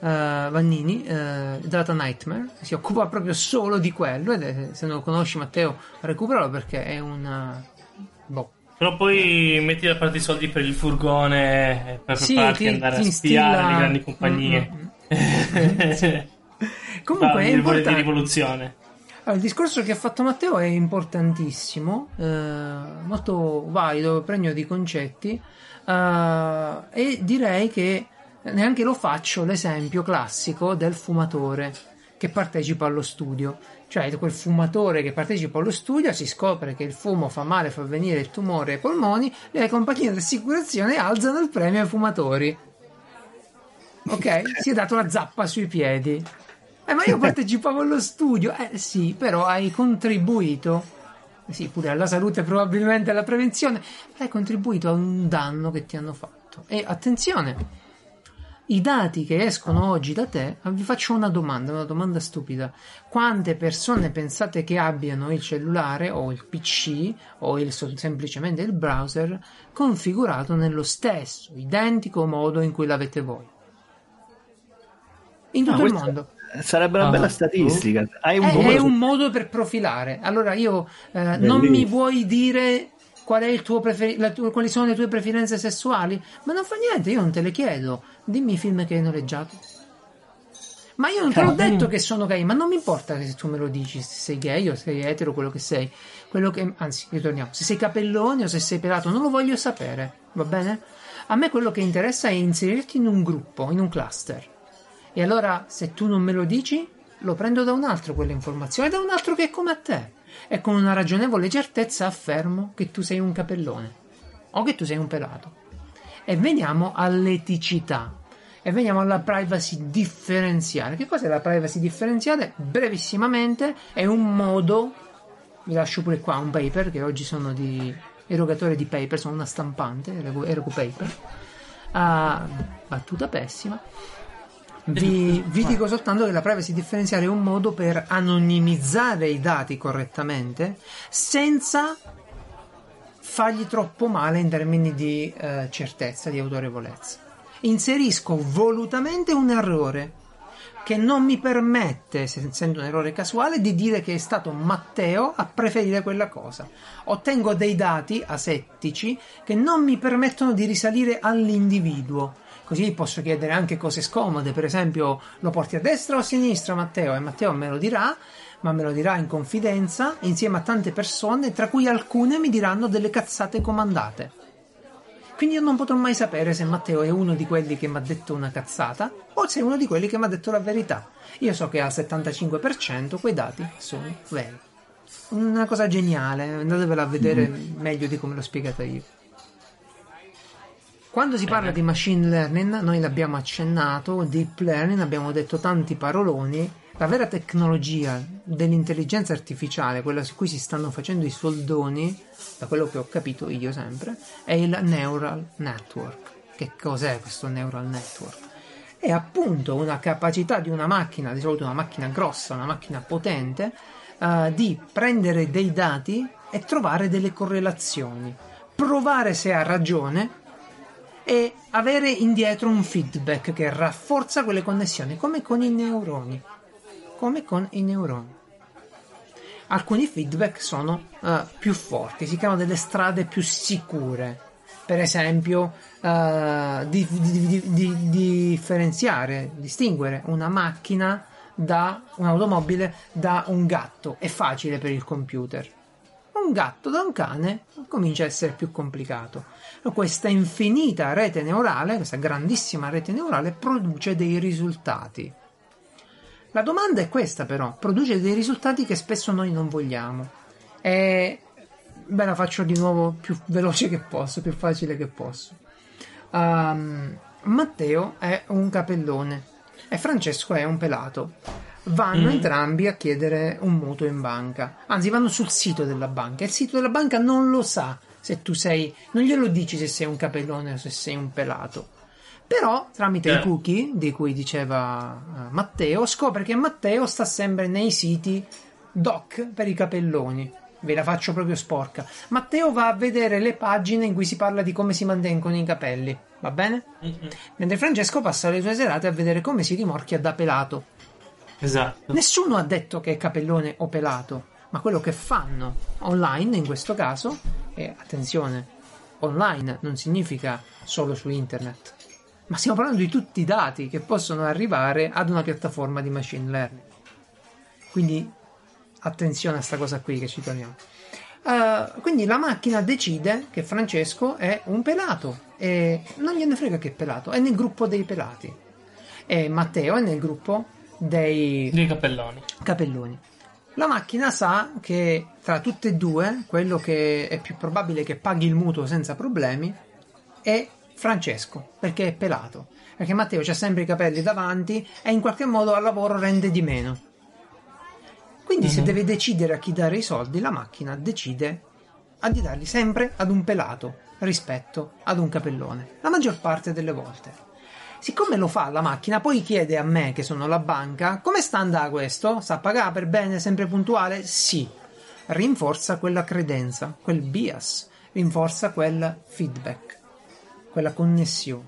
Speaker 1: Data Nightmare, che si occupa proprio solo di quello, ed se non lo conosci Matteo recuperalo perché è una...
Speaker 2: Però poi metti da parte i soldi per il furgone per prepararti ad andare a spiare le grandi compagnie.
Speaker 1: Comunque è importante.
Speaker 2: Di rivoluzione.
Speaker 1: Allora, il discorso che ha fatto Matteo è importantissimo, molto valido, pregno di concetti, e direi che neanche lo faccio l'esempio classico del fumatore che partecipa allo studio. Cioè quel fumatore che partecipa allo studio, si scopre che il fumo fa male, fa venire il tumore ai polmoni, le compagnie di assicurazione alzano il premio ai fumatori. Ok? Si è dato la zappa sui piedi. Ma io partecipavo allo studio. Sì, però hai contribuito, sì, pure alla salute, probabilmente alla prevenzione, hai contribuito a un danno che ti hanno fatto. E attenzione, i dati che escono oggi da te, vi faccio una domanda stupida. Quante persone pensate che abbiano il cellulare o il PC o semplicemente il browser configurato nello stesso, identico modo in cui l'avete voi? In tutto il mondo.
Speaker 3: Sarebbe una bella statistica.
Speaker 1: È un modo per profilare. Allora io non mi vuoi dire qual è il tuo quali sono le tue preferenze sessuali? Ma non fa niente, io non te le chiedo. Dimmi i film che hai noleggiato. Ma io non te l'ho detto che sono gay, ma non mi importa se tu me lo dici, se sei gay o se sei etero, quello che sei. Anzi, ritorniamo. Se sei capellone o se sei pelato, non lo voglio sapere, va bene? A me quello che interessa è inserirti in un gruppo, in un cluster. E allora, se tu non me lo dici, lo prendo da un altro quell'informazione, da un altro che è come a te. E con una ragionevole certezza affermo che tu sei un capellone o che tu sei un pelato. E veniamo all'eticità e veniamo alla privacy differenziale. Che cos'è la privacy differenziale? Brevissimamente è un modo, vi lascio pure qua un paper, che oggi sono di erogatore di paper, sono una stampante, erogo paper, battuta pessima. Vi dico soltanto che la privacy differenziale è un modo per anonimizzare i dati correttamente senza fargli troppo male in termini di certezza, di autorevolezza. Inserisco volutamente un errore che non mi permette, essendo un errore casuale, di dire che è stato Matteo a preferire quella cosa. Ottengo dei dati asettici che non mi permettono di risalire all'individuo. Così posso chiedere anche cose scomode, per esempio lo porti a destra o a sinistra Matteo? E Matteo me lo dirà, ma me lo dirà in confidenza insieme a tante persone, tra cui alcune mi diranno delle cazzate comandate. Quindi io non potrò mai sapere se Matteo è uno di quelli che mi ha detto una cazzata o se è uno di quelli che mi ha detto la verità. Io so che al 75% quei dati sono veri. Una cosa geniale, andatevela a vedere meglio di come l'ho spiegata io. Quando si parla di machine learning, noi l'abbiamo accennato, deep learning, abbiamo detto tanti paroloni. La vera tecnologia dell'intelligenza artificiale, quella su cui si stanno facendo i soldoni, da quello che ho capito io sempre, è il neural network. Che cos'è questo neural network? È appunto una capacità di una macchina, di solito una macchina grossa, una macchina potente, di prendere dei dati e trovare delle correlazioni, provare se ha ragione e avere indietro un feedback che rafforza quelle connessioni, come con i neuroni. Alcuni feedback sono più forti, si chiamano delle strade più sicure. Per esempio, differenziare, distinguere una macchina da un'automobile da un gatto è facile per il computer. Un gatto da un cane comincia a essere più complicato. Questa infinita rete neurale, questa grandissima rete neurale, produce dei risultati. La domanda è questa, però: produce dei risultati che spesso noi non vogliamo. E ve la faccio di nuovo più veloce che posso, più facile che posso. Matteo è un capellone e Francesco è un pelato. Vanno entrambi a chiedere un mutuo in banca, anzi vanno sul sito della banca. Il sito della banca non lo sa se tu sei, non glielo dici se sei un capellone o se sei un pelato, però tramite i cookie di cui diceva Matteo scopre che Matteo sta sempre nei siti doc per i capelloni. Ve la faccio proprio sporca. Matteo va a vedere le pagine in cui si parla di come si mantengono i capelli, va bene? Mentre Francesco passa le sue serate a vedere come si rimorchia da pelato.
Speaker 2: Esatto.
Speaker 1: Nessuno ha detto che è capellone o pelato, ma quello che fanno online in questo caso, e attenzione, online non significa solo su internet, ma stiamo parlando di tutti i dati che possono arrivare ad una piattaforma di machine learning. Quindi attenzione a sta cosa qui che ci torniamo. Quindi la macchina decide che Francesco è un pelato e non gliene frega che è pelato, è nel gruppo dei pelati, e Matteo è nel gruppo dei capelloni. La macchina sa che tra tutte e due quello che è più probabile che paghi il mutuo senza problemi è Francesco, perché è pelato, perché Matteo c'ha sempre i capelli davanti e in qualche modo al lavoro rende di meno. Quindi se deve decidere a chi dare i soldi, la macchina decide di darli sempre ad un pelato rispetto ad un capellone, la maggior parte delle volte. Siccome lo fa la macchina, poi chiede a me, che sono la banca, come sta andando questo? Sa pagare per bene, sempre puntuale? Sì. Rinforza quella credenza, quel bias, rinforza quel feedback, quella connessione.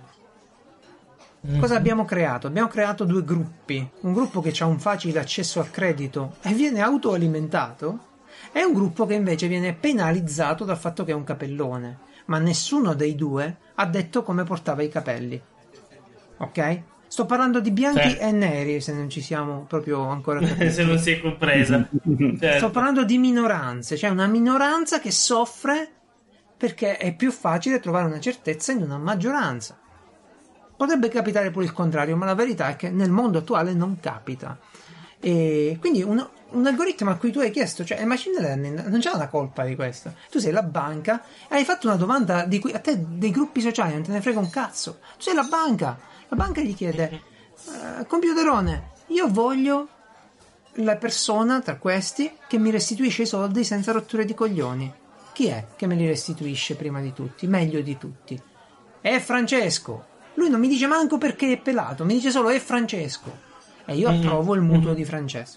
Speaker 1: Cosa abbiamo creato? Abbiamo creato due gruppi. Un gruppo che ha un facile accesso al credito e viene autoalimentato, e un gruppo che invece viene penalizzato dal fatto che è un capellone. Ma nessuno dei due ha detto come portava i capelli. Ok? Sto parlando di bianchi e neri, se non ci siamo proprio ancora capiti.
Speaker 2: Se non si è compresa. Certo.
Speaker 1: Sto parlando di minoranze, cioè una minoranza che soffre perché è più facile trovare una certezza in una maggioranza. Potrebbe capitare pure il contrario, ma la verità è che nel mondo attuale non capita. E quindi un algoritmo a cui tu hai chiesto, cioè il machine learning non c'è una colpa di questo. Tu sei la banca e hai fatto una domanda di cui a te dei gruppi sociali non te ne frega un cazzo. Tu sei la banca gli chiede computerone, io voglio la persona tra questi che mi restituisce i soldi senza rotture di coglioni. Chi è che me li restituisce prima di tutti, meglio di tutti? È Francesco. Lui non mi dice manco perché è pelato, mi dice solo è Francesco. E io approvo il mutuo di Francesco.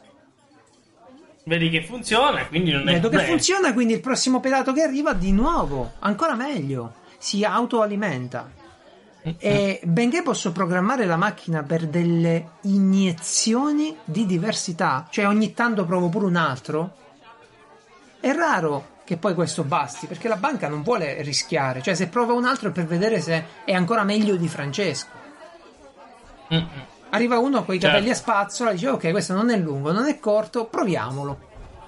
Speaker 2: Vedi che funziona, quindi non è
Speaker 1: vedo che funziona, quindi il prossimo pelato che arriva di nuovo, ancora meglio, si autoalimenta. E benché posso programmare la macchina per delle iniezioni di diversità, cioè ogni tanto provo pure un altro, è raro che poi questo basti, perché la banca non vuole rischiare, cioè se prova un altro è per vedere se è ancora meglio di Francesco. Arriva uno con i capelli a spazzola, dice ok, questo non è lungo, non è corto, proviamolo.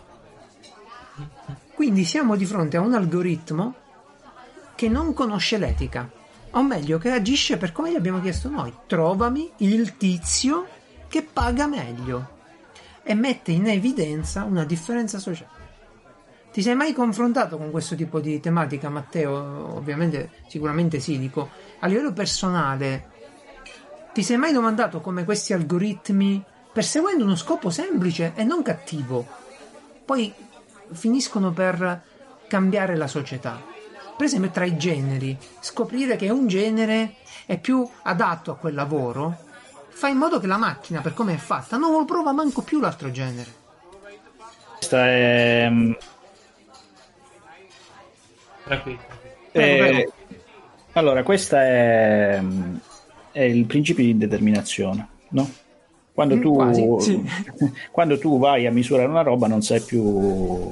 Speaker 1: Quindi siamo di fronte a un algoritmo che non conosce l'etica, o meglio che agisce per come gli abbiamo chiesto noi: trovami il tizio che paga meglio, e mette in evidenza una differenza sociale. Ti sei mai confrontato con questo tipo di tematica, Matteo? Ovviamente, sicuramente sì, dico, a livello personale, ti sei mai domandato come questi algoritmi, perseguendo uno scopo semplice e non cattivo, poi finiscono per cambiare la società? Per esempio tra i generi, scoprire che un genere è più adatto a quel lavoro fa in modo che la macchina, per come è fatta, non lo prova manco più l'altro genere.
Speaker 3: Questa è...
Speaker 2: Prego.
Speaker 3: Allora, questa è il principio di indeterminazione, no? Quando tu,
Speaker 1: quasi, sì.
Speaker 3: Quando tu vai a misurare una roba non sai più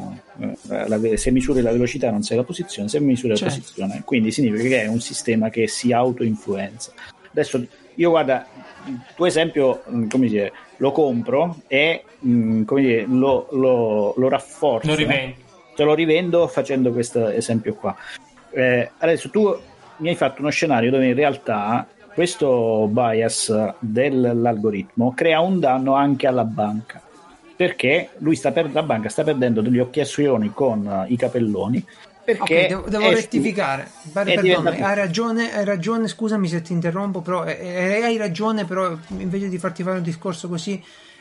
Speaker 3: se misuri la velocità non sai la posizione, se misuri la posizione, quindi significa che è un sistema che si auto-influenza. Adesso io, guarda, il tuo esempio, come dire, lo compro e come dire, lo rafforzo,
Speaker 2: lo rivendi.
Speaker 3: Te lo rivendo facendo questo esempio qua. Adesso tu mi hai fatto uno scenario dove in realtà questo bias dell'algoritmo crea un danno anche alla banca, perché la banca sta perdendo degli occhiazioni con i capelloni, perché
Speaker 1: devo rettificare. Perdone, hai ragione, scusami se ti interrompo, però hai ragione, però invece di farti fare un discorso così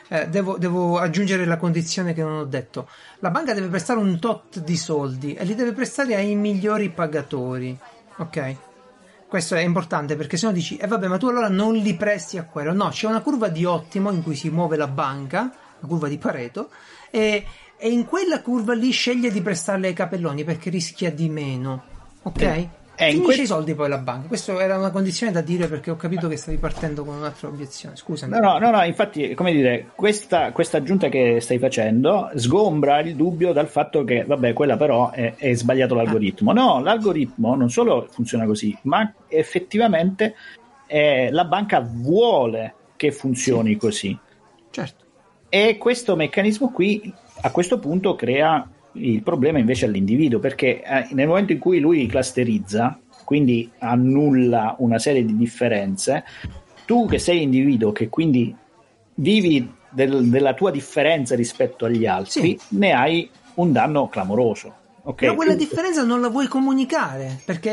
Speaker 1: devo aggiungere la condizione che non ho detto. La banca deve prestare un tot di soldi e li deve prestare ai migliori pagatori, ok? Questo è importante, perché se no dici vabbè, ma tu allora non li presti a quello. No, c'è una curva di ottimo in cui si muove la banca, la curva di Pareto, e in quella curva lì sceglie di prestarle ai capelloni perché rischia di meno, ok? Finisce i soldi poi la banca. Questa era una condizione da dire, perché ho capito che stavi partendo con un'altra obiezione. Scusami.
Speaker 3: No, infatti, come dire, questa aggiunta che stai facendo sgombra il dubbio dal fatto che, vabbè, quella però è sbagliato l'algoritmo. No, l'algoritmo non solo funziona così, ma effettivamente la banca vuole che funzioni così.
Speaker 1: Certo.
Speaker 3: E questo meccanismo qui, a questo punto, crea il problema invece all'individuo, perché nel momento in cui lui clusterizza, quindi annulla una serie di differenze, tu che sei individuo, che quindi vivi della tua differenza rispetto agli altri, ne hai un danno clamoroso. Okay?
Speaker 1: Però quella differenza non la vuoi comunicare, perché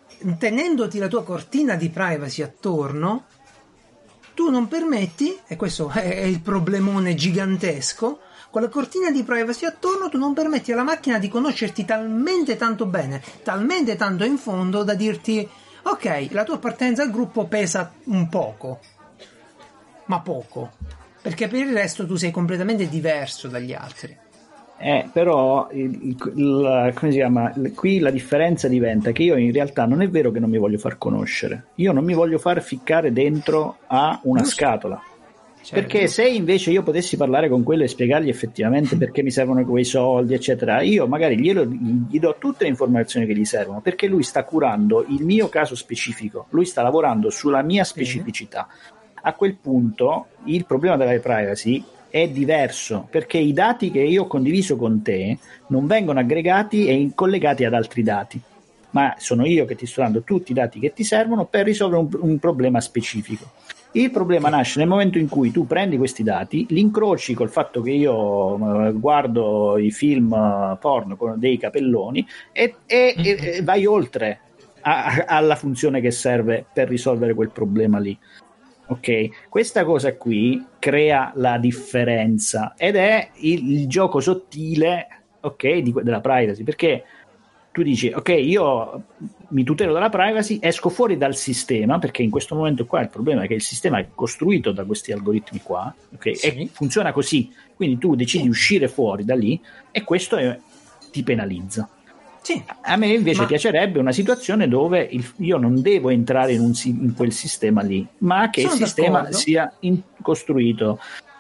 Speaker 1: tenendoti la tua cortina di privacy attorno, tu non permetti, e questo è il problemone gigantesco, con la cortina di privacy attorno tu non permetti alla macchina di conoscerti talmente tanto bene, talmente tanto in fondo da dirti ok, la tua appartenenza al gruppo pesa un poco, ma poco, perché per il resto tu sei completamente diverso dagli altri.
Speaker 3: Però come si chiama? Qui la differenza diventa che io in realtà non è vero che non mi voglio far conoscere, io non mi voglio far ficcare dentro a una scatola. Certo. Perché se invece io potessi parlare con quello e spiegargli effettivamente perché mi servono quei soldi eccetera, io magari gli do tutte le informazioni che gli servono, perché lui sta curando il mio caso specifico, lui sta lavorando sulla mia specificità. A quel punto il problema della privacy è diverso, perché i dati che io ho condiviso con te non vengono aggregati e collegati ad altri dati, ma sono io che ti sto dando tutti i dati che ti servono per risolvere un problema specifico. Il problema nasce nel momento in cui tu prendi questi dati, li incroci col fatto che io guardo i film porno con dei capelloni e vai oltre alla funzione che serve per risolvere quel problema lì. Ok, questa cosa qui crea la differenza ed è il gioco sottile, ok, della privacy, perché tu dici ok, io mi tutelo dalla privacy, esco fuori dal sistema, perché in questo momento qua il problema è che il sistema è costruito da questi algoritmi qua, okay, sì. E funziona così, quindi tu decidi di uscire fuori da lì e questo ti penalizza. Sì. A me invece piacerebbe una situazione dove io non devo entrare in quel sistema lì, ma che il sistema sia costruito.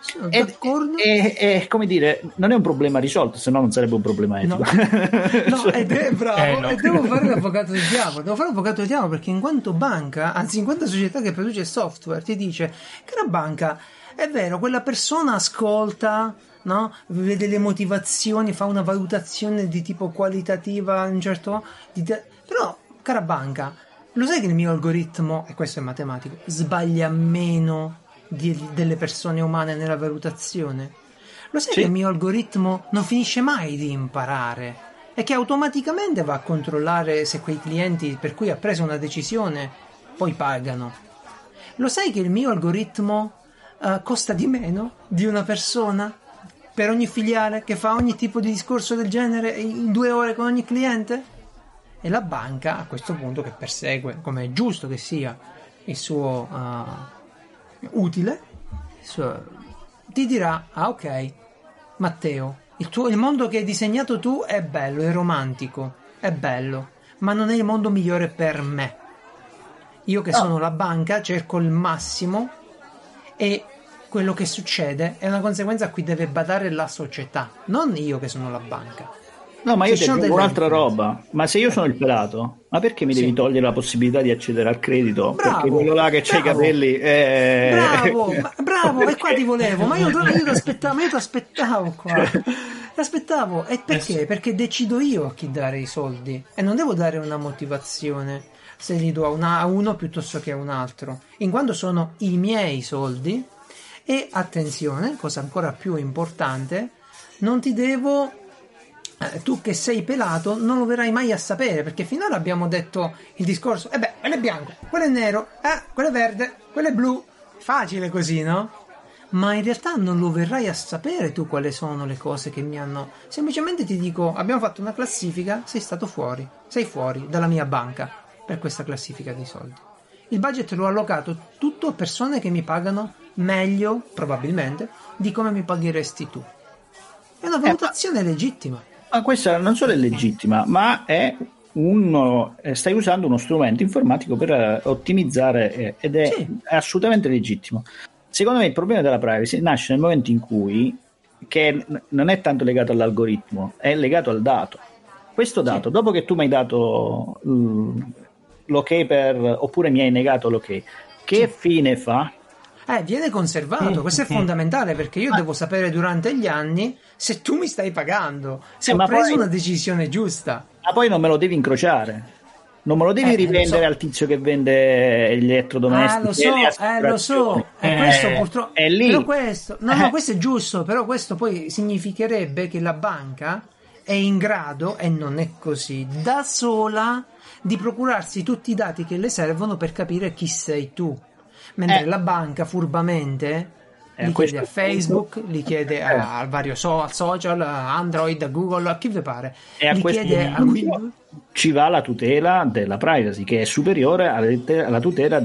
Speaker 3: E come dire, non è un problema risolto, se no non sarebbe un problema etico.
Speaker 1: No, ed è bravo. No. E devo fare l'avvocato del diavolo. Perché in quanto banca, anzi in quanto società che produce software, ti dice, cara banca, è vero, quella persona ascolta, no? Vede le motivazioni, fa una valutazione di tipo qualitativa, un certo però, cara banca, lo sai che il mio algoritmo, e questo è matematico, sbaglia meno delle persone umane nella valutazione? Lo sai che il mio algoritmo non finisce mai di imparare e che automaticamente va a controllare se quei clienti per cui ha preso una decisione poi pagano? Lo sai che il mio algoritmo costa di meno di una persona per ogni filiale che fa ogni tipo di discorso del genere in 2 ore con ogni cliente? E la banca a questo punto, che persegue, come è giusto che sia, il suo utile, ti dirà ok, Matteo, il mondo che hai disegnato tu è bello, è romantico, è bello, ma non è il mondo migliore per me. Io che sono la banca cerco il massimo e quello che succede è una conseguenza a cui deve badare la società, non io che sono la banca.
Speaker 3: No, ma io ti aggiungo un'altra roba. Ma se io sono il pelato, ma perché mi devi togliere la possibilità di accedere al credito?
Speaker 1: Bravo,
Speaker 3: perché quello là che c'ha i capelli
Speaker 1: bravo, e qua ti volevo, ma io ti aspettavo qua. L'aspettavo, e perché? Perché decido io a chi dare i soldi e non devo dare una motivazione se li do a uno piuttosto che a un altro, in quanto sono i miei soldi. E attenzione, cosa ancora più importante, non ti devo tu che sei pelato non lo verrai mai a sapere, perché finora abbiamo detto il discorso quello è bianco, quello è nero, quello è verde, quello è blu, facile così, no? Ma in realtà non lo verrai a sapere tu quali sono le cose che mi hanno, semplicemente ti dico abbiamo fatto una classifica, sei fuori dalla mia banca per questa classifica di soldi. Il budget l'ho allocato tutto a persone che mi pagano meglio probabilmente di come mi pagheresti tu. È una valutazione legittima.
Speaker 3: Ma questa non solo è legittima, ma è stai usando uno strumento informatico per ottimizzare ed è assolutamente legittimo. Secondo me il problema della privacy nasce nel momento in cui, che non è tanto legato all'algoritmo, è legato al dato. Questo dato, dopo che tu mi hai dato l'ok oppure mi hai negato l'ok, che fine fa?
Speaker 1: Viene conservato, questo è fondamentale, perché io devo sapere durante gli anni se tu mi stai pagando, se ho preso una decisione giusta.
Speaker 3: Ma poi non me lo devi incrociare, non me lo devi rivendere al tizio che vende gli elettrodomestici.
Speaker 1: Lo so. Questo purtroppo
Speaker 3: è lì.
Speaker 1: Però questo è giusto, però questo poi significherebbe che la banca è in grado, e non è così, da sola di procurarsi tutti i dati che le servono per capire chi sei tu. Mentre la banca furbamente li chiede a Facebook, li chiede al vario al social, a Android, a Google, a chi vi pare.
Speaker 3: E a
Speaker 1: li
Speaker 3: questo
Speaker 1: chiede a Windows.
Speaker 3: Ci va la tutela della privacy, che è superiore alla tutela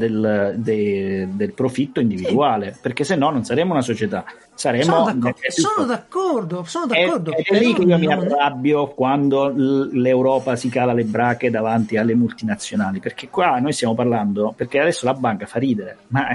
Speaker 3: del profitto individuale, perché se no non saremo una società. Sono
Speaker 1: d'accordo.
Speaker 3: È lì che io mi arrabbio quando l'Europa si cala le brache davanti alle multinazionali, perché qua noi stiamo parlando, perché adesso la banca fa ridere, ma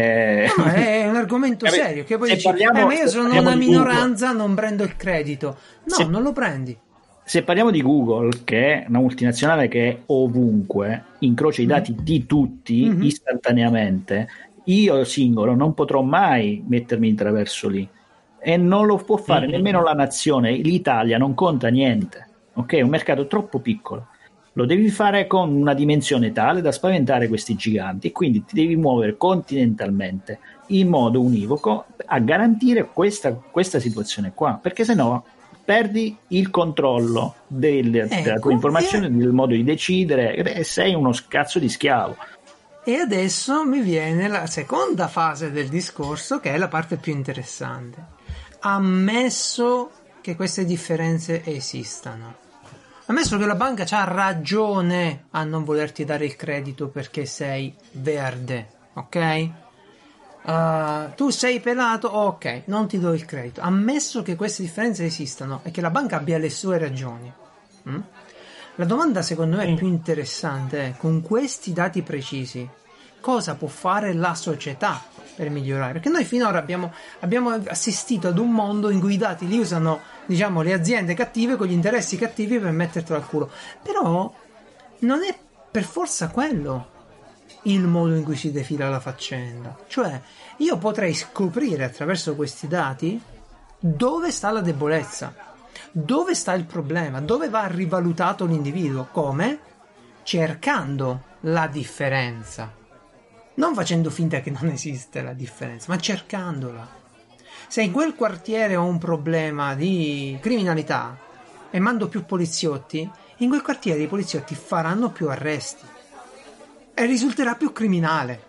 Speaker 1: è un argomento serio, che poi dici, ma io sono una minoranza, non prendo il credito. No, non lo prendi.
Speaker 3: Se parliamo di Google, che è una multinazionale che è ovunque, incrocia i dati di tutti istantaneamente, io singolo non potrò mai mettermi in traverso lì, e non lo può fare nemmeno la nazione. L'Italia non conta niente, ok? È un mercato troppo piccolo, lo devi fare con una dimensione tale da spaventare questi giganti, e quindi ti devi muovere continentalmente in modo univoco a garantire questa situazione qua, perché se no perdi il controllo della tua informazione, del modo di decidere, e sei uno cazzo di schiavo.
Speaker 1: E adesso mi viene la seconda fase del discorso, che è la parte più interessante. Ammesso che queste differenze esistano, ammesso che la banca c'ha ragione a non volerti dare il credito perché sei verde, ok? Tu sei pelato, ok, non ti do il credito. Ammesso che queste differenze esistano e che la banca abbia le sue ragioni, la domanda secondo me più interessante è: con questi dati precisi cosa può fare la società per migliorare? Perché noi finora abbiamo assistito ad un mondo in cui i dati li usano, diciamo, le aziende cattive con gli interessi cattivi per mettertelo al culo. Però non è per forza quello il modo in cui si defila la faccenda. Cioè, io potrei scoprire attraverso questi dati dove sta la debolezza, dove sta il problema, dove va rivalutato l'individuo. Come? Cercando la differenza, non facendo finta che non esiste la differenza, ma cercandola. Se in quel quartiere ho un problema di criminalità e mando più poliziotti, in quel quartiere i poliziotti faranno più arresti e risulterà più criminale.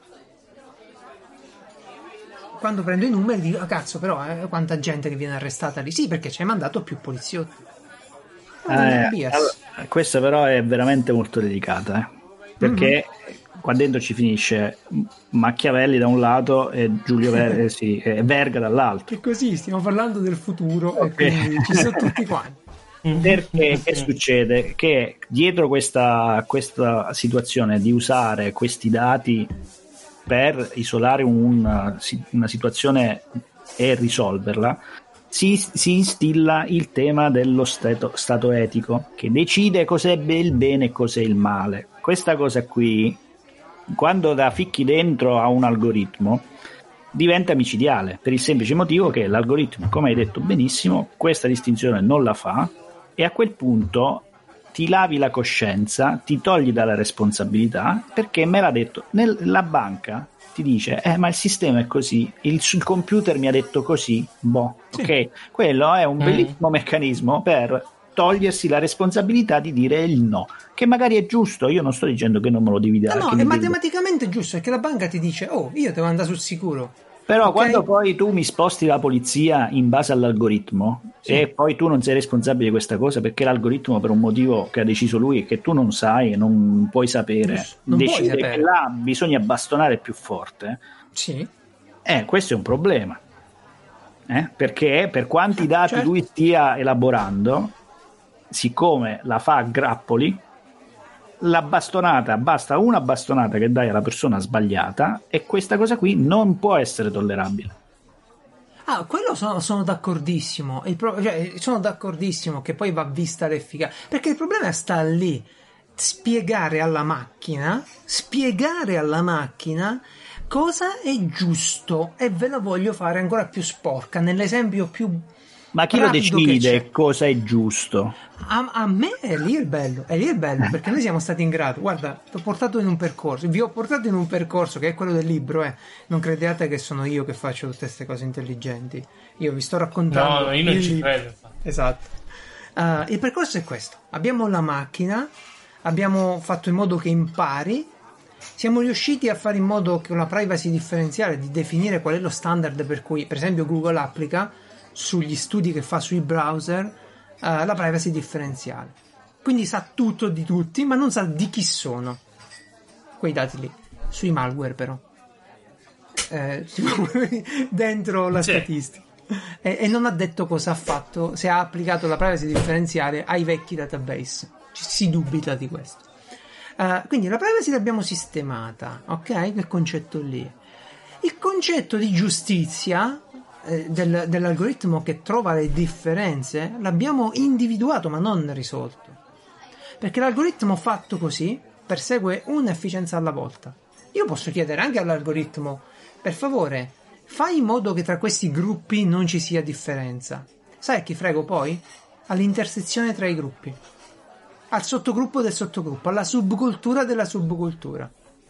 Speaker 1: Quando prendo i numeri dico: cazzo, però quanta gente che viene arrestata lì. Sì, perché ci hai mandato più poliziotti.
Speaker 3: Allora, questa però è veramente molto delicata, perché qua dentro ci finisce Machiavelli da un lato e Giulio e Verga dall'altro.
Speaker 1: E così stiamo parlando del futuro, e quindi ci sono tutti quanti.
Speaker 3: Perché che succede? Che dietro questa situazione di usare questi dati per isolare una situazione e risolverla, si instilla il tema dello stato etico, che decide cos'è il bene e cos'è il male. Questa cosa qui, quando la ficchi dentro a un algoritmo, diventa micidiale, per il semplice motivo che l'algoritmo, come hai detto benissimo, questa distinzione non la fa, e a quel punto ti lavi la coscienza, ti togli dalla responsabilità, perché me l'ha detto. La banca ti dice: ma il sistema è così, il computer mi ha detto così, sì. Ok, quello è un bellissimo meccanismo per togliersi la responsabilità di dire il no, che magari è giusto. Io non sto dicendo che non me lo devi dare,
Speaker 1: no, è matematicamente giusto, perché la banca ti dice: io devo andare sul sicuro.
Speaker 3: Però quando poi tu mi sposti la polizia in base all'algoritmo, e poi tu non sei responsabile di questa cosa, perché l'algoritmo, per un motivo che ha deciso lui, che tu non sai e non puoi sapere, decide che là bisogna bastonare più forte, questo è un problema, perché per quanti dati lui stia elaborando, siccome la fa a grappoli, la bastonata, basta una bastonata che dai alla persona sbagliata, e questa cosa qui non può essere tollerabile.
Speaker 1: Quello sono d'accordissimo. Sono d'accordissimo che poi va vista l'efficacia, perché il problema sta lì: spiegare alla macchina cosa è giusto, e ve la voglio fare ancora più sporca nell'esempio più.
Speaker 3: Ma chi lo decide cosa è giusto?
Speaker 1: A me è lì il bello, perché noi siamo stati in grado. Guarda, vi ho portato in un percorso che è quello del libro, non crediate che sono io che faccio tutte queste cose intelligenti. Io vi sto raccontando.
Speaker 2: No, io non ci credo.
Speaker 1: Esatto. Il percorso è questo: abbiamo la macchina, abbiamo fatto in modo che impari, siamo riusciti a fare in modo che una privacy differenziale, di definire qual è lo standard per cui, per esempio, Google applica sugli studi che fa sui browser la privacy differenziale. Quindi sa tutto di tutti, ma non sa di chi sono quei dati lì. Sui malware, però, dentro la statistica. E non ha detto cosa ha fatto, se ha applicato la privacy differenziale ai vecchi database. Si dubita di questo. Quindi la privacy l'abbiamo sistemata, ok? Quel concetto lì. Il concetto di giustizia dell'algoritmo che trova le differenze l'abbiamo individuato ma non risolto, perché l'algoritmo fatto così persegue un'efficienza alla volta. Io posso chiedere anche all'algoritmo: per favore, fai in modo che tra questi gruppi non ci sia differenza. Sai a chi frego poi? All'intersezione tra i gruppi, al sottogruppo del sottogruppo, alla subcultura della subcultura.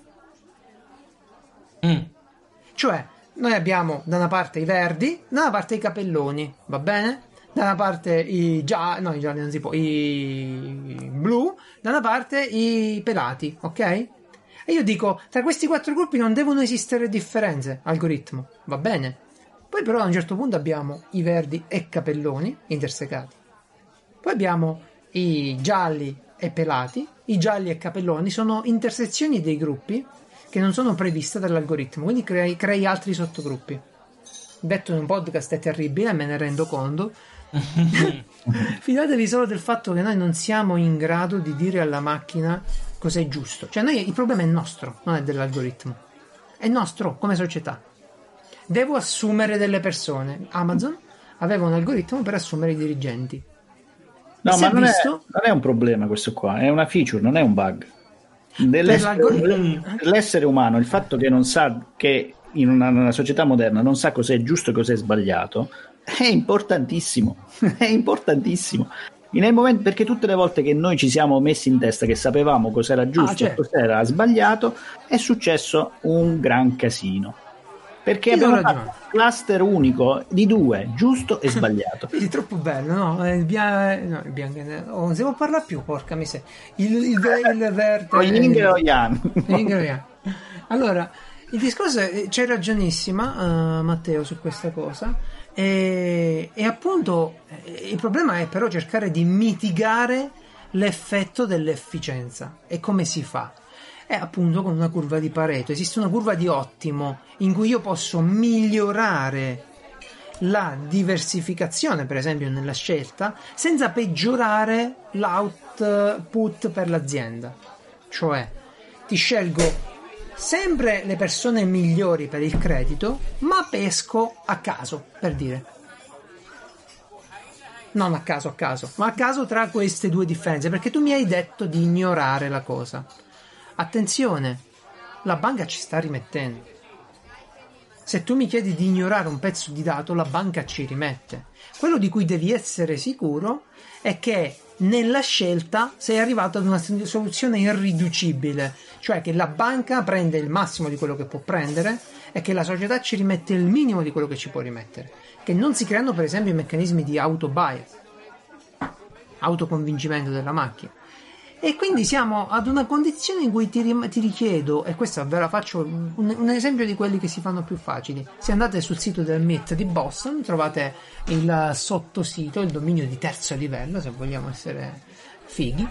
Speaker 1: Cioè, noi abbiamo da una parte i verdi, da una parte i capelloni, va bene? Da una parte i gialli non si può, i blu, da una parte i pelati, ok? E io dico, tra questi 4 gruppi non devono esistere differenze, algoritmo, va bene? Poi però a un certo punto abbiamo i verdi e capelloni intersecati. Poi abbiamo i gialli e pelati. I gialli e capelloni sono intersezioni dei gruppi che non sono previste dall'algoritmo, quindi crei altri sottogruppi. Detto in un podcast è terribile, me ne rendo conto. Fidatevi solo del fatto che noi non siamo in grado di dire alla macchina cos'è giusto. Cioè il problema è nostro, non è dell'algoritmo. È nostro come società. Devo assumere delle persone. Amazon aveva un algoritmo per assumere i dirigenti.
Speaker 3: No, ma non è un problema questo qua, è una feature, non è un bug. L'essere umano, il fatto che non sa, che in una società moderna non sa cos'è giusto e cos'è sbagliato, è importantissimo. È importantissimo. Nel momento, perché tutte le volte che noi ci siamo messi in testa che sapevamo cos'era giusto e cos'era sbagliato, è successo un gran casino. Perché abbiamo fatto un cluster unico di 2, giusto e sbagliato.
Speaker 1: È troppo bello, no? Il bianco non si può parlare più, porca miseria. Il verde. Allora, il discorso c'hai ragionissima, Matteo, su questa cosa. E appunto il problema è però cercare di mitigare l'effetto dell'efficienza. E come si fa? È appunto con una curva di Pareto. Esiste una curva di ottimo in cui io posso migliorare la diversificazione, per esempio nella scelta, senza peggiorare l'output per l'azienda. Cioè, ti scelgo sempre le persone migliori per il credito, ma pesco a caso, per dire. Non a caso, ma a caso tra queste due differenze, perché tu mi hai detto di ignorare la cosa. Attenzione, la banca ci sta rimettendo. Se tu mi chiedi di ignorare un pezzo di dato, la banca ci rimette. Quello di cui devi essere sicuro è che nella scelta sei arrivato ad una soluzione irriducibile, cioè che la banca prende il massimo di quello che può prendere e che la società ci rimette il minimo di quello che ci può rimettere, che non si creano per esempio i meccanismi di auto-bias, autoconvincimento della macchina. E quindi siamo ad una condizione in cui ti richiedo, e questa ve la faccio un esempio di quelli che si fanno più facili. Se andate sul sito del MIT di Boston trovate il sottosito, il dominio di terzo livello, se vogliamo essere fighi.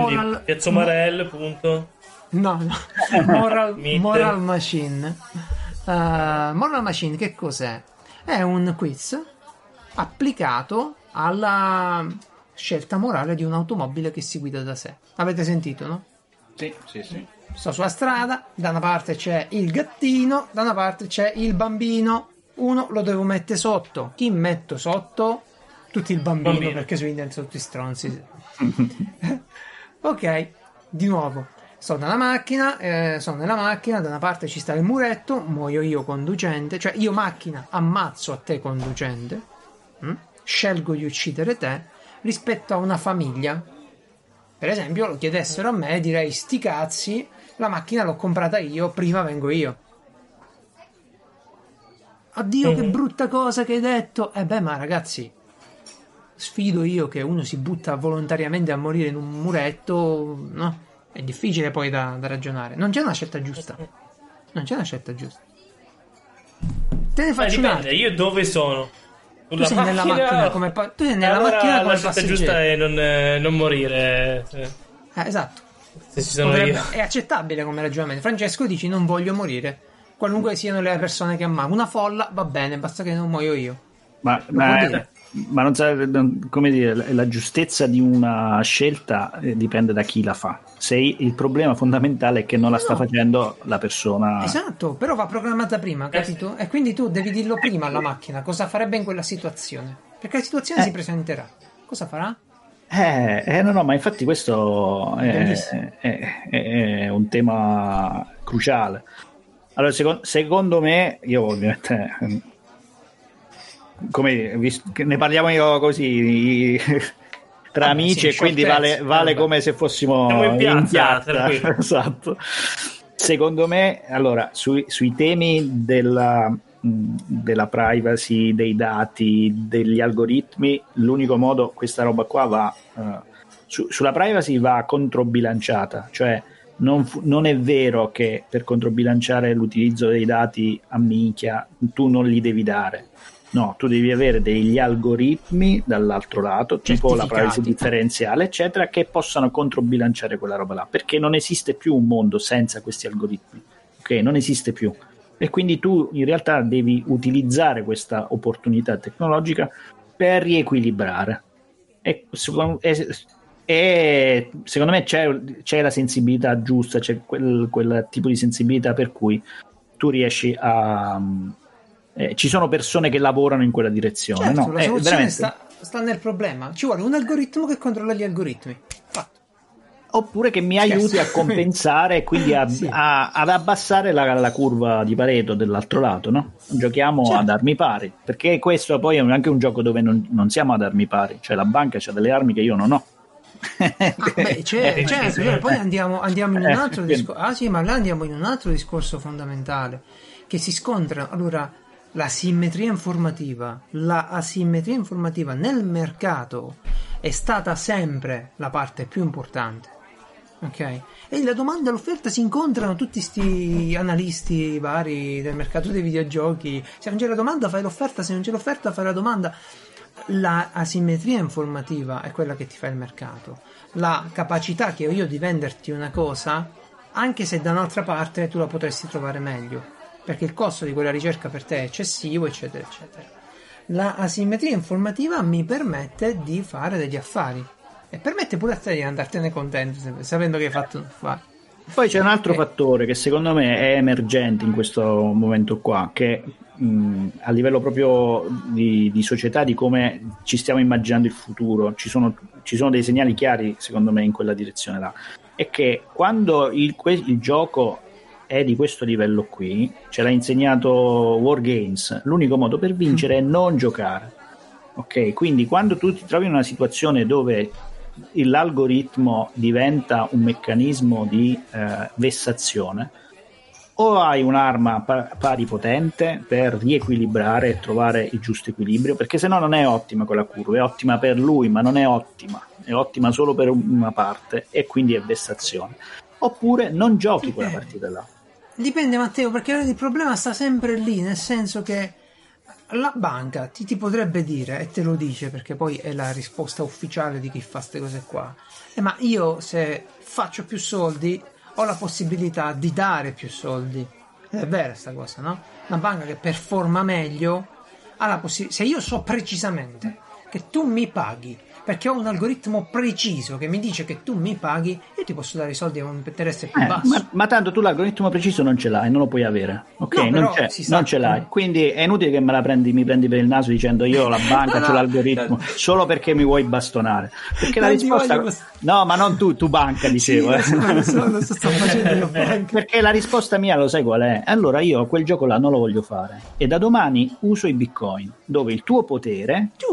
Speaker 1: Moral Machine. Moral Machine che cos'è? È un quiz applicato alla scelta morale di un'automobile che si guida da sé. Avete sentito, no?
Speaker 3: Sì.
Speaker 1: Sto sulla strada, da una parte c'è il gattino, da una parte c'è il bambino. Uno lo devo mettere sotto. Chi metto sotto? Tutti il bambino. Perché su internet sono tutti stronzi. Ok, di nuovo. Sono nella macchina, da una parte ci sta il muretto, muoio io conducente, cioè io macchina ammazzo a te conducente, scelgo di uccidere te, rispetto a una famiglia. Per esempio lo chiedessero a me, direi sti cazzi, la macchina l'ho comprata io, prima vengo io. Oddio, che brutta cosa che hai detto. Ma ragazzi, sfido io che uno si butta volontariamente a morire in un muretto, no? È difficile poi da ragionare. Non c'è una scelta giusta. Non c'è una scelta giusta. Te ne faccio
Speaker 2: dipende, io dove sono?
Speaker 1: Tu sei nella macchina come tu sei nella macchina come
Speaker 2: la scelta giusta è non morire.
Speaker 1: Esatto.
Speaker 2: Se ci sono io.
Speaker 1: È accettabile come ragionamento. Francesco dici non voglio morire. Qualunque siano le persone che amavo. Una folla va bene, basta che non muoio io.
Speaker 3: Ma non come dire, la giustezza di una scelta dipende da chi la fa. Se il problema fondamentale è che non la sta facendo la persona.
Speaker 1: Esatto, però va programmata prima, capito? E quindi tu devi dirlo prima alla macchina cosa farebbe in quella situazione, perché la situazione si presenterà. Cosa farà?
Speaker 3: No, ma infatti questo è un tema cruciale. Allora, secondo me, io ovviamente, come ne parliamo io così tra amici, e quindi vale come se fossimo
Speaker 2: in piazza.
Speaker 3: Esatto. Secondo me, allora, sui temi della privacy, dei dati, degli algoritmi, l'unico modo, questa roba qua va sulla privacy va controbilanciata, cioè non è vero che per controbilanciare l'utilizzo dei dati a minchia tu non li devi dare. No, tu devi avere degli algoritmi dall'altro lato, tipo la privacy differenziale, eccetera, che possano controbilanciare quella roba là, perché non esiste più un mondo senza questi algoritmi, ok? Non esiste più. E quindi tu in realtà devi utilizzare questa opportunità tecnologica per riequilibrare. E secondo me c'è la sensibilità giusta, c'è quel tipo di sensibilità per cui tu riesci a... ci sono persone che lavorano in quella direzione.
Speaker 1: Certo,
Speaker 3: no?
Speaker 1: La soluzione sta nel problema. Ci vuole un algoritmo che controlla gli algoritmi. Fatto.
Speaker 3: Oppure che mi aiuti a compensare e quindi ad abbassare la curva di Pareto dell'altro lato, no? Giochiamo ad armi pari, perché questo poi è anche un gioco dove non siamo ad armi pari, cioè la banca c'ha delle armi che io non ho.
Speaker 1: Poi andiamo in un altro discorso. Ma là andiamo in un altro discorso fondamentale che si scontrano. Allora, l'asimmetria informativa, la asimmetria informativa nel mercato è stata sempre la parte più importante, ok? E la domanda e l'offerta si incontrano, tutti sti analisti vari del mercato dei videogiochi. Se non c'è la domanda fai l'offerta, se non c'è l'offerta fai la domanda. La asimmetria informativa è quella che ti fa il mercato, la capacità che ho io di venderti una cosa anche se da un'altra parte tu la potresti trovare meglio, perché il costo di quella ricerca per te è eccessivo, eccetera eccetera. La asimmetria informativa mi permette di fare degli affari e permette pure a te di andartene contento sapendo che hai fatto un affare.
Speaker 3: Poi c'è un altro fattore che secondo me è emergente in questo momento qua, che a livello proprio di società, di come ci stiamo immaginando il futuro, ci sono dei segnali chiari secondo me in quella direzione là, è che quando il gioco è di questo livello qui, ce l'ha insegnato War Games, l'unico modo per vincere è non giocare, ok? Quindi quando tu ti trovi in una situazione dove l'algoritmo diventa un meccanismo di vessazione, o hai un'arma pari potente per riequilibrare e trovare il giusto equilibrio, perché se no non è ottima quella curva, è ottima per lui ma non è ottima solo per una parte e quindi è vessazione, oppure non giochi quella partita là.
Speaker 1: Dipende, Matteo, perché il problema sta sempre lì, nel senso che la banca ti potrebbe dire, e te lo dice perché poi è la risposta ufficiale di chi fa queste cose qua, ma io se faccio più soldi ho la possibilità di dare più soldi. Ed è vera sta cosa, no? Una banca che performa meglio ha la possibilità, se io so precisamente che tu mi paghi perché ho un algoritmo preciso che mi dice che tu mi paghi, io ti posso dare i soldi a un interesse più basso.
Speaker 3: Ma tanto tu l'algoritmo preciso non ce l'hai, non lo puoi avere, ok? No, non ce l'hai, quindi è inutile che mi prendi per il naso dicendo io ho la banca, c'ho l'algoritmo, solo perché mi vuoi bastonare, perché la risposta no, ma non tu banca, dicevo,
Speaker 1: sto facendo io banca.
Speaker 3: Perché la risposta mia lo sai qual è? Allora io quel gioco là non lo voglio fare e da domani uso i bitcoin, dove il tuo potere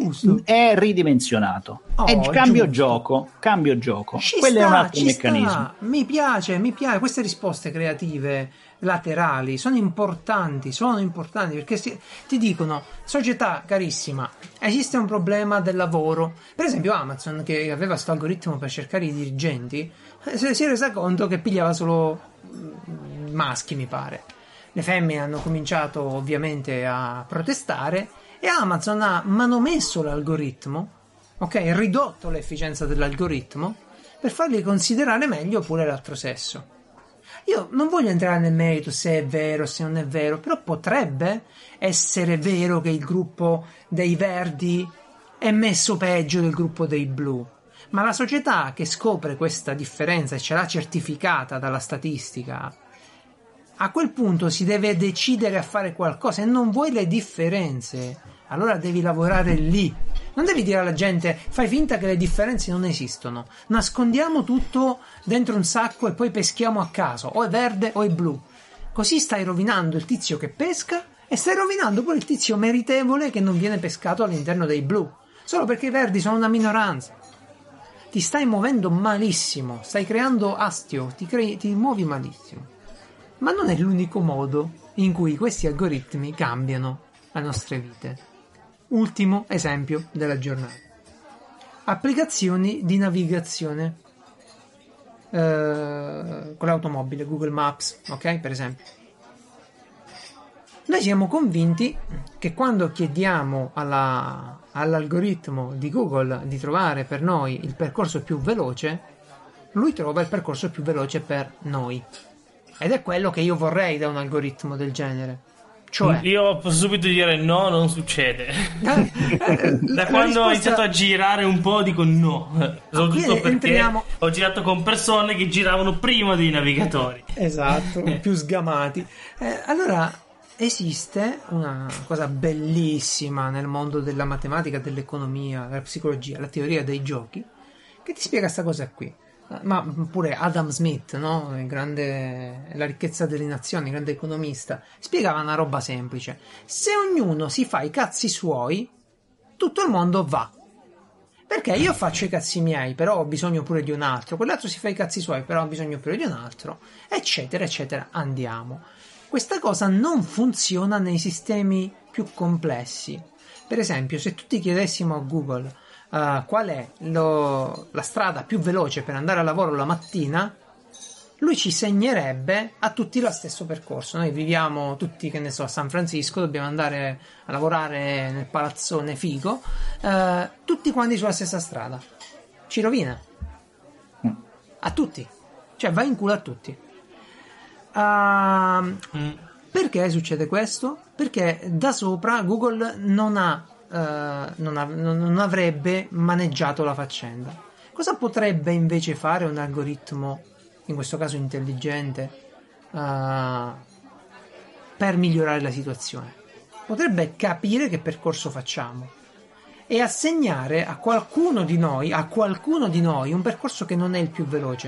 Speaker 3: è ridimensionato. È cambio gioco. Quello è un altro meccanismo.
Speaker 1: Mi piace. Queste risposte creative laterali sono importanti perché ti dicono: società carissima, esiste un problema del lavoro. Per esempio Amazon, che aveva questo algoritmo per cercare i dirigenti, si è resa conto che pigliava solo maschi, mi pare. Le femmine hanno cominciato ovviamente a protestare e Amazon ha manomesso l'algoritmo, ok, ridotto l'efficienza dell'algoritmo per fargli considerare meglio pure l'altro sesso. Io non voglio entrare nel merito se è vero, se non è vero, però potrebbe essere vero che il gruppo dei verdi è messo peggio del gruppo dei blu, ma la società che scopre questa differenza e ce l'ha certificata dalla statistica, a quel punto si deve decidere a fare qualcosa. E non vuoi le differenze, allora devi lavorare lì. Non devi dire alla gente: fai finta che le differenze non esistono, nascondiamo tutto dentro un sacco e poi peschiamo a caso, o è verde o è blu. Così stai rovinando il tizio che pesca e stai rovinando pure il tizio meritevole che non viene pescato all'interno dei blu, solo perché i verdi sono una minoranza. Ti stai muovendo malissimo, stai creando astio, ti muovi malissimo. Ma non è l'unico modo in cui questi algoritmi cambiano le nostre vite. Ultimo esempio della giornata: applicazioni di navigazione con l'automobile, Google Maps, ok, per esempio. Noi siamo convinti che quando chiediamo all'algoritmo di Google di trovare per noi il percorso più veloce, lui trova il percorso più veloce per noi. Ed è quello che io vorrei da un algoritmo del genere. Cioè,
Speaker 2: io posso subito dire no, non succede. Da quando ho iniziato a girare un po' dico no, soprattutto perché ho girato con persone che giravano prima dei navigatori.
Speaker 1: Esatto, più sgamati. Allora, esiste una cosa bellissima nel mondo della matematica, dell'economia, della psicologia, la teoria dei giochi, che ti spiega questa cosa qui. Ma pure Adam Smith, no? La ricchezza delle nazioni, grande economista, spiegava una roba semplice: se ognuno si fa i cazzi suoi, tutto il mondo va. Perché io faccio i cazzi miei, però ho bisogno pure di un altro, quell'altro si fa i cazzi suoi, però ho bisogno pure di un altro, eccetera eccetera, andiamo. Questa cosa non funziona nei sistemi più complessi. Per esempio, se tutti chiedessimo a Google qual è la strada più veloce per andare al lavoro la mattina, lui ci segnerebbe a tutti lo stesso percorso. Noi viviamo tutti, che ne so, a San Francisco, dobbiamo andare a lavorare nel palazzone figo, tutti quanti sulla stessa strada. Ci rovina a tutti, cioè va in culo a tutti. Perché succede questo? Perché da sopra Google non avrebbe maneggiato la faccenda. Cosa potrebbe invece fare un algoritmo, in questo caso intelligente, per migliorare la situazione? Potrebbe capire che percorso facciamo e assegnare a qualcuno di noi un percorso che non è il più veloce,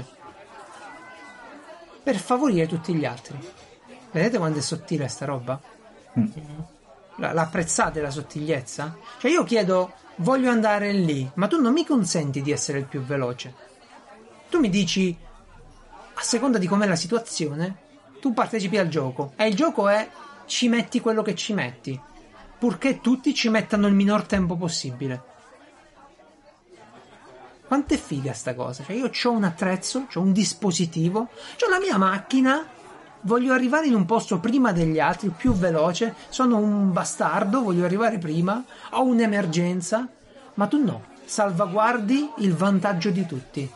Speaker 1: per favorire tutti gli altri. Vedete quando è sottile sta roba? L'apprezzate la sottigliezza? Cioè io chiedo: voglio andare lì, ma tu non mi consenti di essere il più veloce. Tu mi dici: a seconda di com'è la situazione, tu partecipi al gioco, e il gioco è: ci metti quello che ci metti, purché tutti ci mettano il minor tempo possibile. Quanto è figa sta cosa? Cioè io c'ho un attrezzo, c'ho un dispositivo, c'ho la mia macchina, voglio arrivare in un posto prima degli altri, più veloce, sono un bastardo, voglio arrivare prima, ho un'emergenza, ma tu no, salvaguardi il vantaggio di tutti.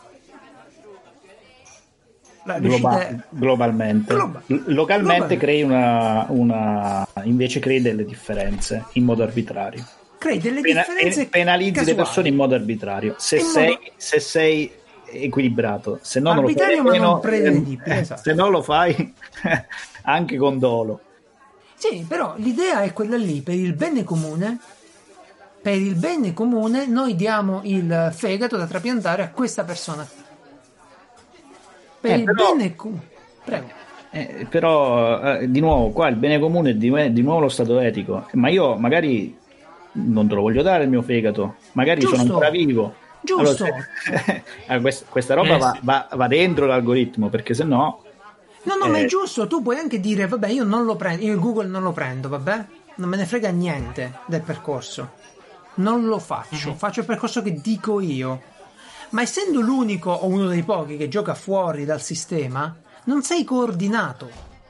Speaker 3: Globalmente. Localmente crei invece crei delle differenze in modo arbitrario.
Speaker 1: Crei delle differenze
Speaker 3: penalizzi
Speaker 1: casuali.
Speaker 3: le persone in modo arbitrario. Se sei equilibrato, se no non lo fai,
Speaker 1: ma non prevedibile, esatto.
Speaker 3: Se non lo fai anche con dolo.
Speaker 1: Sì, però l'idea è quella lì: per il bene comune noi diamo il fegato da trapiantare a questa persona. Bene comune. Prego.
Speaker 3: Però di nuovo qua il bene comune è di nuovo lo stato etico, ma io magari non te lo voglio dare il mio fegato, magari
Speaker 1: Giusto.
Speaker 3: sono ancora vivo.
Speaker 1: Giusto.
Speaker 3: Allora, questa roba va dentro l'algoritmo, perché sennò...
Speaker 1: No, ma è giusto, tu puoi anche dire, vabbè, io non lo prendo, io Google non lo prendo, vabbè, non me ne frega niente del percorso, non lo faccio, faccio il percorso che dico io, ma essendo l'unico o uno dei pochi che gioca fuori dal sistema, non sei coordinato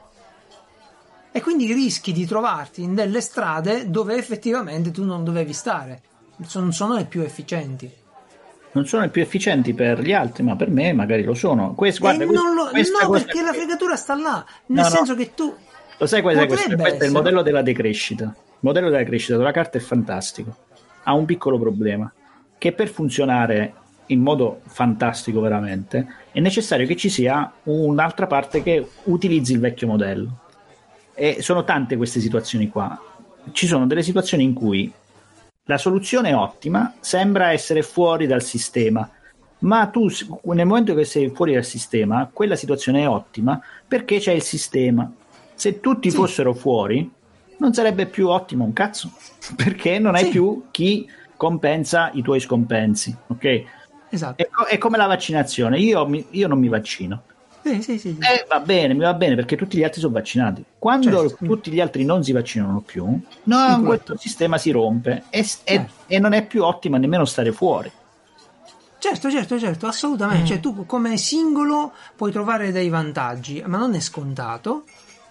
Speaker 1: e quindi rischi di trovarti in delle strade dove effettivamente tu non dovevi stare, non sono le più efficienti.
Speaker 3: Non sono i più efficienti per gli altri, ma per me magari lo sono. Guarda,
Speaker 1: no, perché la fregatura sta là, nel senso che tu...
Speaker 3: Lo sai questo è il modello della decrescita. Il modello della crescita della carta è fantastico. Ha un piccolo problema, che per funzionare in modo fantastico veramente è necessario che ci sia un'altra parte che utilizzi il vecchio modello. E sono tante queste situazioni qua. Ci sono delle situazioni in cui la soluzione ottima sembra essere fuori dal sistema, ma tu nel momento che sei fuori dal sistema, quella situazione è ottima perché c'è il sistema. Se tutti fossero fuori, non sarebbe più ottimo un cazzo, perché non hai più chi compensa i tuoi scompensi, ok?
Speaker 1: Esatto.
Speaker 3: È come la vaccinazione, io non mi vaccino.
Speaker 1: Sì.
Speaker 3: Va bene, mi va bene perché tutti gli altri sono vaccinati. Quando tutti gli altri non si vaccinano più, questo sistema si rompe e non è più ottima nemmeno stare fuori.
Speaker 1: Certo, assolutamente. Cioè, tu come singolo puoi trovare dei vantaggi, ma non è scontato.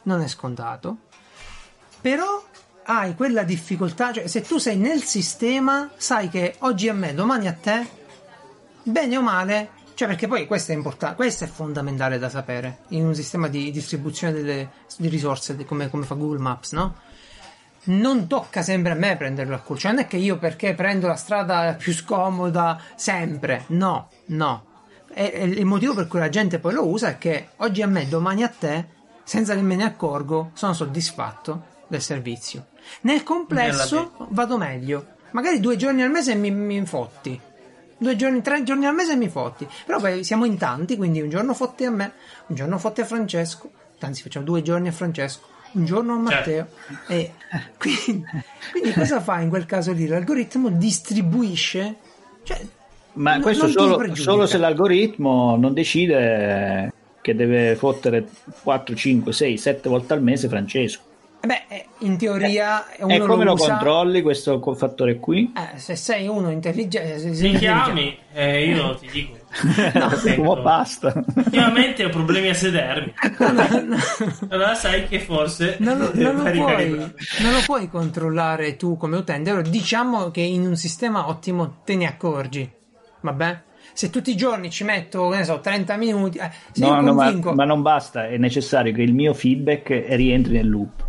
Speaker 1: Però hai quella difficoltà, cioè se tu sei nel sistema, sai che oggi a me, domani a te, bene o male. Cioè, perché poi questo è importante, questo è fondamentale da sapere in un sistema di distribuzione di risorse come fa Google Maps, no? Non tocca sempre a me prenderlo al culo, cioè non è che io perché prendo la strada più scomoda sempre, no. E il motivo per cui la gente poi lo usa è che oggi a me, domani a te, senza che me ne accorgo, sono soddisfatto del servizio. Nel complesso vado meglio, magari 2 giorni al mese mi fotti. 2 giorni, 3 giorni al mese mi fotti, però poi siamo in tanti, quindi un giorno fotti a me, un giorno fotti a Francesco, anzi facciamo 2 giorni a Francesco, un giorno a Matteo, e quindi cosa fa in quel caso lì? L'algoritmo distribuisce, cioè,
Speaker 3: ma questo solo se l'algoritmo non decide che deve fottere 4, 5, 6, 7 volte al mese Francesco.
Speaker 1: In teoria uno
Speaker 3: e come lo
Speaker 1: usa...
Speaker 3: controlli questo fattore qui?
Speaker 1: Se sei uno intelligente,
Speaker 2: mi chiami e io ti dico.
Speaker 3: No, basta.
Speaker 2: Ultimamente ho problemi a sedermi. No. Allora sai che forse
Speaker 1: non lo puoi controllare tu come utente. Allora, diciamo che in un sistema ottimo te ne accorgi, vabbè? Se tutti i giorni ci metto, 30 minuti,
Speaker 3: ma non basta, è necessario che il mio feedback rientri nel loop.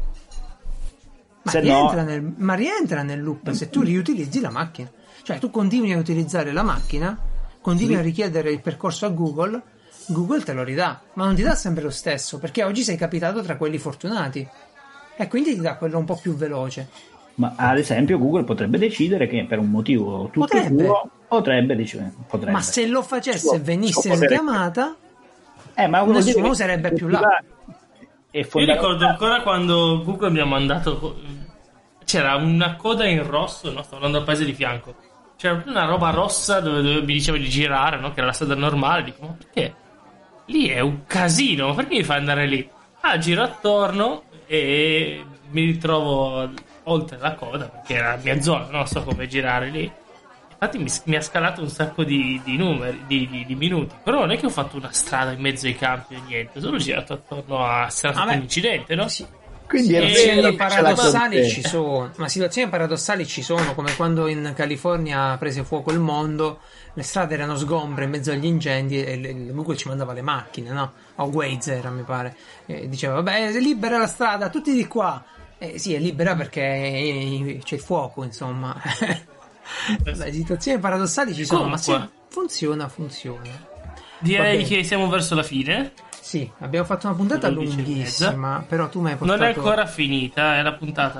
Speaker 1: Ma rientra nel loop se tu riutilizzi la macchina, cioè tu continui a utilizzare la macchina, continui a richiedere il percorso a Google te lo ridà, ma non ti dà sempre lo stesso, perché oggi sei capitato tra quelli fortunati e quindi ti dà quello un po' più veloce.
Speaker 3: Ma ad esempio Google potrebbe decidere che per un motivo potrebbe decidere.
Speaker 1: Ma se lo facesse e venisse richiamata, nessuno sarebbe più là.
Speaker 2: Io ricordo ancora quando Google mi ha mandato, c'era una coda in rosso, no? Stavo andando al paese di fianco, c'era una roba rossa dove mi diceva di girare, no? Che era la strada normale. Dico, ma perché? Lì è un casino, ma perché mi fai andare lì? Giro attorno e mi ritrovo oltre la coda, perché era la mia zona, non so come girare lì. Infatti mi ha scalato un sacco di numeri, di minuti. Però non è che ho fatto una strada in mezzo ai campi o niente, solo girato attorno a un incidente, no?
Speaker 1: Sì.
Speaker 3: Quindi
Speaker 1: situazioni paradossali ci sono, ma situazioni paradossali ci sono, come quando in California prese fuoco il mondo, le strade erano sgombre in mezzo agli incendi e Google ci mandava le macchine, no? O Waze era, mi pare, e diceva vabbè, è libera la strada, tutti di qua. Sì, è libera perché c'è il fuoco, insomma. Le situazioni paradossali ci sono,
Speaker 2: comunque,
Speaker 1: ma sì, funziona.
Speaker 2: Direi che siamo verso la fine.
Speaker 1: Sì, abbiamo fatto una puntata lunghissima, però tu mi hai portato...
Speaker 2: Non è ancora finita, è la puntata.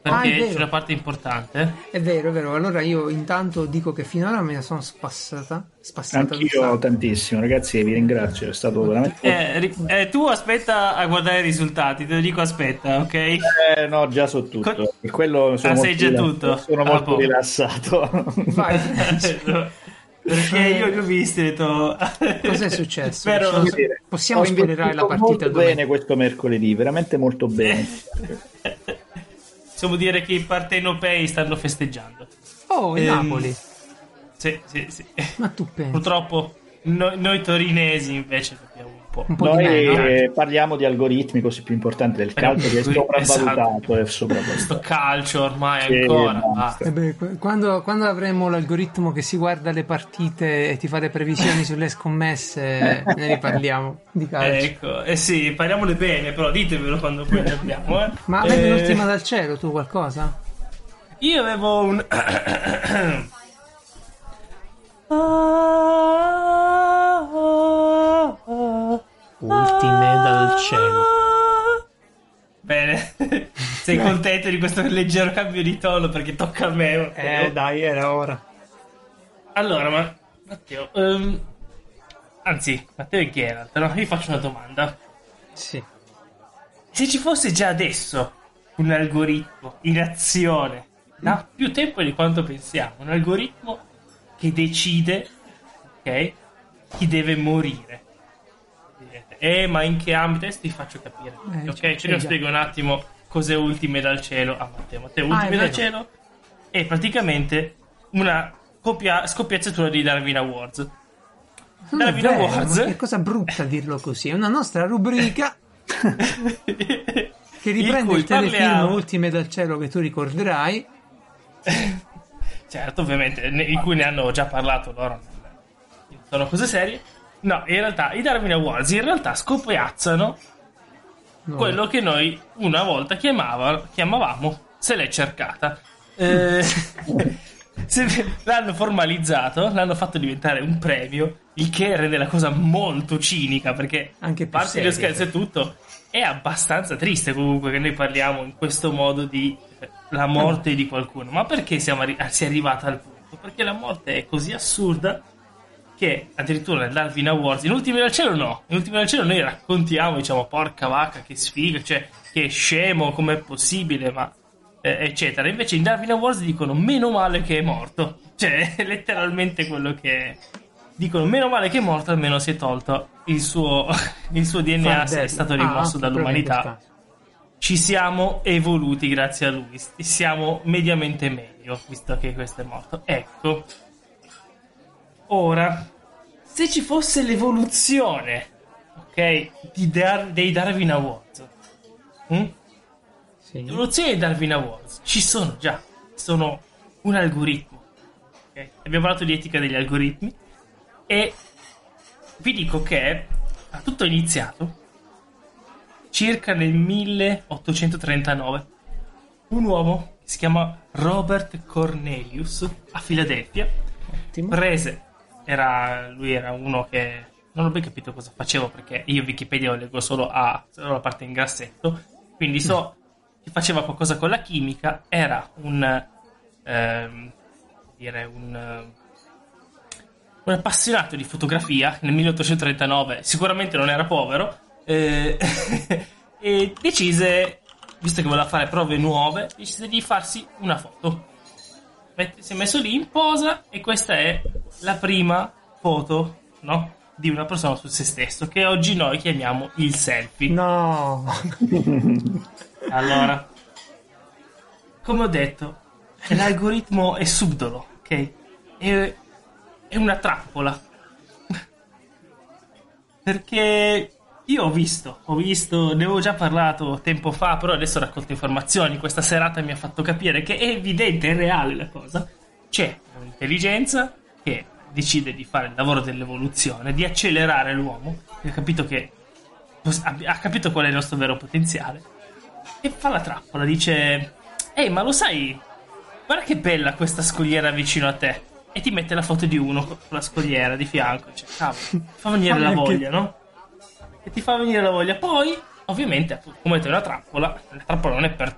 Speaker 2: perché c'è una parte importante.
Speaker 1: È vero, è vero. Allora io intanto dico che finora me la sono spassata.
Speaker 3: Anch'io tantissimo, ragazzi, vi ringrazio, è stato veramente...
Speaker 2: Tu aspetta a guardare i risultati, te lo dico, aspetta, ok?
Speaker 3: No, già so tutto. Per quello sono
Speaker 2: sai già tutto?
Speaker 3: Sono molto rilassato.
Speaker 1: Vai.
Speaker 2: Perché io li ho visti e ho detto...
Speaker 1: Cos'è successo?
Speaker 2: Spero...
Speaker 1: Possiamo spoilerare la partita?
Speaker 3: Molto bene questo mercoledì, veramente molto bene.
Speaker 2: Possiamo dire che i partenopei stanno festeggiando.
Speaker 1: Oh, il Napoli.
Speaker 2: Sì.
Speaker 1: Ma tu pensi?
Speaker 2: Purtroppo noi torinesi invece dobbiamo un po'.
Speaker 3: Noi parliamo di algoritmi, così più importanti del calcio, che è sopravvalutato.
Speaker 2: Esatto. Questo calcio ormai ancora.
Speaker 1: Quando avremo l'algoritmo che si guarda le partite e ti fa le previsioni sulle scommesse, ne riparliamo di calcio.
Speaker 2: Ecco, sì, parliamole bene, però ditemelo quando poi ne abbiamo.
Speaker 1: Ma avevi un'ultima dal cielo, tu qualcosa?
Speaker 2: Io avevo un...
Speaker 1: Ultime dal cielo.
Speaker 2: Bene. Sei contento di questo leggero cambio di tono perché tocca a me?
Speaker 1: Dai, era ora.
Speaker 2: Allora, Matteo, anzi, Matteo e Geralt, no? Io faccio una domanda.
Speaker 1: Sì.
Speaker 2: Se ci fosse già adesso un algoritmo in azione da più tempo di quanto pensiamo, un algoritmo che decide, ok, chi deve morire. Ma in che ambito? Adesso ti faccio capire. Ok, ce ne spiego un attimo cos'è Ultime dal cielo a Matteo. Matteo, Ultime dal cielo è praticamente una scoppiazzatura di Darwin Awards.
Speaker 1: Darwin Awards, che cosa brutta dirlo così. È una nostra rubrica che riprende il telefilm Ultime dal cielo che tu ricorderai.
Speaker 2: Certo, ovviamente, in cui ne hanno già parlato loro. Sono cose serie. No, in realtà i Darwin Awards in realtà scopiazzano quello che noi una volta chiamavamo Se l'è cercata. L'hanno formalizzato, l'hanno fatto diventare un premio, il che rende la cosa molto cinica, perché
Speaker 1: anche
Speaker 2: a parte lo scherzo e tutto è abbastanza triste comunque che noi parliamo in questo modo di la morte di qualcuno. Ma perché si è arrivata al punto? Perché la morte è così assurda che addirittura nel Darwin Awards, in Ultimi dal cielo noi raccontiamo, diciamo, porca vacca, che sfiga, cioè che scemo, com'è possibile, ma eccetera. Invece in Darwin Awards dicono meno male che è morto, cioè letteralmente quello che è. Dicono meno male che è morto, almeno si è tolto il suo DNA, è stato rimosso dall'umanità. Ci siamo evoluti grazie a lui, siamo mediamente meglio visto che questo è morto. Ecco, ora, se ci fosse l'evoluzione, ok, dei Darwin Awards,
Speaker 1: sì.
Speaker 2: L'evoluzione dei Darwin Awards ci sono già, sono un algoritmo, okay? Abbiamo parlato di etica degli algoritmi e vi dico che ha tutto iniziato circa nel 1839. Un uomo che si chiama Robert Cornelius a Filadelfia lui era uno che non ho ben capito cosa facevo, perché io Wikipedia lo leggo solo la parte in grassetto, quindi so che faceva qualcosa con la chimica. Era un appassionato di fotografia. Nel 1839 sicuramente non era povero, e decise, visto che voleva fare prove nuove, decise di farsi una foto. Si è messo lì in posa e questa è la prima foto, no, di una persona su se stesso, che oggi noi chiamiamo il selfie.
Speaker 1: No.
Speaker 2: Allora, come ho detto, l'algoritmo è subdolo, ok? È una trappola. Perché io ho visto, ne avevo già parlato tempo fa, però adesso raccolto informazioni. Questa serata mi ha fatto capire che è evidente, è reale la cosa. C'è un'intelligenza che decide di fare il lavoro dell'evoluzione, di accelerare l'uomo, che ha capito qual è il nostro vero potenziale, e fa la trappola, dice: ehi, ma lo sai, guarda che bella questa scogliera vicino a te, e ti mette la foto di uno con la scogliera di fianco, cioè, cavolo, ti fa venire la voglia, no? E ti fa venire la voglia. Poi ovviamente, come è una trappola, la trappola non è per tutti,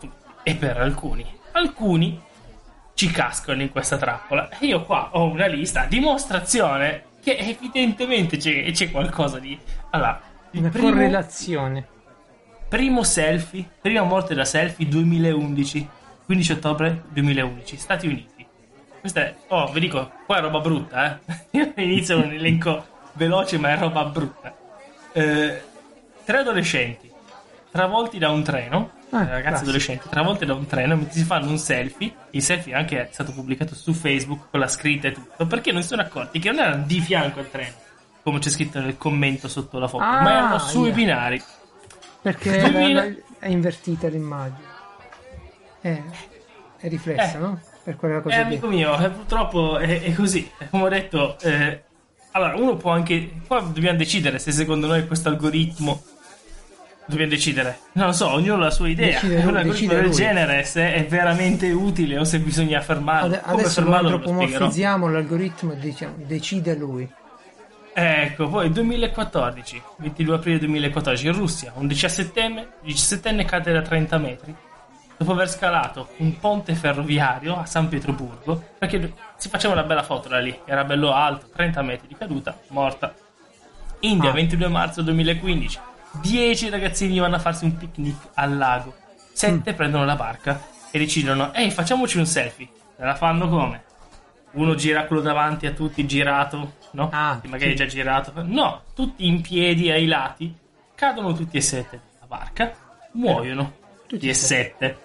Speaker 2: e per alcuni ci cascano in questa trappola. E io qua ho una lista a dimostrazione che evidentemente c'è qualcosa di... Allora,
Speaker 1: una correlazione.
Speaker 2: Prima morte da selfie 2011, 15 ottobre 2011, Stati Uniti. Questa è, vi dico, qua è roba brutta, Io inizio un elenco veloce, ma è roba brutta. 3 adolescenti travolti da un treno, ragazzi adolescenti travolti da un treno, mentre si fanno un selfie. Il selfie è anche stato pubblicato su Facebook con la scritta e tutto, perché non si sono accorti che non erano di fianco al treno, come c'è scritto nel commento sotto la foto, ma erano sui binari.
Speaker 1: Perché è invertita l'immagine. È riflessa, no? Per quella cosa
Speaker 2: amico mio, purtroppo è così. Come ho detto, allora uno può anche... Qua dobbiamo decidere se secondo noi questo algoritmo... Dobbiamo decidere. Non lo so, ognuno ha la sua idea. Un algoritmo del genere, se è veramente utile o se bisogna fermarlo.
Speaker 1: Adesso lo antropomorfizziamo l'algoritmo e diciamo, decide lui.
Speaker 2: Ecco, poi 2014, 22 aprile 2014, in Russia, un 17enne cade da 30 metri dopo aver scalato un ponte ferroviario a San Pietroburgo, perché si faceva una bella foto da lì, era bello alto, 30 metri di caduta, morta. India, 22 marzo 2015, 10 ragazzini vanno a farsi un picnic al lago, 7 prendono la barca e decidono, facciamoci un selfie. Se la fanno come? Uno gira quello davanti a tutti girato, no? Magari è già girato. No, tutti in piedi ai lati, cadono tutti e 7 dalla barca, muoiono tutti e 7.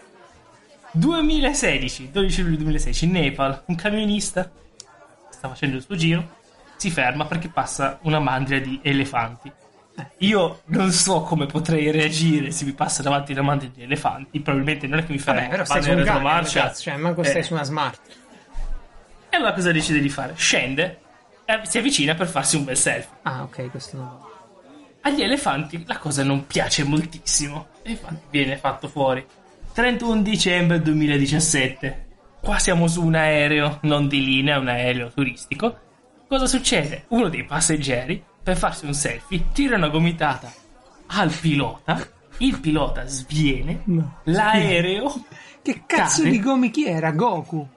Speaker 2: 2016, 12 luglio 2016, in Nepal, un camionista sta facendo il suo giro, si ferma perché passa una mandria di elefanti. Io non so come potrei reagire se mi passa davanti una mandria di elefanti, probabilmente non è che mi fermo,
Speaker 1: però stai su un camion, cioè manco stai su una smart.
Speaker 2: E allora cosa decide di fare? Scende, si avvicina per farsi un bel selfie.
Speaker 1: Ok, questo no.
Speaker 2: Agli elefanti la cosa non piace moltissimo e infatti viene fatto fuori. 31 dicembre 2017. Qua siamo su un aereo non di linea, un aereo turistico. Cosa succede? Uno dei passeggeri, per farsi un selfie, tira una gomitata al pilota. Il pilota sviene. No, l'aereo...
Speaker 1: Che cazzo cade. Di gomi chi era? Goku?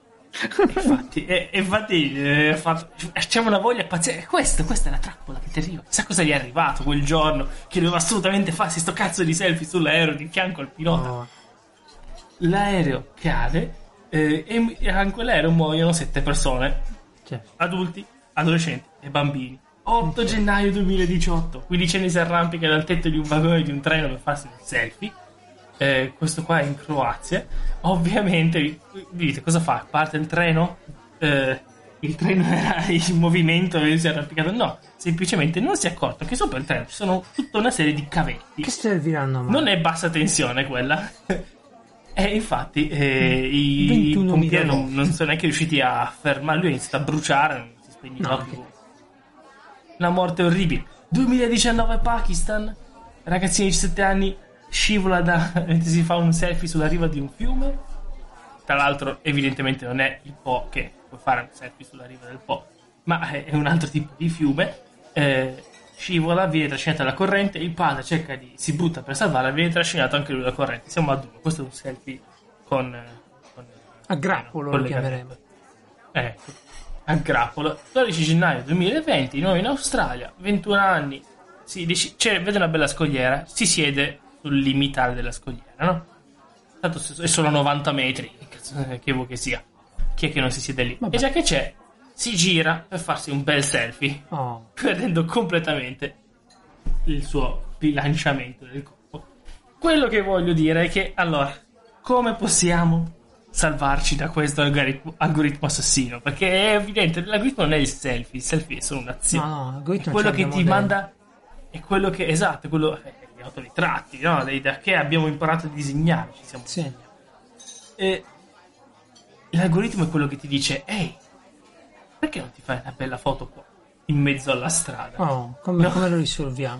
Speaker 2: Infatti c'è una voglia pazzesca. Questa è la trappola che ti arriva. Chissà cosa gli è arrivato quel giorno che doveva assolutamente farsi sto cazzo di selfie sull'aereo di fianco al pilota. L'aereo cade e in quell'aereo muoiono 7 persone, adulti, adolescenti e bambini. 8 gennaio 2018, 15 anni si arrampica dal tetto di un vagone di un treno per farsi un selfie. Questo qua è in Croazia. Ovviamente vi dite cosa fa? Parte il treno? Il treno era in movimento e si è arrampicato? No, semplicemente non si è accorto che sopra il treno ci sono tutta una serie di cavetti
Speaker 1: che serviranno mai.
Speaker 2: Non è bassa tensione quella. E infatti i pompieri non sono neanche riusciti a fermare. Lui ha iniziato a bruciare, non si spegneva più. Una morte orribile. 2019 Pakistan, ragazzino di 17 anni scivola si fa un selfie sulla riva di un fiume. Tra l'altro evidentemente non è il Po, che puoi fare un selfie sulla riva del Po, ma è un altro tipo di fiume. Scivola, viene trascinato dalla corrente, il padre si butta per salvarla, viene trascinato anche lui dalla corrente. Siamo a 2. Questo è un selfie con
Speaker 1: a grappolo lo chiameremo.
Speaker 2: Ecco, a grappolo. 12 gennaio 2020, noi in Australia, 21 anni, vede una bella scogliera, si siede sul limitare della scogliera, no? Tanto è solo 90 metri, che vuoi che sia. Chi è che non si siede lì? Vabbè. E già che c'è, si gira per farsi un bel selfie, perdendo completamente il suo bilanciamento del corpo. Quello che voglio dire è che, allora, come possiamo salvarci da questo algoritmo assassino? Perché è evidente, l'algoritmo non è il selfie è solo un'azione.
Speaker 1: No, l'algoritmo
Speaker 2: quello che ti manda è quello che, esatto, quello gli autoritratti, no? Da che abbiamo imparato a disegnare, ci siamo disegnati. E l'algoritmo è quello che ti dice: ehi, perché non ti fai una bella foto qua in mezzo alla strada?
Speaker 1: Come lo risolviamo?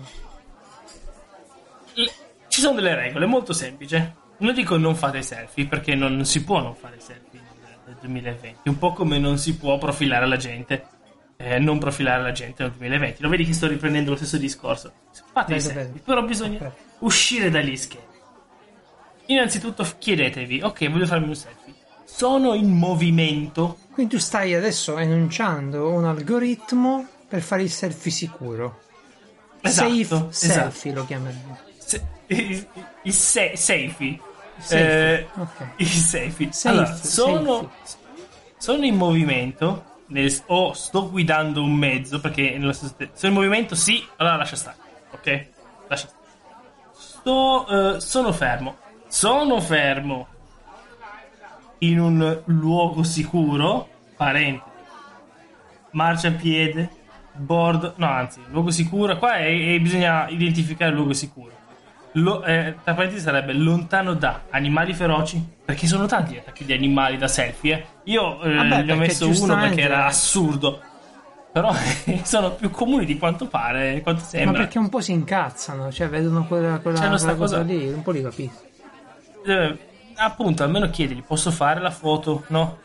Speaker 2: Ci sono delle regole molto semplici. Non dico non fate selfie, perché non si può non fare selfie nel 2020. Un po' come non si può profilare la gente, non profilare la gente nel 2020. Lo vedi che sto riprendendo lo stesso discorso? Fate i selfie, però bisogna uscire dagli schemi. innanzitutto chiedetevi, ok, voglio farmi un selfie, sono in movimento?
Speaker 1: Quindi tu stai adesso enunciando un algoritmo per fare il selfie sicuro.
Speaker 2: Esatto,
Speaker 1: Safe selfie lo chiameremo.
Speaker 2: Il selfie.
Speaker 1: Ok.
Speaker 2: Il selfie.
Speaker 1: Safe,
Speaker 2: Allora, sono in movimento o sto guidando un mezzo, perché sono in movimento, sì, allora lascia stare, ok? Lascia stare. Sono fermo in un luogo sicuro, parentesi, marciapiede, bordo, no, anzi, luogo sicuro, qua bisogna identificare il luogo sicuro. Tra parentesi sarebbe lontano da animali feroci, perché sono tanti gli attacchi di animali da selfie. Io ne ho messo uno perché era assurdo, però sono più comuni di quanto pare, quanto sembra.
Speaker 1: Ma perché un po' si incazzano, cioè vedono quella cosa lì, un po' li capisco.
Speaker 2: Appunto, almeno chiedili, posso fare la foto? No?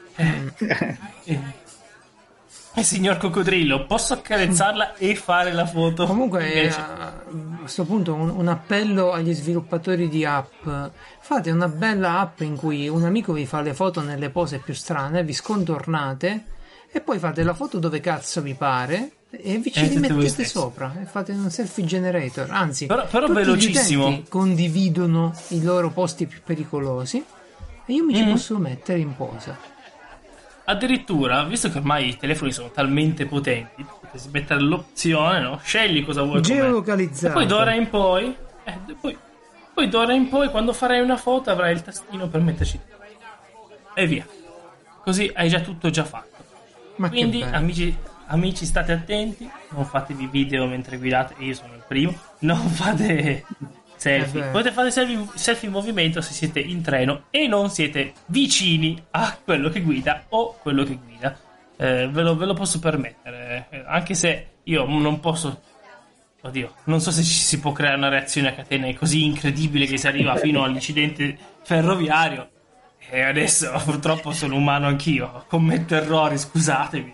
Speaker 2: Signor coccodrillo, posso accarezzarla e fare la foto?
Speaker 1: Comunque a questo punto un appello agli sviluppatori di app: fate una bella app in cui un amico vi fa le foto nelle pose più strane, vi scontornate e poi fate la foto dove cazzo vi pare e vi ci rimettete sopra e fate un selfie generator. Anzi,
Speaker 2: però
Speaker 1: tutti
Speaker 2: velocissimo,
Speaker 1: gli utenti condividono i loro posti più pericolosi e io mi ci posso mettere in posa.
Speaker 2: Addirittura, visto che ormai i telefoni sono talmente potenti, potessi mettere l'opzione, no? Scegli cosa vuoi
Speaker 1: geolocalizzato.
Speaker 2: E poi d'ora in poi, poi d'ora in poi, quando farai una foto avrai il tastino per metterci e via. Così hai già tutto già fatto.
Speaker 1: Ma
Speaker 2: quindi amici, state attenti, non fatevi video mentre guidate, io sono il primo, non fate selfie, potete fare selfie in movimento se siete in treno e non siete vicini a quello che guida o quello che guida. Ve lo posso permettere, anche se io non posso, oddio, non so se ci si può creare una reazione a catena così incredibile che si arriva fino all'incidente ferroviario, e adesso purtroppo sono umano anch'io, commetto errori, scusatemi.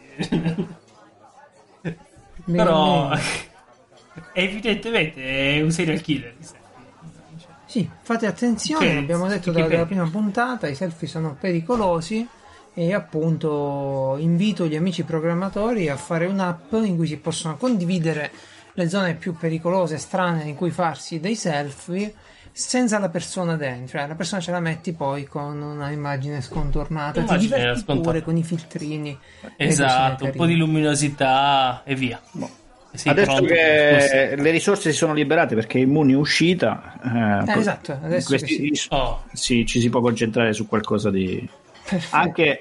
Speaker 2: Però evidentemente è un serial killer.
Speaker 1: Sì, fate attenzione, abbiamo detto dalla prima puntata, i selfie sono pericolosi e appunto invito gli amici programmatori a fare un'app in cui si possono condividere le zone più pericolose, strane in cui farsi dei selfie senza la persona dentro, cioè la persona ce la metti poi con una immagine scontornata, ti diverti pure con i filtrini.
Speaker 2: Esatto, un po' di luminosità e via.
Speaker 3: Adesso che le risorse si sono liberate perché Immuni è uscita,
Speaker 1: esatto, adesso
Speaker 3: sì, ci si può concentrare su qualcosa di anche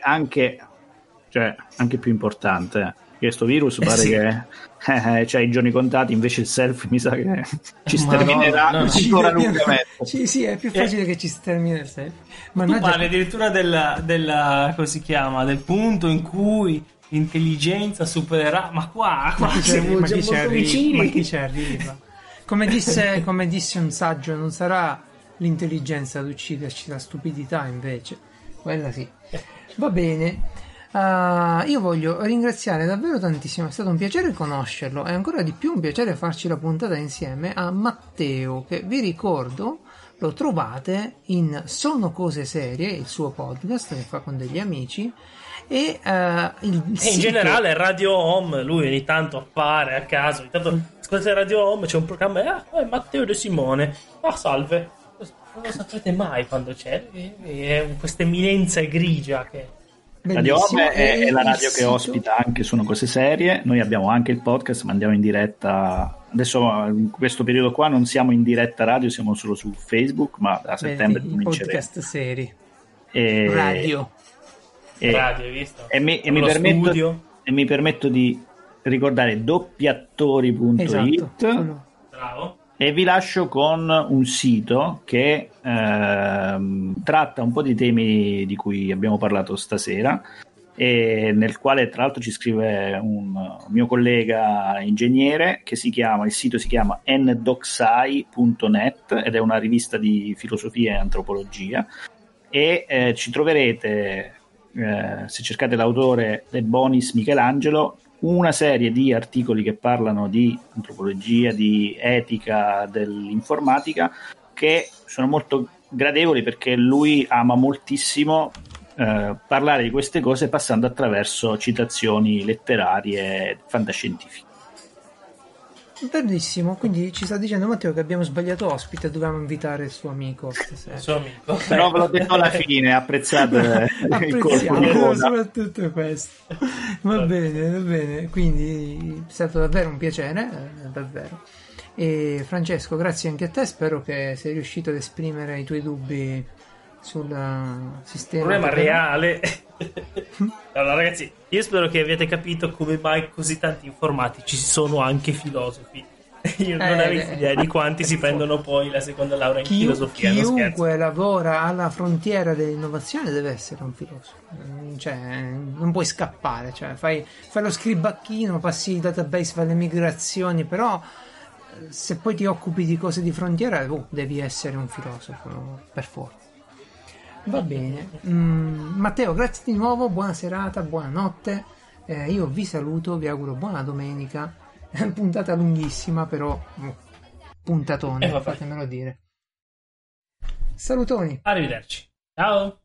Speaker 3: più importante. Questo virus pare che c'ha i giorni contati, invece il selfie mi sa che ci sterminerà ancora lungamente.
Speaker 1: Sì, è più facile che ci stermini il selfie.
Speaker 2: Ma tu parli addirittura della come si chiama, del punto in cui l'intelligenza supererà, ma chi
Speaker 1: ci arriva? Come disse un saggio, non sarà l'intelligenza ad ucciderci, la stupidità invece, quella sì. Va bene. Io voglio ringraziare davvero tantissimo, è stato un piacere conoscerlo e ancora di più un piacere farci la puntata insieme a Matteo, che vi ricordo lo trovate in Sono Cose Serie, il suo podcast che fa con degli amici, e
Speaker 2: in generale Radio Home, lui ogni tanto appare a caso, ogni tanto ascoltate Radio Home, c'è un programma, Matteo De Simone, salve, non lo saprete mai quando c'è, è questa eminenza grigia che
Speaker 3: Radio Home è la radio che ospita anche Sono Cose Serie. Noi abbiamo anche il podcast, ma andiamo in diretta adesso. In questo periodo qua non siamo in diretta radio, siamo solo su Facebook, ma a settembre cominceremo
Speaker 1: podcast serie
Speaker 3: radio,
Speaker 2: hai visto?
Speaker 3: E mi permetto di ricordare doppiattori.it.
Speaker 1: Esatto.
Speaker 2: Bravo.
Speaker 3: E vi lascio con un sito che tratta un po' di temi di cui abbiamo parlato stasera, e nel quale tra l'altro ci scrive un mio collega ingegnere, il sito si chiama ndocsai.net ed è una rivista di filosofia e antropologia, e ci troverete, se cercate l'autore De Bonis Michelangelo, una serie di articoli che parlano di antropologia, di etica dell'informatica, che sono molto gradevoli, perché lui ama moltissimo parlare di queste cose passando attraverso citazioni letterarie fantascientifiche.
Speaker 1: Bellissimo, quindi ci sta dicendo Matteo che abbiamo sbagliato ospite, dovevamo invitare il suo amico stasera.
Speaker 2: Il suo amico.
Speaker 3: Però ve l'ho detto alla fine, apprezzate il colpo.
Speaker 1: Soprattutto questo. Va bene, quindi è stato davvero un piacere, davvero. E Francesco, grazie anche a te, spero che sei riuscito ad esprimere i tuoi dubbi sul sistema.
Speaker 2: Problema reale. Allora ragazzi, io spero che abbiate capito come mai così tanti informatici sono anche filosofi. Io non avevo idea di quanti si prendono poi la seconda laurea in filosofia.
Speaker 1: Chiunque lavora alla frontiera dell'innovazione deve essere un filosofo, cioè non puoi scappare, cioè fai lo scribacchino, passi il database, fai le migrazioni, però se poi ti occupi di cose di frontiera devi essere un filosofo per forza. Va bene, Matteo, grazie di nuovo, buona serata, buonanotte, io vi saluto, vi auguro buona domenica, puntata lunghissima però puntatone, fatemelo dire. Salutoni,
Speaker 2: Arrivederci, ciao.